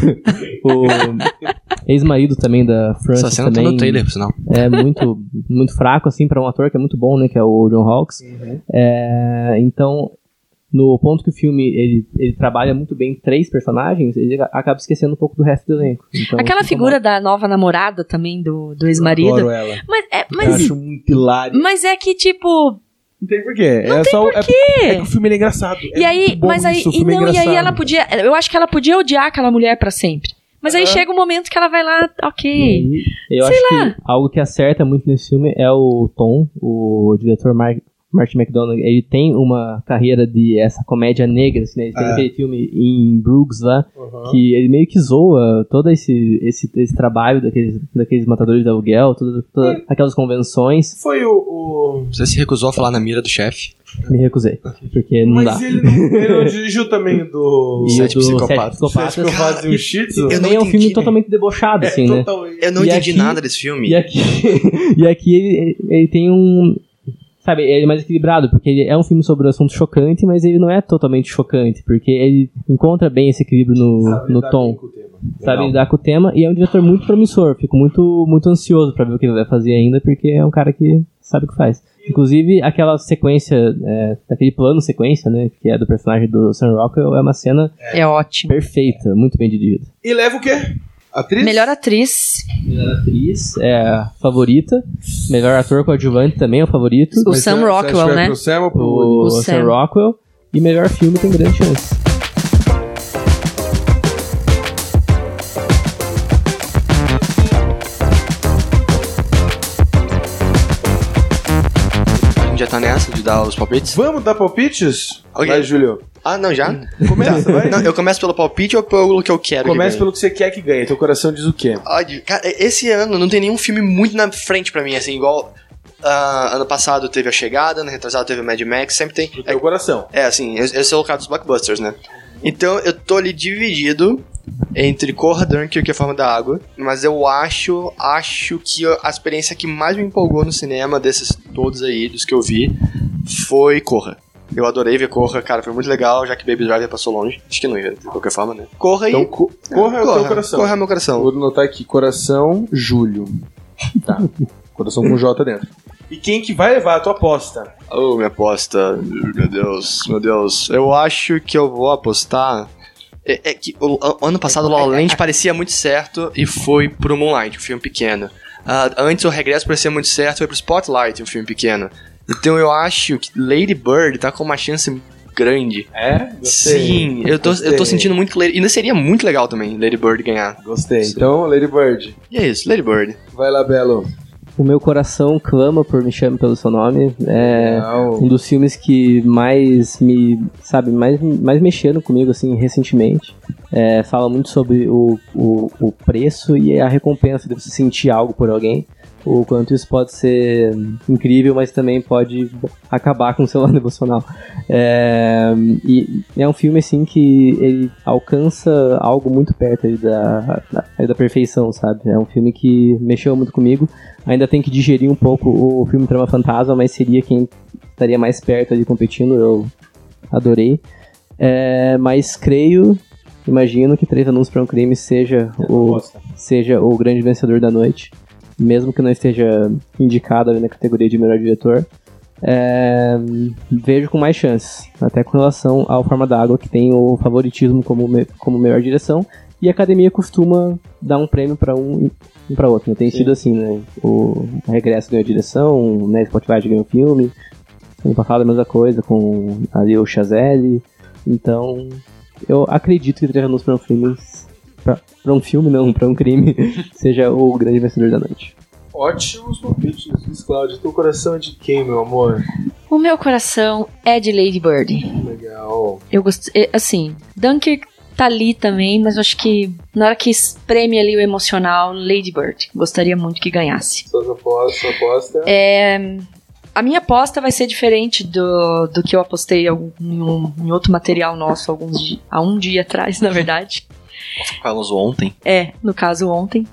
o, o ex-marido também da Frances Essa cena também tá no trailer, por sinal. É muito, muito fraco, assim, pra um ator que é muito bom, né, que é o John Hawkes. Uhum. É, então... No ponto que o filme ele, ele trabalha muito bem três personagens, ele acaba esquecendo um pouco do resto do elenco. Então, aquela figura mal. Da nova namorada também, do, do ex-marido. Eu adoro ela. Mas é, mas, eu acho muito hilário. Mas é que, tipo... Não tem porquê. Não é tem só, porquê. É, é que o filme é engraçado. E é aí, bom mas aí, isso, e, não, é e aí ela podia... Eu acho que ela podia odiar aquela mulher pra sempre. Mas uhum. aí chega um momento que ela vai lá, ok. Aí, eu Sei acho lá. que algo que acerta muito nesse filme é o Tom, o diretor Mark... Martin McDonagh, ele tem uma carreira de essa comédia negra, assim, né? Ele tem é. aquele filme em Brooks lá, uhum. que ele meio que zoa todo esse, esse, esse trabalho daqueles, daqueles matadores de aluguel, todas toda é. aquelas convenções. Foi o, o... Você se recusou a falar na mira do chefe? Me recusei, porque não Mas dá. Mas ele, não, ele não dirigiu também do... Sete do Psicopatas. Sete Psicopatas e o Shih Tzu? Também é um filme totalmente debochado, assim, é, né? Totalmente. Eu não e entendi aqui, nada desse filme. E aqui, e aqui ele, ele tem um... Sabe, ele é mais equilibrado, porque ele é um filme sobre um assunto chocante, mas ele não é totalmente chocante, porque ele encontra bem esse equilíbrio no, no tom. Sabe lidar com o tema, e é um diretor muito promissor. Fico muito, muito ansioso pra ver o que ele vai fazer ainda, porque é um cara que sabe o que faz. Inclusive, aquela sequência, é, daquele plano sequência, né, que é do personagem do Sam Rockwell, é uma cena é ótimo, perfeita, muito bem dirigida. E leva o quê? Atriz? Melhor atriz. Melhor atriz é a favorita. Melhor ator coadjuvante também é o favorito. O Sam Rockwell, né? Pro Sam ou pro o, o Sam. Sam Rockwell. E melhor filme tem grande chance. Já tá nessa de dar os palpites? Vamos dar palpites? Ok. Vai, Júlio. Ah, não, já? Começa, vai. Não, eu começo pelo palpite ou pelo que eu quero Começa que pelo que você quer que ganhe. Teu coração diz o quê? ganhe? Cara, esse ano não tem nenhum filme muito na frente pra mim, assim, igual... Uh, ano passado teve A Chegada, ano retrasado teve Mad Max, sempre tem... Pro teu coração. É, assim, esse é o caso dos blockbusters, né? Então, eu tô ali dividido entre Corra, Dunkirk e A Forma da Água, mas eu acho, acho que a experiência que mais me empolgou no cinema, desses todos aí, dos que eu vi, foi Corra. Eu adorei ver Corra, cara, foi muito legal, já que Baby Driver passou longe. Acho que não ia, de qualquer forma, né? Corra Então, e... co Corra é o teu coração. Corra é meu coração. Vou anotar aqui, coração, Júlio. Tá. Coração com J dentro. E quem que vai levar a tua aposta? Oh, minha aposta. Meu Deus, meu Deus. Eu acho que eu vou apostar... É, é que o, o ano passado o La La Land parecia muito certo e foi pro Moonlight, um filme pequeno. Uh, antes o Regresso parecia muito certo e foi pro Spotlight, um filme pequeno. Então eu acho que Lady Bird tá com uma chance grande. É? Gostei. Sim, eu tô, eu tô sentindo muito que Lady... E ainda seria muito legal também Lady Bird ganhar. Gostei. Então, Lady Bird. E é isso, Lady Bird. Vai lá, Belo. O meu coração clama por Me Chame Pelo Seu Nome. É Legal. um dos filmes que mais me, sabe, mais, mais mexeram comigo, assim, recentemente. É, fala muito sobre o, o, o preço e a recompensa de você sentir algo por alguém. O quanto isso pode ser incrível, mas também pode acabar com o seu lado emocional. É, e é um filme, assim, que ele alcança algo muito perto aí da, da, da perfeição, sabe? É um filme que mexeu muito comigo. Ainda tem que digerir um pouco o filme Trama Fantasma, mas seria quem estaria mais perto ali competindo. Eu adorei. É, mas creio, imagino que Três Anúncios para um Crime seja o, seja o grande vencedor da noite. Mesmo que não esteja indicado ali na categoria de melhor diretor. É, vejo com mais chances, até com relação ao Forma d'Água, que tem o favoritismo como, me, como melhor direção. E a academia costuma dar um prêmio para um e para outro, né? Tem Sim. sido assim, né? O Regresso ganhou a direção, né? Spotify ganhou o filme. Ano passado a mesma coisa, com ali o Chazelle. Então, eu acredito que Três Anúncios para um filme, para um filme, não, para um crime, seja o grande vencedor da noite. Ótimos palpites, Luiz Cláudio. Teu coração é de quem, meu amor? O meu coração é de Lady Bird. Legal. Eu gostei, assim, Dunkirk tá ali também, mas eu acho que na hora que espreme ali o emocional, Lady Bird. Gostaria muito que ganhasse. Suas apostas, sua aposta? É, a minha aposta vai ser diferente do, do que eu apostei em, um, em outro material nosso alguns, há um dia atrás, na verdade. Falamos ontem. É, no caso ontem.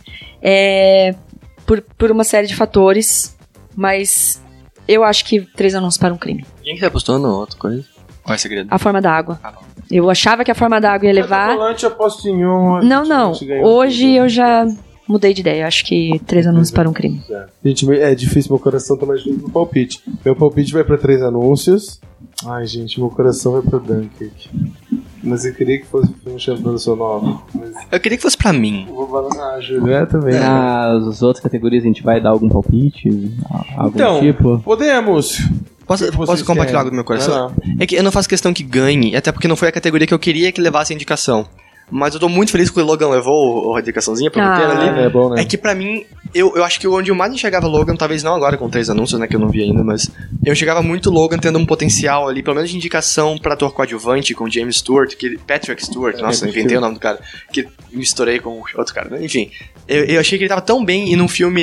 É, por, por uma série de fatores, mas eu acho que Três Anúncios para um Crime. Quem que você apostou na outra coisa? Qual é o segredo? A Forma da Água. Ah, eu achava que A Forma da Água ia levar... Volante, aposto em um, não, não. Hoje eu já mudei de ideia. Acho que Três Anúncios para um Crime. Gente, é difícil. Meu coração tá mais difícil no palpite. Meu palpite vai pra Três Anúncios. Ai, gente, meu coração vai pra Dunkirk. Mas eu queria que fosse um champion do seu nome. Mas... Eu queria que fosse pra mim. Eu vou bananar a Juliana também. Nas outras categorias a gente vai dar algum palpite? Algum então, tipo? Podemos. Posso, posso compartilhar algo do meu coração? É que eu não faço questão que ganhe, até porque não foi a categoria que eu queria que levasse a indicação. Mas eu tô muito feliz que o Logan levou a indicaçãozinha pra meter ali. É, bom, né? É que pra mim, eu, eu acho que onde eu mais enxergava Logan, talvez não agora com três anúncios, né, que eu não vi ainda, mas eu enxergava muito Logan tendo um potencial ali, pelo menos de indicação pra ator coadjuvante com James Stewart, que, Patrick Stewart, é, nossa, inventei o nome do cara, que misturei com outro cara, né? Enfim, eu, eu achei que ele tava tão bem e num filme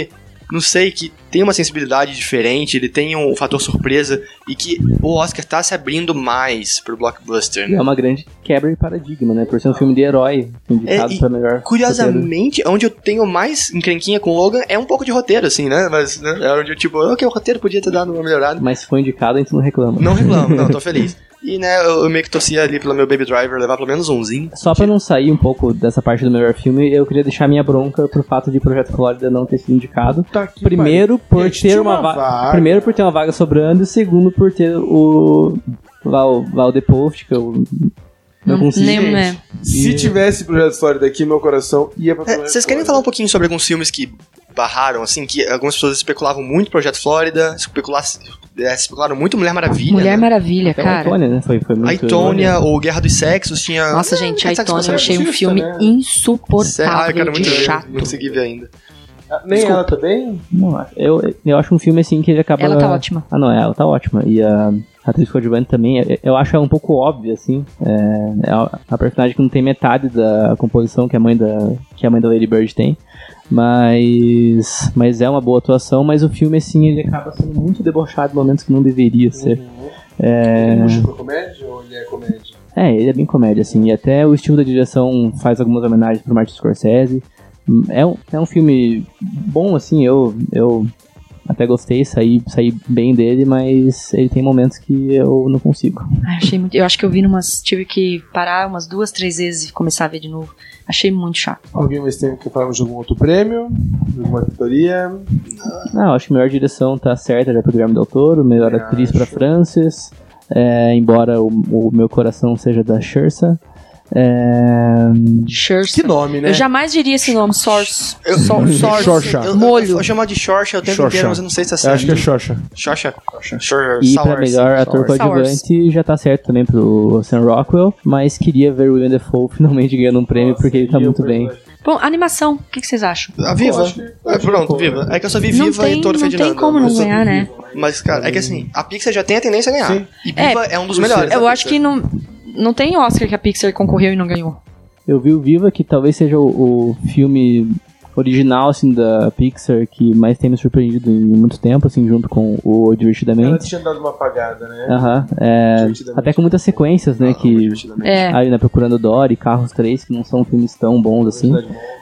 não sei, que tem uma sensibilidade diferente, ele tem um fator surpresa e que o Oscar tá se abrindo mais pro blockbuster, né? É uma grande quebra de paradigma, né? Por ser um filme de herói, indicado É, e, pra melhor curiosamente, onde eu tenho mais encrenquinha com o Logan é um pouco de roteiro, assim, né? Mas né, é onde eu, tipo, ok, o roteiro podia ter dado uma melhorada. Mas se foi indicado, a gente não reclama. Não reclamo, não, tô feliz. E, né, eu, eu meio que torcia ali pelo meu Baby Driver levar pelo menos umzinho. Só pra não sair um pouco dessa parte do melhor filme, eu queria deixar minha bronca pro fato de Projeto Flórida não ter sido indicado. Tá aqui, Primeiro, por Gente, ter tinha uma, uma va- vaga. Primeiro, por ter uma vaga sobrando, e segundo, por ter o Val, Val The Post, que eu não Não consigo. lembro, né? Se tivesse Projeto Flórida aqui, meu coração ia pra É, Projeto vocês querem Flórida. falar um pouquinho sobre alguns filmes que barraram, assim, que algumas pessoas especulavam muito Projeto Flórida, especula- é, especularam muito Mulher Maravilha, Mulher né? Maravilha, Até a cara. Aitônia, né? Foi, foi muito... A Aitônia, ou Guerra dos Sexos, tinha... Nossa, gente, a Guerra dos Aitônia, eu Sexos achei um Batista, filme né? insuportável Ah, eu quero muito de ver, chato. não consegui ver ainda. Ah, nem Desculpa. ela também? Não, eu, eu acho um filme assim que ele acaba... Ela tá ótima. Ah, não, ela tá ótima. E a atriz coadjuvante também, eu- eu acho ela um pouco óbvia, assim. É, é a, a personagem que não tem metade da composição que a mãe da, que a mãe da Lady Bird tem. Mas, mas é uma boa atuação, mas o filme, assim, ele acaba sendo muito debochado em momentos que não deveria ser. É... Ele puxa pra comédia ou ele é comédia? É, ele é bem comédia, assim, e até o estilo da direção faz algumas homenagens pro Martin Scorsese. É um, é um filme bom, assim, eu, eu até gostei, saí, saí bem dele, mas ele tem momentos que eu não consigo. Ai, achei muito, eu acho que eu vi numas. Tive que parar umas duas, três vezes e começar a ver de novo. Achei muito chato. Alguém mais tem que falar de algum outro prêmio? De alguma categoria? Não, acho que a melhor direção tá certa já pro Guilherme Del Toro, melhor Eu atriz acho. pra Frances, é, embora o, o meu coração seja da Scherza. É, Shirts. Que nome, né? Eu jamais diria esse nome, Source. Eu- So- Source. Xorxa. Eu, eu, Molho. eu chamo de Xorxa o tempo Xorxa. inteiro, mas eu não sei se é Eu certo. acho que é Xoxa. Xorxa? Xorxa. e Sour, pra melhor sim, ator sour. coadjuvante já tá certo também pro Sam Rockwell, mas queria ver o William Dafoe finalmente ganhando um prêmio porque ele tá muito bem. Bom, animação, o que, que vocês acham? A Viva. Eu acho que- É, pronto, Viva. É que eu só vi Não Viva tem, e Toro não Ferdinando. tem como não Eu só vi ganhar, né? Viva. Mas, cara, é que assim, a Pixar já tem a tendência a ganhar. Sim. E Viva é, um dos melhores. Eu da acho Pixar. que não, não tem Oscar que a Pixar concorreu e não ganhou. Eu vi o Viva, que talvez seja o, o filme original, assim, da Pixar que mais tem me surpreendido em muito tempo, assim, junto com o Ela Divertidamente. tinha dado uma apagada, né? Aham, é, Divertidamente. até com muitas sequências, né, Ah, que... Divertidamente. É. Ali, né, Procurando Dory, Carros três, que não são filmes tão bons, assim.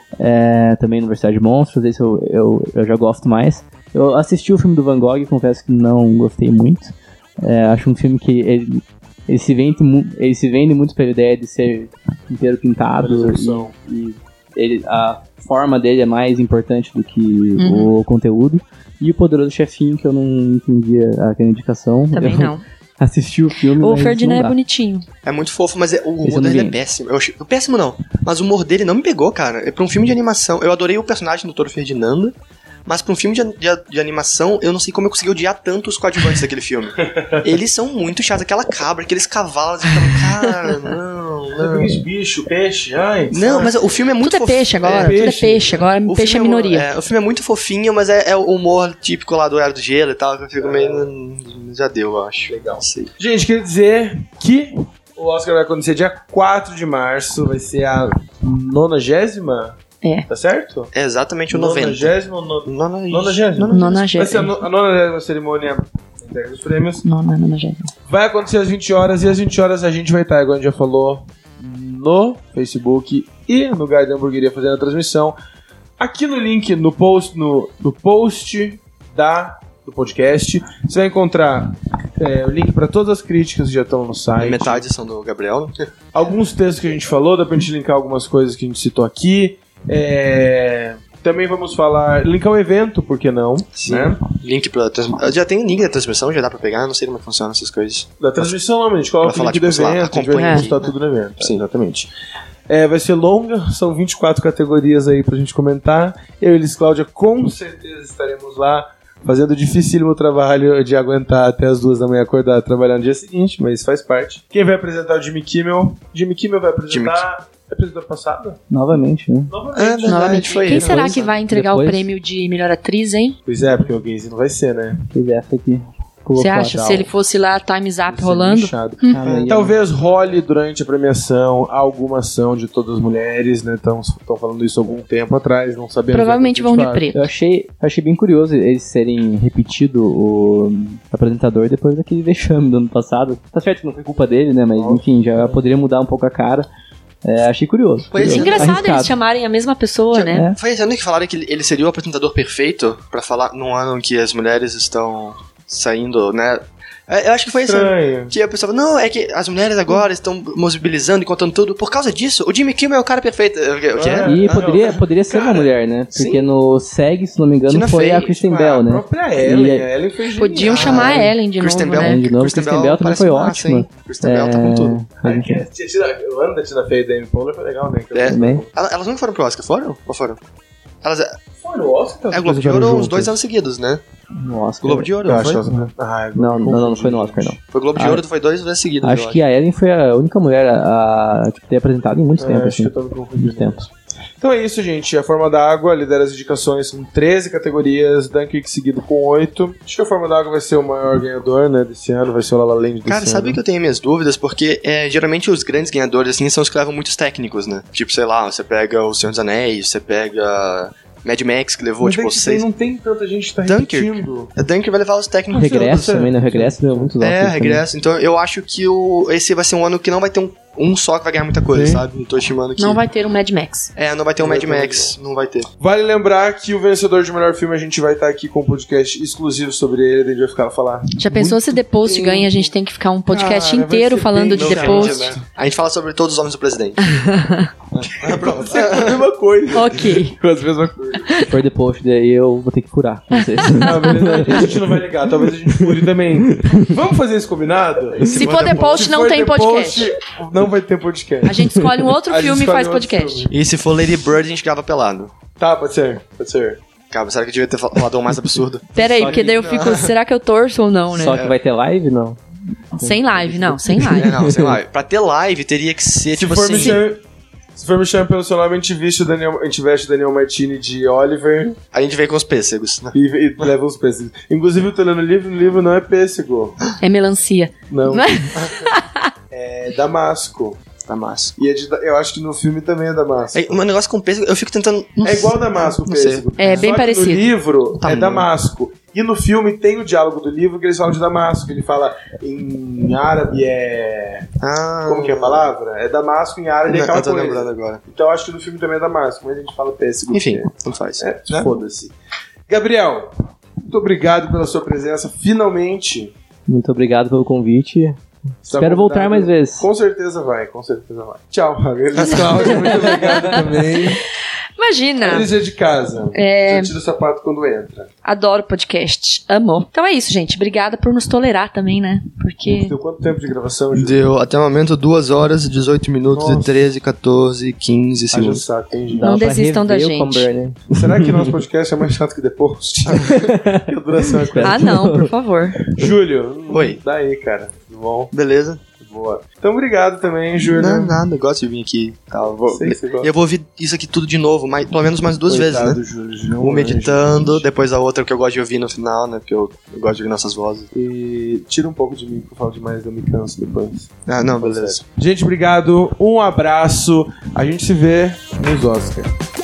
É, também Universidade de Monstros, esse eu, eu, eu já gosto mais. Eu assisti o filme do Van Gogh, confesso que não gostei muito. É, acho um filme que ele, ele, se vende, mu- ele se vende muito pela ideia de ser inteiro pintado Resolução. e, e ele, a forma dele é mais importante do que Uhum. o conteúdo. E o Poderoso Chefinho, que eu não entendia aquela indicação. Também eu não. Assisti o filme, O mas Ferdinand não é dá. bonitinho. É muito fofo, mas é- o Esse eu humor não dele é vi. péssimo. Eu achei, péssimo não, mas o humor dele não me pegou, cara. É pra um filme de animação. Eu adorei o personagem do Toro Ferdinando, mas pra um filme de, de, de animação, eu não sei como eu consegui odiar tanto os coadjuvantes daquele filme. Eles são muito chatos. Aquela cabra, aqueles cavalos, aquela... Cara, não, não. Aqueles bicho, peixe, ai. Não, mas o filme é muito Tudo é fofinho. peixe agora, É, tudo é peixe. peixe. Agora O peixe é filme minoria. É, o filme é muito fofinho, mas é, é o humor típico lá do Era do Gelo e tal, que eu fico meio... hum, Já deu, eu acho. Legal. Não sei. Gente, queria dizer que o Oscar vai acontecer dia quatro de março, vai ser a nonagésima, É. tá certo? É exatamente o noventa. Nonagésima ou no... Nona- Nonagésima? Nonagésima. Vai ser a no- a nonagésima cerimônia de entrega dos prêmios. Não, não, não, não, gente. Vai acontecer às vinte horas e às vinte horas a gente vai estar, igual a gente já falou, no Facebook e no Guide da Hamburgueria fazendo a transmissão. Aqui no link, no post, no, no post da, do podcast, você vai encontrar é, o link para todas as críticas que já estão no site. Metade são do Gabriel, né? Alguns textos que a gente falou, dá pra gente linkar algumas coisas que a gente citou aqui. É, também vamos falar, linkar o evento, por que não? Sim. Né? Link pra transmissão. Já tem link da transmissão, já dá pra pegar, não sei como é que funciona essas coisas. Da transmissão, não, mas a gente coloca Pra o falar, link do tipo, sei lá, evento, a gente vai acompanha postar aqui, tudo no evento. Sim. Exatamente. É, vai ser longa, são vinte e quatro categorias aí pra gente comentar. Eu e Elis Cláudia com certeza estaremos lá fazendo o dificílimo trabalho de aguentar até as duas da manhã acordar trabalhar no dia seguinte, mas faz parte. Quem vai apresentar é o Jimmy Kimmel? Jimmy Kimmel vai apresentar... Apresentou ano passado? Novamente, né? Novamente. É, verdade, Novamente. foi Quem ele. será Depois- que vai entregar depois- o prêmio de melhor atriz, hein? Pois é, porque o Gaze não vai ser, né? Fiz essa aqui. pulou Você fora. acha? Se ele fosse lá, Time Zap Isso é rolando? lixado. Ah, não ia- Talvez role durante a premiação alguma ação de todas as mulheres, né? Estão falando isso há algum tempo atrás, não sabemos. Provavelmente vão de fato. preto. Eu achei, achei bem curioso eles serem repetido o apresentador depois daquele vexame do ano passado. Tá certo que não foi culpa dele, né? Mas enfim, já poderia mudar um pouco a cara. É, achei curioso. Foi É esse- engraçado Arriscado. eles chamarem a mesma pessoa, né? É. Foi esse ano que falaram que ele- ele seria o apresentador perfeito pra falar num ano em que as mulheres estão saindo, né? É, Eu acho que foi esse ano. Estranho. Que a pessoa fala, não, é que as mulheres agora estão mobilizando e contando tudo. Por causa disso, o Jimmy Kimmel é o cara perfeito. O quê? O quê? É. E Ah, poderia, poderia ser uma mulher, né? sim. Porque no SEG, se não me engano, Tina foi Fey, a Kristen Ah, Bell, A né? própria Ellen, E- a Ellen foi genial. Podiam chamar a Ellen de Kristen novo, Bell, né? De novo, Kristen Bell também parece foi massa, ótima. hein? Kristen Bell tá com tudo. A A gente- Tina- O ano da Tina Fey e da Amy Poehler foi legal, né? É. Também. Ela- Elas não foram pro Oscar, foram? Ou foram? Elas, é, Foi no Oscar? é Globo de Ouro uns dois anos seguidos, né? No Oscar. Globo de Ouro, Eu não acho. foi? Ah, Não, não, não, não foi no Oscar, não. Foi Globo de Ah, Ouro, foi dois vezes seguidos. Acho eu que a Ellen foi a única mulher a, a tipo, ter apresentado em muito É, tempo, acho assim. que eu tô me confundindo. Muito tempo. Então é isso, gente. A Forma d'Água lidera as indicações, são treze categorias, Dunkirk seguido com oito. Acho que a Forma d'Água vai ser o maior ganhador, né, desse ano, vai ser o La La Land desse Cara, ano. sabe que eu tenho minhas dúvidas? Porque é, geralmente os grandes ganhadores, assim, são os que levam muitos técnicos, né? Tipo, sei lá, você pega O Senhor dos Anéis, você pega Mad Max, que levou, Mas tipo, é que seis... não tem tanta gente que tá Dunkirk. repetindo. A Dunkirk vai levar os técnicos. Regresso você- também, né? O Regresso deu muitos É, Oscars também. regresso. Então eu acho que o, esse vai ser um ano que não vai ter um, um só que vai ganhar muita coisa, Sim. sabe? Eu tô estimando que... Não vai ter um Mad Max. É, não vai ter um Não Mad vai ter Max, não vai ter. Vale lembrar que o vencedor de melhor filme a gente vai estar aqui com um podcast exclusivo sobre ele, a gente vai ficar a falar. Já pensou se The Post ganha, a gente tem que ficar um podcast Cara, vai inteiro ser falando bem de Não The rende, Post? né? A gente fala sobre todos os homens do presidente. É a mesma coisa. Ok. É a mesma coisa. Se for The Post, daí eu vou ter que furar. Não sei. Não, beleza. A gente não vai ligar, talvez a gente fure também. Vamos fazer isso combinado? Se for The Post, Se não for tem The podcast. Post, não vai ter podcast. A gente escolhe um outro A gente filme e escolhe faz outro podcast. filme. E se for Lady Bird, a gente grava pelado. Tá, pode ser, pode ser. Cara, será que eu devia ter falado um mais absurdo? Pera aí, Só porque que- daí eu fico, será que eu torço ou não, né? Só que vai ter live? Não. Sem live, não, sem É, live. não, sei lá. Pra ter live, teria que ser, Se tipo for, assim... me chame, se for me chamar pelo seu nome, a gente veste o Daniel, a gente veste o Daniel Martini de Oliver A gente vem com os pêssegos. né? e, e leva os pêssegos. Inclusive, eu tô lendo o livro, o livro não é pêssego. É melancia. Não, Não é? é Damasco. Tá massa. E é de, eu acho que no filme também é Damasco. É, um negócio com pêssego, eu fico tentando... É igual Damasco, o Não sei. pêssego. É, bem Só que parecido. no livro Tá é bom. Damasco. E no filme tem o diálogo do livro que eles falam de Damasco. Ele fala em árabe é... Ah... Como que é a palavra? É Damasco em árabe, é Não, aquela eu tô coisa. lembrando agora. Então eu acho que no filme também é Damasco, mas a gente fala pêssego. Enfim, porque não faz. É, Né? foda-se. Gabriel, muito obrigado pela sua presença. Finalmente. Muito obrigado pelo convite. Está Espero voltar convidado. mais vezes. Com certeza vai, com certeza vai. Tchau, Feliz Cláudia, muito obrigado também. Imagina. Feliz dia de casa. É. Já tira o sapato quando entra. Adoro podcast. Amo. Então é isso, gente. Obrigada por nos tolerar também, né? Porque. Deu quanto tempo de gravação, Ju? Deu até o momento duas horas, dezoito minutos Nossa. e treze, quatorze, quinze Haja segundos. saco, hein, gente? Não Dá pra desistam da rever o gente. Comburn, né? Será que nosso podcast é mais chato que The Post? Que a duração é quase. Ah, não, por favor. Júlio. Oi. Daí, cara. Tudo bom? Beleza? Boa. Então, obrigado também, Júlio. Não, nada, eu gosto de vir aqui. Tal. Vou... Sei que você gosta. E eu vou ouvir isso aqui tudo de novo, mais, pelo menos mais duas Coitado, vezes, né? Júlio, não Uma é, meditando, gente. depois a outra que eu gosto de ouvir no final, né? Porque eu, eu gosto de ouvir nossas vozes. E tira um pouco de mim, porque eu falo demais, eu me canso depois. Ah, não, beleza. Gente, obrigado. Um abraço. A gente se vê nos Oscars.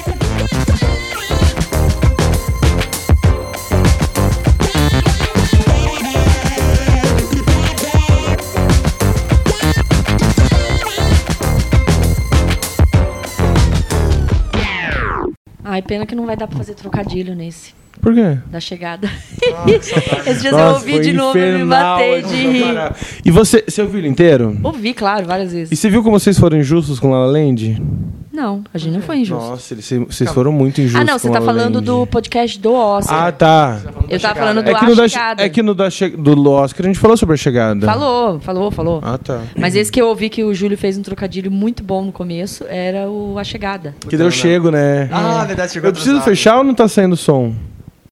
Ai, pena que não vai dar pra fazer trocadilho nesse. Por quê? Da chegada. Esses dias eu ouvi foi de novo e me infernal bater esse de rir. parar. E você, você ouviu ele inteiro? Ouvi, claro, várias E vezes. você viu como vocês foram injustos com La La Land? Não, a gente não foi injusto. Nossa, eles, vocês foram muito injustos Ah, não, você com tá La La falando Land. do podcast do Oscar. Ah, tá. Eu tava falando do É que, A no da, Chegada. é que no da che, do Oscar a gente falou sobre a chegada. Falou, falou, falou. Ah, tá. Mas esse que eu ouvi que o Júlio fez um trocadilho muito bom no começo era o A Chegada. Que daí eu chego, né? Ah, verdade, chegou Eu preciso atrasado. fechar ou não tá saindo som?